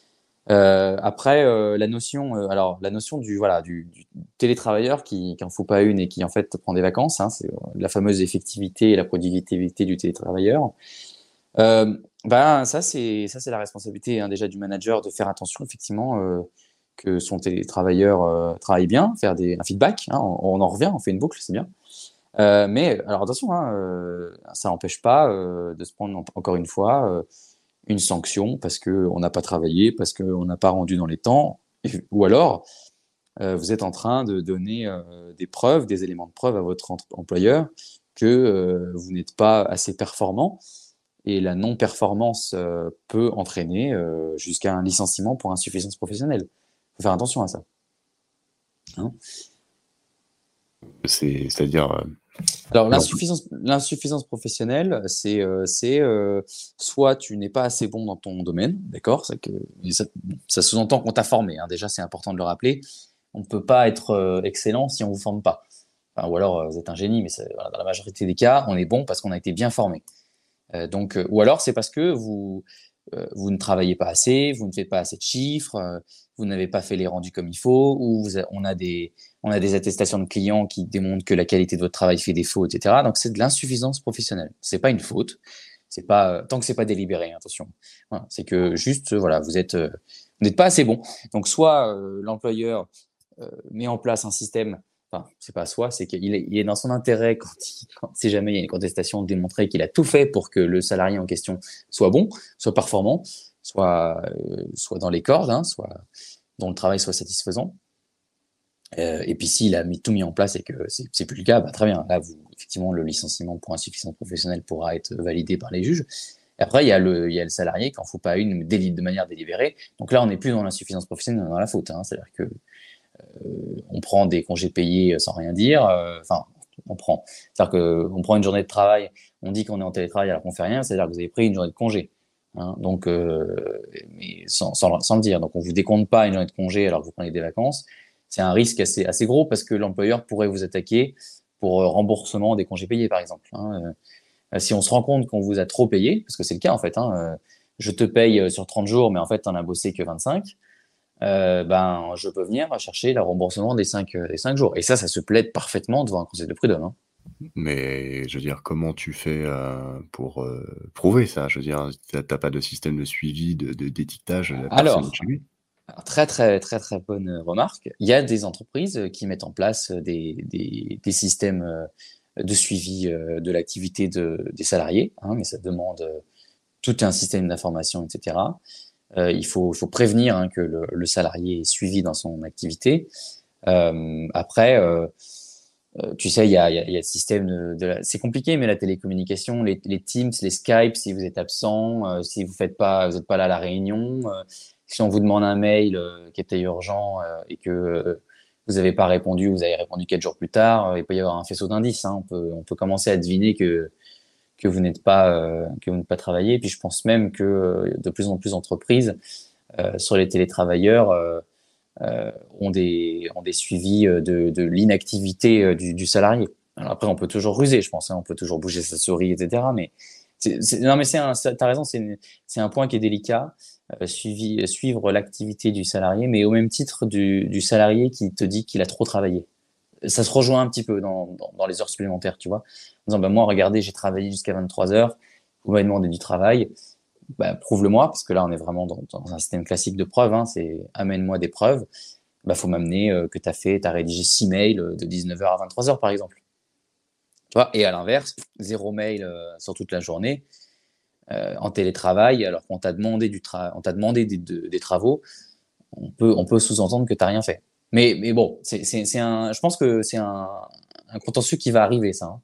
Euh, après, euh, la notion, euh, alors la notion du voilà du, du télétravailleur qui qui en fout pas une et qui en fait prend des vacances, hein, c'est euh, la fameuse effectivité et la productivité du télétravailleur. Euh, ben ça c'est ça c'est la responsabilité hein, déjà du manager de faire attention effectivement euh, que son télétravailleur euh, travaille bien, faire des un feedback, hein, on, on en revient, on fait une boucle, c'est bien. Euh, mais alors attention, hein, euh, ça n'empêche pas euh, de se prendre en- encore une fois euh, une sanction parce que on n'a pas travaillé, parce qu'on n'a pas rendu dans les temps, et- ou alors euh, vous êtes en train de donner euh, des preuves, des éléments de preuve à votre ent- employeur que euh, vous n'êtes pas assez performant, et la non-performance euh, peut entraîner euh, jusqu'à un licenciement pour insuffisance professionnelle. Il faut faire attention à ça, hein. C'est, c'est-à-dire, euh, Alors non. l'insuffisance, l'insuffisance professionnelle, c'est euh, c'est euh, soit tu n'es pas assez bon dans ton domaine, d'accord, c'est que et ça, ça sous-entend qu'on t'a formé, hein. Déjà c'est important de le rappeler. On ne peut pas être euh, excellent si on vous forme pas. Enfin, ou alors euh, vous êtes un génie, mais c'est- voilà, dans la majorité des cas, on est bon parce qu'on a été bien formé. Euh, donc, euh, ou alors c'est parce que vous euh, vous ne travaillez pas assez, vous ne faites pas assez de chiffres, euh, vous n'avez pas fait les rendus comme il faut, ou vous a- on a des, on a des attestations de clients qui démontrent que la qualité de votre travail fait défaut, et cetera. Donc, c'est de l'insuffisance professionnelle. C'est pas une faute. C'est pas, euh, tant que c'est pas délibéré, hein, attention. Voilà. C'est que juste, euh, voilà, vous êtes, euh, vous n'êtes pas assez bon. Donc, soit euh, l'employeur euh, met en place un système, enfin, c'est pas soi, c'est qu'il est, il est dans son intérêt, quand, il, quand si jamais il y a une contestation, de démontrer qu'il a tout fait pour que le salarié en question soit bon, soit performant, soit, euh, soit dans les cordes, hein, soit dont le travail soit satisfaisant. Euh, et puis s'il a mis, tout mis en place et que c'est, c'est plus le cas, bah, très bien. Là, vous, effectivement, le licenciement pour insuffisance professionnelle pourra être validé par les juges. Et après, il y a le, il y a le salarié qui n'en faut pas une déli- de manière délibérée. Donc là, on n'est plus dans l'insuffisance professionnelle, on est dans la faute. Hein. C'est-à-dire que on prend des congés payés sans rien dire. euh, Enfin, on prend. C'est-à-dire qu'on prend une journée de travail, on dit qu'on est en télétravail alors qu'on fait rien. C'est-à-dire que vous avez pris une journée de congé. Hein. Donc, euh, mais sans, sans, sans le dire. Donc, on vous décompte pas une journée de congé alors que vous prenez des vacances. C'est un risque assez, assez gros parce que l'employeur pourrait vous attaquer pour euh, remboursement des congés payés, par exemple. Hein. Euh, si on se rend compte qu'on vous a trop payé, parce que c'est le cas en fait, hein, euh, je te paye euh, sur trente jours, mais en fait, tu n'en as bossé que vingt-cinq, euh, ben, je peux venir chercher le remboursement des cinq, euh, des cinq jours. Et ça, ça se plaide parfaitement devant un conseil de prud'homme. Hein. Mais je veux dire, comment tu fais euh, pour euh, prouver ça? Je veux dire, t'as t'as pas de système de suivi, de, de- d'étiquetage de la personne Alors, chez lui? alors, très, très, très, très bonne remarque. Il y a des entreprises qui mettent en place des, des, des systèmes euh, de suivi euh, de l'activité de, des salariés, hein, mais ça demande euh, tout un système d'information, et cetera. Euh, il faut, faut prévenir hein, que le, le salarié est suivi dans son activité. Euh, après, euh, euh, tu sais, il y a, il y a, il y a le système de, de la... C'est compliqué, mais la télécommunication, les, les Teams, les Skype, si vous êtes absent, euh, si vous faites pas, vous n'êtes pas là à la réunion, euh, si on vous demande un mail euh, qui était urgent euh, et que euh, vous n'avez pas répondu, vous avez répondu quatre jours plus tard, euh, il peut y avoir un faisceau d'indices. Hein. On peut, on peut commencer à deviner que que vous n'êtes pas euh, que vous n'êtes pas travaillé. Et puis je pense même que euh, de plus en plus d'entreprises euh, sur les télétravailleurs euh, euh, ont des ont des suivis euh, de, de l'inactivité euh, du, du salarié. Alors après, on peut toujours ruser, je pense, hein, on peut toujours bouger sa souris, et cetera. Mais c'est, c'est- non, mais c'est un, ça- t'as raison, c'est une- c'est un point qui est délicat. Euh, suivi, suivre l'activité du salarié, mais au même titre du, du salarié qui te dit qu'il a trop travaillé. Ça se rejoint un petit peu dans, dans, dans les heures supplémentaires, tu vois. En disant, bah, moi, regardez, j'ai travaillé jusqu'à vingt-trois heures, vous m'avez demandé du travail, bah, prouve-le-moi, parce que là, on est vraiment dans, dans un système classique de preuves, hein, c'est amène-moi des preuves. Bah, faut m'amener euh, que tu as fait, tu as rédigé six mails euh, de dix-neuf heures à vingt-trois heures, par exemple. Tu vois, et à l'inverse, zéro mail euh, sur toute la journée, euh, en télétravail, alors qu'on t'a demandé, du tra- on t'a demandé des, de- des travaux, on peut, on peut sous-entendre que tu n'as rien fait. Mais, mais bon, c'est, c'est, c'est un, je pense que c'est un, un contentieux qui va arriver, ça. Hein.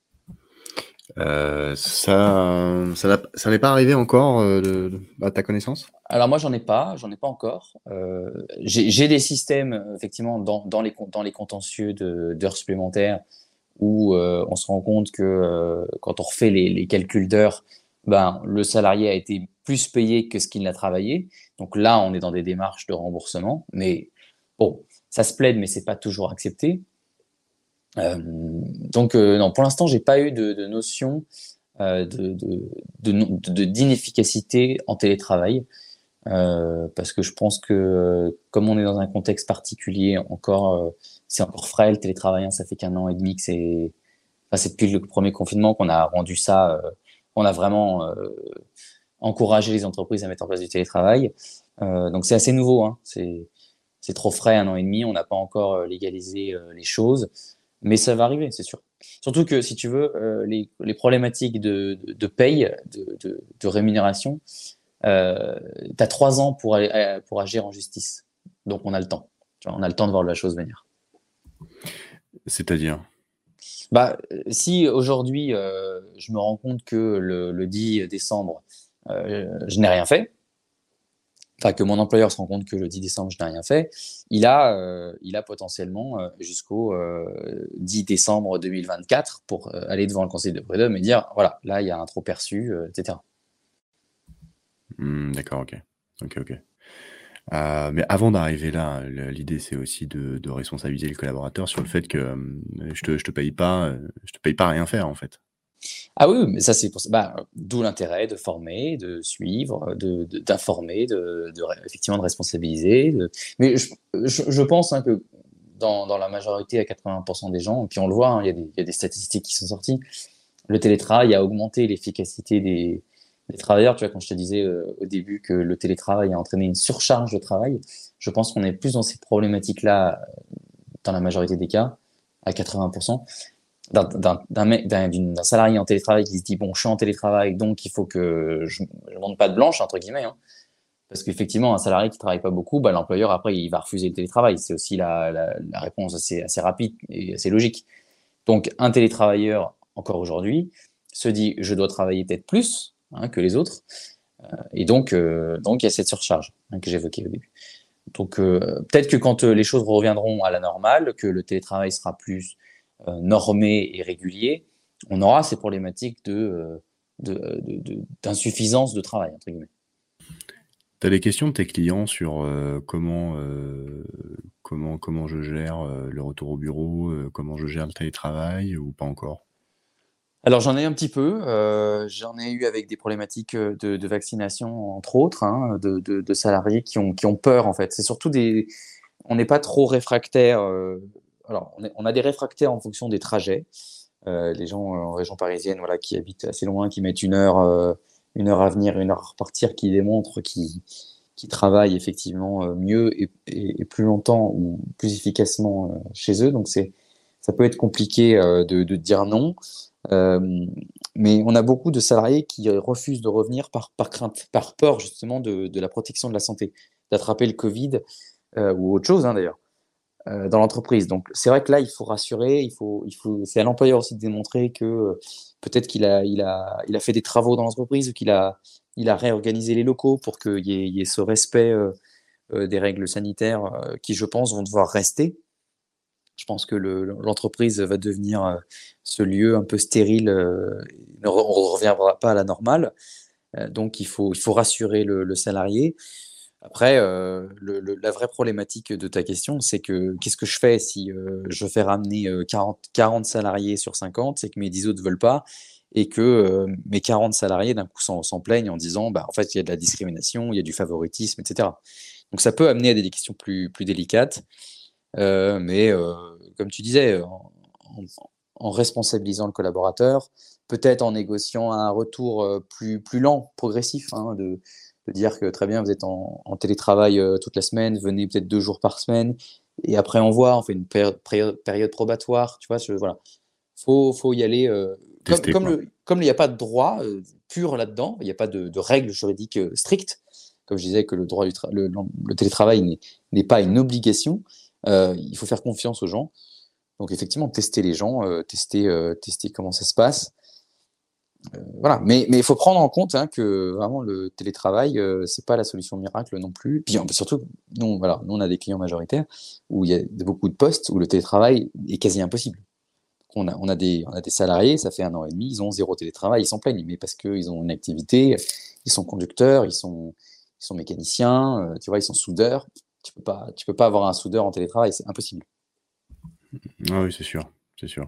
Euh, ça, ça n'a- ça n'est pas arrivé encore, euh, de- de- à ta connaissance? Alors moi, j'en ai pas, j'en ai pas encore. Euh, j'ai, j'ai des systèmes, euh, effectivement, dans, dans, les, con- dans les contentieux de, d'heures supplémentaires où euh, on se rend compte que euh, quand on refait les, les calculs d'heures, ben, le salarié a été plus payé que ce qu'il n'a travaillé. Donc là, on est dans des démarches de remboursement. Mais bon, ça se plaide, mais c'est pas toujours accepté. Euh, donc euh, non, pour l'instant, j'ai pas eu de, de notion euh, de, de, de, no- de- d'inefficacité en télétravail. Euh, parce que je pense que euh, comme on est dans un contexte particulier, encore euh, c'est encore frais le télétravail. Hein, ça fait qu'un an et demi que c'est, enfin, c'est depuis le premier confinement qu'on a rendu ça. Euh, on a vraiment euh, encouragé les entreprises à mettre en place du télétravail. Euh, donc c'est assez nouveau. Hein, c'est c'est trop frais un an et demi. On n'a pas encore euh, légalisé euh, les choses, mais ça va arriver, c'est sûr. Surtout que si tu veux, euh, les, les problématiques de, de, de paye, de, de, de rémunération euh, tu as trois ans pour, aller, euh, pour agir en justice. Donc on a le temps. Tu vois, on a le temps de voir la chose venir. C'est-à-dire? Bah, euh, si aujourd'hui euh, je me rends compte que le, le dix décembre, euh, je n'ai rien fait, enfin que mon employeur se rend compte que le dix décembre, je n'ai rien fait, il a, euh, il a potentiellement euh, jusqu'au euh, dix décembre deux mille vingt-quatre pour euh, aller devant le conseil de prud'homme et dire, voilà, là, il y a un trop perçu, euh, et cetera. Hmm, d'accord, ok. Ok, ok. Euh, mais avant d'arriver là, le- l'idée c'est aussi de, de responsabiliser le collaborateur sur le fait que euh, je te, je te paye pas, euh, je te paye pas à rien faire en fait. Ah oui, oui, mais ça c'est pour ça. Bah, d'où l'intérêt de former, de suivre, de, de- d'informer, de, de ré- effectivement de responsabiliser. de- Mais je, je, je pense hein, que dans, dans la majorité, à quatre-vingts pour cent des gens, et puis on le voit, hein, il y a des, il y a des statistiques qui sont sorties, le télétravail a augmenté l'efficacité des, des travailleurs. Tu vois, quand je te disais euh, au début que le télétravail a entraîné une surcharge de travail, je pense qu'on est plus dans ces problématiques-là euh, dans la majorité des cas, à quatre-vingts pour cent d'un d'un d'un mec d'un d'une- d'un salarié en télétravail qui se dit bon je suis en télétravail donc il faut que je je monte pas de blanche entre guillemets hein. Parce qu'effectivement un salarié qui travaille pas beaucoup bah l'employeur après il va refuser le télétravail, c'est aussi la, la, la réponse assez assez rapide et assez logique. Donc un télétravailleur encore aujourd'hui se dit je dois travailler peut-être plus hein, que les autres et donc euh, donc il y a cette surcharge hein, que j'évoquais au début. Donc euh, peut-être que quand euh, les choses reviendront à la normale, que le télétravail sera plus euh, normé et régulier, on aura ces problématiques de, euh, de, de- de- d'insuffisance de travail, entre guillemets. Tu as des questions de tes clients sur euh, comment, euh, comment, comment je gère euh, le retour au bureau, euh, comment je gère le télétravail ou pas encore? Alors j'en ai un petit peu, euh, j'en ai eu avec des problématiques euh, de, de vaccination, entre autres, hein, de, de- de salariés qui ont, qui ont peur en fait. C'est surtout des, on n'est pas trop réfractaire. euh, alors on, est- on a des réfractaires en fonction des trajets. Euh, les gens euh, en région parisienne, voilà, qui habitent assez loin, qui mettent une heure, euh, une heure à venir, une heure à repartir, qui démontrent qu'ils qui travaillent effectivement euh, mieux et, et- et plus longtemps ou plus efficacement euh, chez eux. Donc c'est, ça peut être compliqué euh, de, de dire non. Euh, mais on a beaucoup de salariés qui refusent de revenir par, par crainte, par peur justement de, de la protection de la santé, d'attraper le Covid euh, ou autre chose hein, d'ailleurs euh, dans l'entreprise. Donc c'est vrai que là, il faut rassurer, il faut, il faut, c'est à l'employeur aussi de démontrer que euh, peut-être qu'il a, il a, il a fait des travaux dans l'entreprise ou qu'il a, il a réorganisé les locaux pour qu'il y ait, il y ait ce respect euh, euh, des règles sanitaires euh, qui, je pense, vont devoir rester. Je pense que le, l'entreprise va devenir euh, ce lieu un peu stérile. Euh, on ne reviendra pas à la normale. Euh, donc il faut, il faut rassurer le, le salarié. Après, euh, le, le- la vraie problématique de ta question, c'est que qu'est-ce que je fais si euh, je fais ramener euh, quarante, quarante salariés sur cinquante, c'est que mes dix autres ne veulent pas, et que euh, mes quarante salariés d'un coup s'en, s'en plaignent en disant, bah, en fait, il y a de la discrimination, il y a du favoritisme, et cetera. Donc ça peut amener à des questions plus, plus délicates, euh, mais euh, comme tu disais, en, en- en responsabilisant le collaborateur, peut-être en négociant un retour euh, plus, plus lent, progressif, hein, de, de dire que très bien, vous êtes en, en télétravail euh, toute la semaine, venez peut-être deux jours par semaine, et après on voit, on fait une période, période, période probatoire, tu vois, je, voilà. Faut, faut y aller. Euh, comme, Tester comme quoi. le, comme il n'y a pas de droit euh, pur là-dedans, il n'y a pas de, de règles juridiques euh, strictes, comme je disais que le droit du tra- le, le télétravail n'est, n'est pas une obligation, euh, il faut faire confiance aux gens. Donc effectivement, tester les gens, euh, tester, euh, tester comment ça se passe. Voilà. Mais mais il faut prendre en compte hein, que vraiment le télétravail, euh, c'est pas la solution miracle non plus. Puis en- surtout, nous, voilà, nous on a des clients majoritaires où il y a de- beaucoup de postes où le télétravail est quasi impossible. On a, on a des, on a des salariés, ça fait un an et demi, ils ont zéro télétravail, ils s'en plaignent, mais parce qu'ils ont une activité, ils sont conducteurs, ils sont, ils sont mécaniciens, euh, tu vois, ils sont soudeurs. Tu peux pas, tu peux pas avoir un soudeur en télétravail, c'est impossible. Ah oui, c'est sûr, c'est sûr.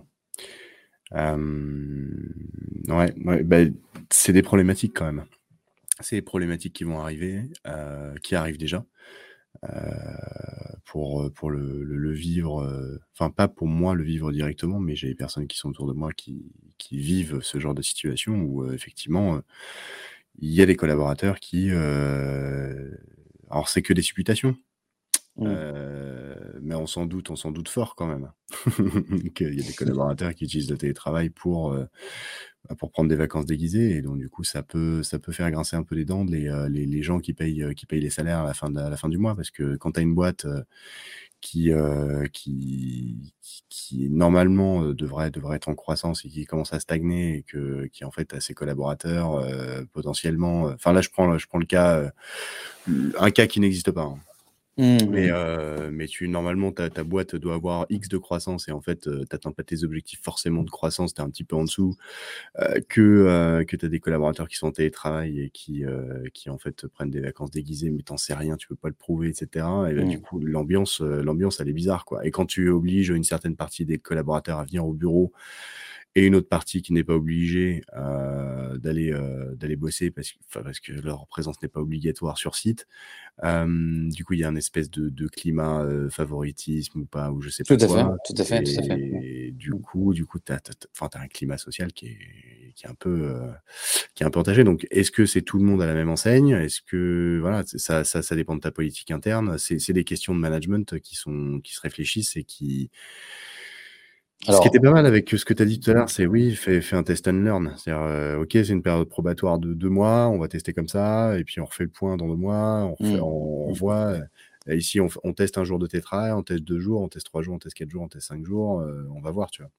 Euh, ouais, ouais, bah, c'est des problématiques quand même. C'est des problématiques qui vont arriver, euh, qui arrivent déjà. Euh, pour, pour le, le, le vivre, euh, enfin pas pour moi le vivre directement, mais j'ai des personnes qui sont autour de moi qui, qui vivent ce genre de situation où euh, effectivement euh, il y a des collaborateurs qui, euh, alors c'est que des supputations, Mm. euh, mais on s'en doute, on s'en doute fort quand même qu'il y a des collaborateurs qui utilisent le télétravail pour euh, pour prendre des vacances déguisées et donc du coup ça peut ça peut faire grincer un peu les dents de les, euh, les, les gens qui payent euh, qui payent les salaires à la fin de, à la fin du mois parce que quand tu as une boîte euh, qui euh, qui qui normalement euh, devrait devrait être en croissance et qui commence à stagner et que qui en fait a ses collaborateurs euh, potentiellement enfin là je prends je prends le cas euh, un cas qui n'existe pas hein. Mais, Mm. euh, mais tu, normalement, ta, ta boîte doit avoir X de croissance et en fait, euh, tu n'atteins pas tes objectifs forcément de croissance, tu es un petit peu en dessous, euh, que, euh, que tu as des collaborateurs qui sont en télétravail et qui, euh, qui en fait prennent des vacances déguisées, mais t'en sais rien, tu peux pas le prouver, et cetera. Et là, du Mm. coup, l'ambiance, euh, l'ambiance, elle est bizarre, quoi. Et quand tu obliges une certaine partie des collaborateurs à venir au bureau et une autre partie qui n'est pas obligée euh, d'aller euh, d'aller bosser parce que, enfin, parce que leur présence n'est pas obligatoire sur site. Euh, du coup, il y a un espèce de, de climat euh, favoritisme ou pas, ou je sais Tout pas à fait, quoi. tout à fait, tout à fait. Et du coup, du coup, t'as, t'as, enfin, t'as un climat social qui est, qui est un peu, euh, qui est un peu entaché. Donc, est-ce que c'est tout le monde à la même enseigne? Est-ce que, voilà, ça, ça, ça dépend de ta politique interne. C'est, c'est des questions de management qui sont, qui se réfléchissent et qui, ce qui était Alors, pas mal avec ce que tu as dit tout à l'heure, c'est oui, fais, fais un test and learn. C'est-à-dire, euh, ok, c'est une période probatoire de deux mois, on va tester comme ça, et puis on refait le point dans deux mois, on, refait, mm, on, on mm. voit. euh, Ici, on, f- on teste un jour de tétra, on teste deux jours, on teste trois jours, on teste quatre jours, on teste cinq jours, euh, on va voir, tu vois.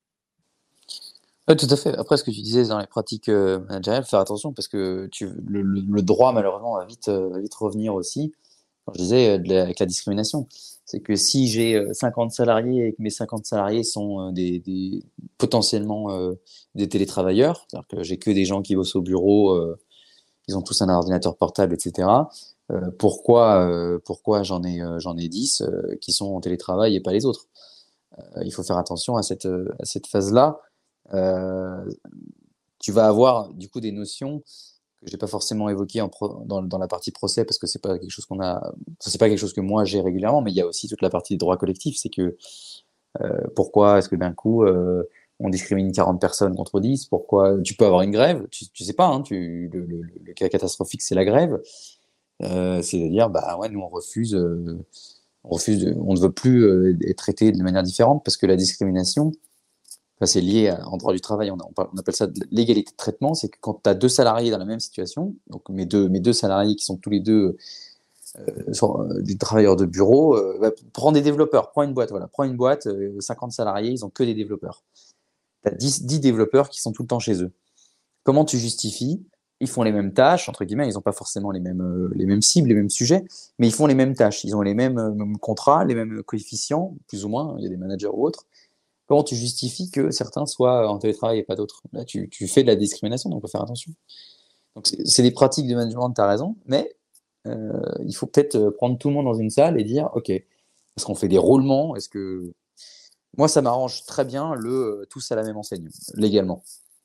Ouais, tout à fait. Après, ce que tu disais dans les pratiques euh, managériales, faire attention parce que tu, le, le- le droit, malheureusement, va vite, euh, va vite revenir aussi. Quand je disais euh, de la- avec la discrimination, c'est que si j'ai euh, cinquante salariés et que mes cinquante salariés sont euh, des, des- potentiellement euh, des télétravailleurs, c'est-à-dire que j'ai que des gens qui bossent au bureau, euh, ils ont tous un ordinateur portable, et cetera. Euh, pourquoi, euh, pourquoi j'en ai, euh, j'en ai dix euh, qui sont en télétravail et pas les autres? Euh, il faut faire attention à cette, euh, à cette phase-là. Euh, Tu vas avoir du coup des notions que j'ai pas forcément évoquées en pro- dans, dans la partie procès parce que c'est pas quelque chose qu'on a, enfin, c'est pas quelque chose que moi j'ai régulièrement, mais il y a aussi toute la partie des droits collectifs. C'est que euh, pourquoi est-ce que d'un coup euh, on discrimine quarante personnes contre dix? Pourquoi tu peux avoir une grève? Tu, tu sais pas, hein, tu, le, le, le cas catastrophique c'est la grève. Euh, c'est-à-dire bah ouais nous on refuse, euh, on refuse, de- on ne veut plus euh, être traité de manière différente parce que la discrimination ça, c'est lié à, en droit du travail, on, a- on parle- on appelle ça de l'égalité de traitement, c'est que quand tu as deux salariés dans la même situation, donc mes deux, mes deux salariés qui sont tous les deux euh, sont, euh, des travailleurs de bureau, euh, bah, prends des développeurs, prends une boîte, voilà, prends une boîte, euh, cinquante salariés, ils ont que des développeurs. Tu as dix, dix développeurs qui sont tout le temps chez eux. Comment tu justifies? Ils font les mêmes tâches, entre guillemets, ils n'ont pas forcément les mêmes, euh, les mêmes cibles, les mêmes sujets, mais ils font les mêmes tâches, ils ont les mêmes, euh, mêmes contrats, les mêmes coefficients, plus ou moins, il y a des managers ou autres. Comment tu justifies que certains soient en télétravail et pas d'autres? Là, tu, tu fais de la discrimination, donc il faut faire attention. Donc, c'est c'est des pratiques de management, tu as raison, mais euh, il faut peut-être euh, prendre tout le monde dans une salle et dire, OK, est-ce qu'on fait des roulements? Est-ce que... Moi, ça m'arrange très bien le euh, tous à la même enseigne, légalement,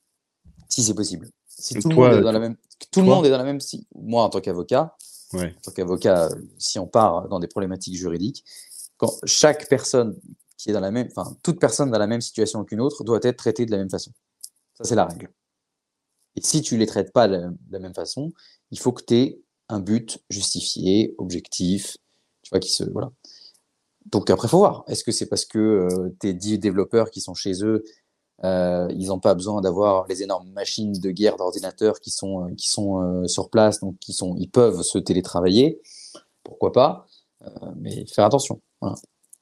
si c'est possible. Si tout le monde est Toi, dans la to- même... Tout le monde toi, est dans la même... Si... Moi, en tant qu'avocat, ouais. en tant qu'avocat, euh, si on part dans des problématiques juridiques, quand chaque personne qui est dans la même... Enfin, toute personne dans la même situation qu'une autre doit être traitée de la même façon. Ça, c'est la règle. Et si tu les traites pas de la, de la même façon, il faut que tu aies un but justifié, objectif, tu vois, qui se, voilà. Donc après, faut voir. Est-ce que c'est parce que euh, tes dix développeurs qui sont chez eux, euh, ils n'ont pas besoin d'avoir les énormes machines de guerre d'ordinateurs qui sont, euh, qui sont euh, sur place, donc qui sont, ils peuvent se télétravailler, pourquoi pas, euh, mais faire attention. Voilà.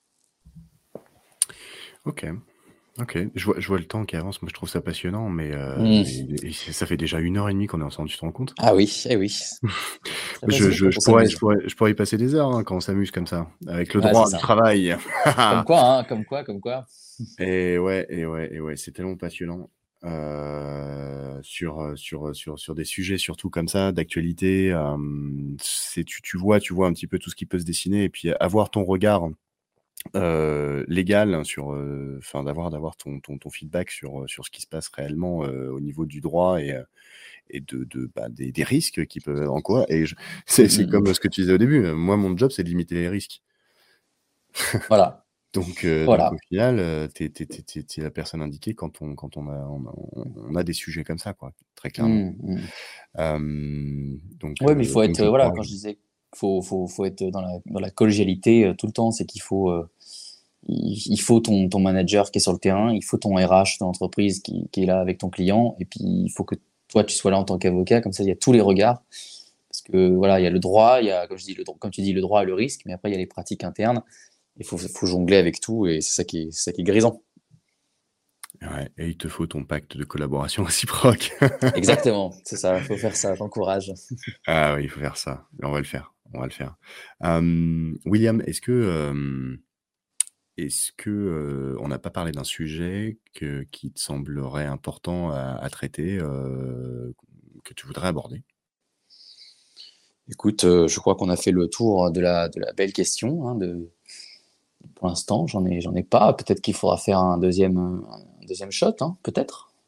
Ok. Ok, je vois, je vois le temps qui avance, moi je trouve ça passionnant, mais, euh, Mmh. mais et ça fait déjà une heure et demie qu'on est ensemble, tu te rends compte? Ah oui, eh oui. Très Je, facile je, quand je on pourrais, je s'amuse. pourrais, je pourrais y passer des heures hein, quand on s'amuse comme ça, avec le Ouais, c'est droit du ça. travail. Comme quoi, hein, comme quoi, comme quoi. Et ouais, et ouais, et ouais, c'est tellement passionnant euh, sur, euh, sur, sur, sur des sujets surtout comme ça, d'actualité. Euh, c'est, tu, tu vois, tu vois un petit peu tout ce qui peut se dessiner, et puis avoir ton regard euh, légal hein, sur, euh, enfin d'avoir d'avoir ton, ton, ton feedback sur, sur ce qui se passe réellement euh, au niveau du droit et, euh, et de, de bah, des, des risques qui peuvent en quoi. Et je- c'est, c'est Mmh, mmh. comme ce que tu disais au début. Moi, mon job, c'est de limiter les risques. Voilà, Donc, euh, donc au voilà. final, euh, t'es, t'es, t'es, t'es- t'es la personne indiquée quand on, quand on a, on a, on a des sujets comme ça, quoi, très clairement. Mmh, mmh. Euh, donc, Ouais, mais il euh, faut donc être, je euh, voilà, crois. quand je disais, faut, faut, faut être dans la, dans la collégialité euh, tout le temps, c'est qu'il faut, euh, il, il faut ton, ton manager qui est sur le terrain, il faut ton R H de l'entreprise qui, qui est là avec ton client, et puis il faut que toi tu sois là en tant qu'avocat, comme ça il y a tous les regards, parce que voilà, il y a le droit, il y a, comme je dis, le, dro- comme tu dis, le droit et le risque, mais après il y a les pratiques internes, il faut, faut jongler avec tout, et c'est ça qui est, c'est ça qui est grisant. Ouais, et il te faut ton pacte de collaboration réciproque. Exactement, c'est ça, il faut faire ça, j'encourage. Ah oui, il faut faire ça. On va le faire. On va le faire. Euh, William, est-ce que, euh, est-ce que euh, on n'a pas parlé d'un sujet que, qui te semblerait important à, à traiter, euh, que tu voudrais aborder? Écoute, euh, je crois qu'on a fait le tour de la, de la belle question, hein, de, pour l'instant, j'en ai, j'en ai pas. Peut-être qu'il faudra faire un deuxième, un deuxième shot, hein, peut-être.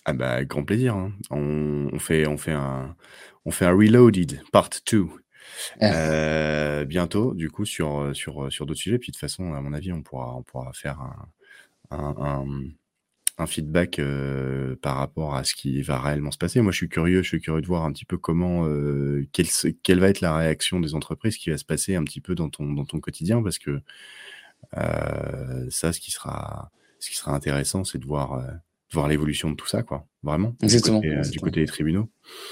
Ah bah, avec grand plaisir, hein. On, on fait, on fait un, on fait un Reloaded Part deux euh, bientôt, du coup, sur, sur, sur d'autres sujets. Puis de toute façon, à mon avis, on pourra, on pourra faire un, un, un, un feedback euh, par rapport à ce qui va réellement se passer. Moi, je suis curieux, je suis curieux de voir un petit peu comment, euh, quelle, quelle va être la réaction des entreprises qui va se passer un petit peu dans ton, dans ton quotidien, parce que euh, ça, ce qui sera, ce qui sera intéressant, c'est de voir, euh, de voir l'évolution de tout ça, quoi. Vraiment, du Exactement, côté, euh, du exactement. côté des tribunaux.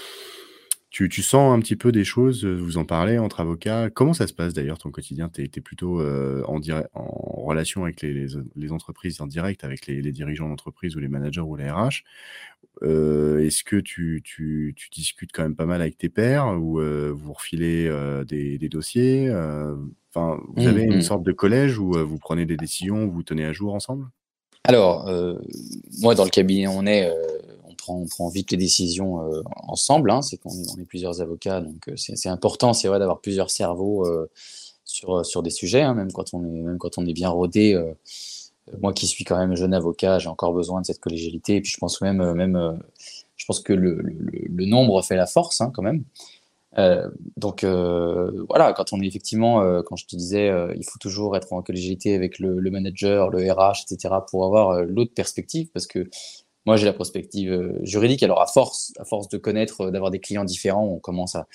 Tu, tu sens un petit peu des choses, euh, vous en parlez entre avocats. Comment ça se passe d'ailleurs ton quotidien? Tu es plutôt euh, en, dire- en relation avec les, les, les entreprises en direct, avec les, les dirigeants d'entreprise ou les managers ou les R H. Euh, Est-ce que tu, tu, tu discutes quand même pas mal avec tes pairs ou euh, vous refilez euh, des, des dossiers euh, Enfin, vous avez Mmh, une mmh. sorte de collège où euh, vous prenez des décisions, vous vous tenez à jour ensemble? Alors, euh, moi, dans le cabinet, on est, euh, on prend, on prend vite les décisions euh, ensemble. Hein, c'est qu'on est, on est plusieurs avocats, donc euh, c'est c'est important, c'est vrai, d'avoir plusieurs cerveaux euh, sur sur des sujets, hein, même quand on est même quand on est bien rodé. Euh, moi, qui suis quand même jeune avocat, j'ai encore besoin de cette collégialité. Et puis, je pense même, euh, même, euh, je pense que le, le, le nombre fait la force, hein, quand même. Euh, donc euh, voilà, quand on est effectivement, euh, quand je te disais, euh, il faut toujours être en collégialité avec le, le manager, le R H, et cetera, pour avoir euh, l'autre perspective, parce que moi j'ai la perspective euh, juridique. Alors à force, à force de connaître, euh, d'avoir des clients différents, on commence à,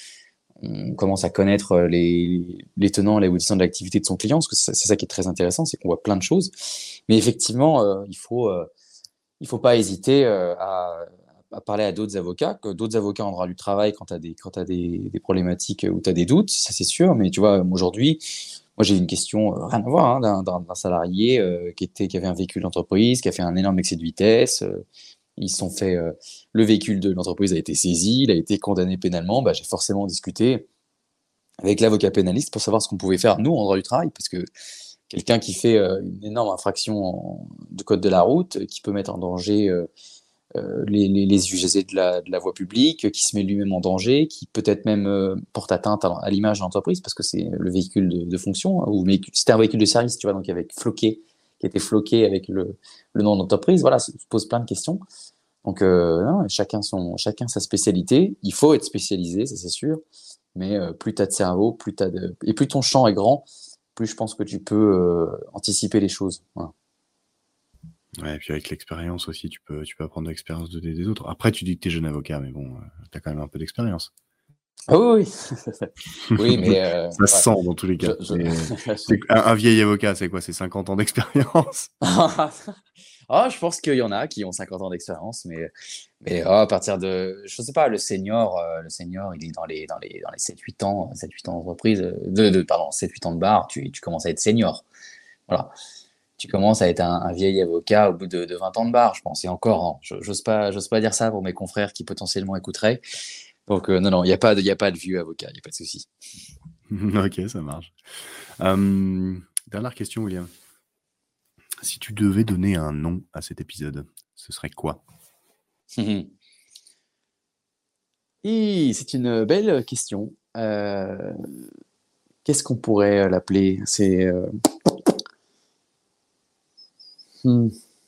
on commence à connaître euh, les, les tenants, les aboutissants de l'activité de son client, parce que c'est c'est ça qui est très intéressant, c'est qu'on voit plein de choses. Mais effectivement, euh, il faut, euh, il faut pas hésiter euh, à, à parler à d'autres avocats, que d'autres avocats en droit du travail quand tu as des, quand t'as des, des problématiques ou tu as des doutes, ça c'est sûr. Mais tu vois, aujourd'hui, moi j'ai une question, euh, rien à voir, hein, d'un, d'un, d'un salarié euh, qui, était, qui avait un véhicule d'entreprise, qui a fait un énorme excès de vitesse. Euh, ils se sont fait, euh, le véhicule de l'entreprise a été saisi, il a été condamné pénalement. Bah, j'ai forcément discuté avec l'avocat pénaliste pour savoir ce qu'on pouvait faire, nous, en droit du travail, parce que quelqu'un qui fait euh, une énorme infraction en, de code de la route, qui peut mettre en danger euh, euh, les, les, les usagers de la, de la voie publique, qui se met lui-même en danger, qui peut-être même euh, porte atteinte à, à l'image de l'entreprise, parce que c'est le véhicule de, de fonction, hein, ou c'était un véhicule de service, tu vois, donc avec floqué, qui était floqué avec le, le nom d'entreprise. Voilà, ça pose plein de questions. Donc, euh, non, chacun, son, chacun sa spécialité. Il faut être spécialisé, ça c'est sûr. Mais euh, plus tu as de cerveau, plus t'as de... et plus ton champ est grand, plus je pense que tu peux euh, anticiper les choses. Voilà. Ouais, et puis avec l'expérience aussi, tu peux, tu peux apprendre de l'expérience de, des autres. Après, tu dis que tu es jeune avocat, mais bon, euh, tu as quand même un peu d'expérience. Ah oui, oui. Oui, mais euh, ça se ouais, sent dans tous les je, cas. je... Mais, c'est- un, un vieil avocat, c'est quoi? C'est cinquante ans d'expérience? Ah, je pense qu'il y en a qui ont cinquante ans d'expérience, mais, mais ah, à partir de, je sais pas, le senior, euh, le senior, il est dans les, dans les, dans les sept huit ans, sept huit ans d'entreprise, euh, de, de, pardon, sept huit ans de bar, tu, tu commences à être senior. Voilà. Tu commences à être un, un vieil avocat au bout de, de vingt ans de bar, je pense. Et encore, hein, je- j'ose pas, j'ose pas dire ça pour mes confrères qui potentiellement écouteraient. Donc, euh, non, non, il n'y a pas de, il y a pas de vieux avocat, il n'y a pas de souci. Ok, ça marche. Euh, dernière question, William. Si tu devais donner un nom à cet épisode, ce serait quoi? Hi, c'est une belle question. Euh, qu'est-ce qu'on pourrait l'appeler? C'est euh, hmm.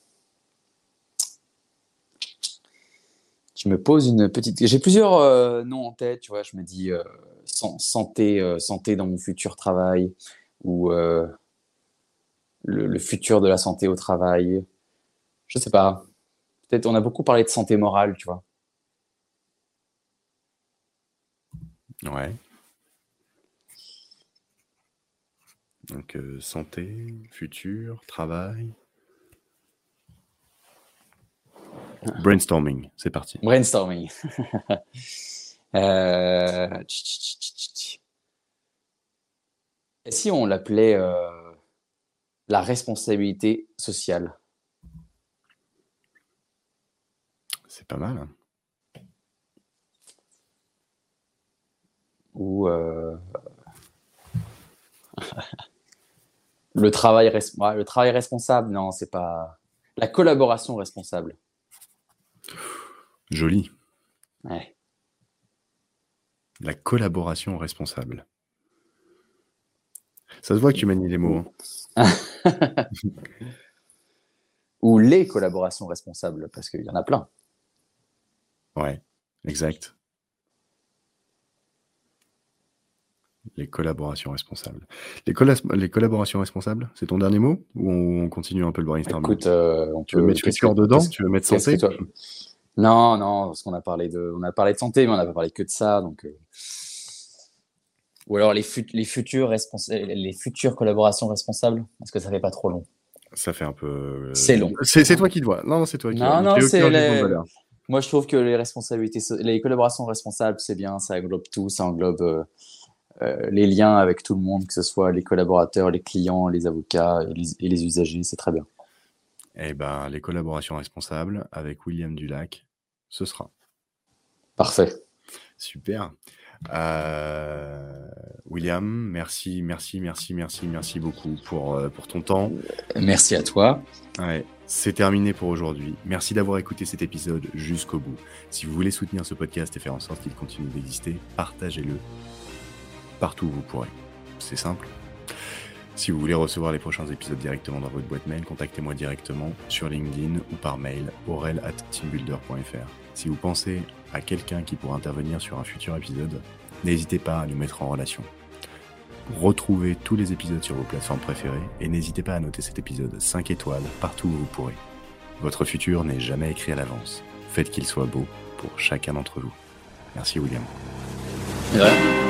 Tu me poses une petite. J'ai plusieurs euh, noms en tête, tu vois. Je me dis euh, san- santé, euh, santé dans mon futur travail ou euh, le, le futur de la santé au travail. Je sais pas. Peut-être on a beaucoup parlé de santé morale, tu vois. Ouais. Donc, euh, santé, futur, travail. Brainstorming, c'est parti. Brainstorming. euh... tch, tch, tch, tch, tch. Et si on l'appelait euh, la responsabilité sociale? C'est pas mal. Ou euh, le travail, res- ouais, le travail responsable? Non, c'est pas. La collaboration responsable. Joli. Ouais. La collaboration responsable. Ça se voit que tu manies les mots. Ou, Hein. ou les collaborations responsables, parce qu'il y en a plein. Ouais, exact. Les collaborations responsables. Les, colla- les collaborations responsables, c'est ton dernier mot ou on continue un peu le brainstorming? Écoute, euh, on Tu veux peut. mettre Qu'est-ce que, futur dedans? qu'est-ce, Tu veux mettre qu'est-ce que santé? toi. Non, non, parce qu'on a parlé de, on a parlé de santé, mais on n'a pas parlé que de ça. Donc, euh, ou alors les, fut- les futures responsa- les futures collaborations responsables, parce que ça fait pas trop long. Ça fait un peu. euh, C'est long. C'est c'est toi qui le vois. Non, non, c'est toi qui le vois. Non, Mais non, j'ai aucun c'est jugement de les. valeur. Moi, je trouve que les responsabilités, so- les collaborations responsables, c'est bien, ça englobe tout, ça englobe euh, euh, les liens avec tout le monde, que ce soit les collaborateurs, les clients, les avocats et les, et les usagers, c'est très bien. Eh ben, les collaborations responsables avec William Dulac, ce sera. Parfait. Super. Euh, William, merci, merci, merci, merci, merci beaucoup pour, euh, pour ton temps. Merci à toi. Ouais, c'est terminé pour aujourd'hui. Merci d'avoir écouté cet épisode jusqu'au bout. Si vous voulez soutenir ce podcast et faire en sorte qu'il continue d'exister, partagez-le partout où vous pourrez. C'est simple. Si vous voulez recevoir les prochains épisodes directement dans votre boîte mail, contactez-moi directement sur LinkedIn ou par mail aurel arobase teambuilder point f r. Si vous pensez à quelqu'un qui pourra intervenir sur un futur épisode, n'hésitez pas à nous mettre en relation. Retrouvez tous les épisodes sur vos plateformes préférées et n'hésitez pas à noter cet épisode cinq étoiles partout où vous pourrez. Votre futur n'est jamais écrit à l'avance. Faites qu'il soit beau pour chacun d'entre vous. Merci William. Ouais.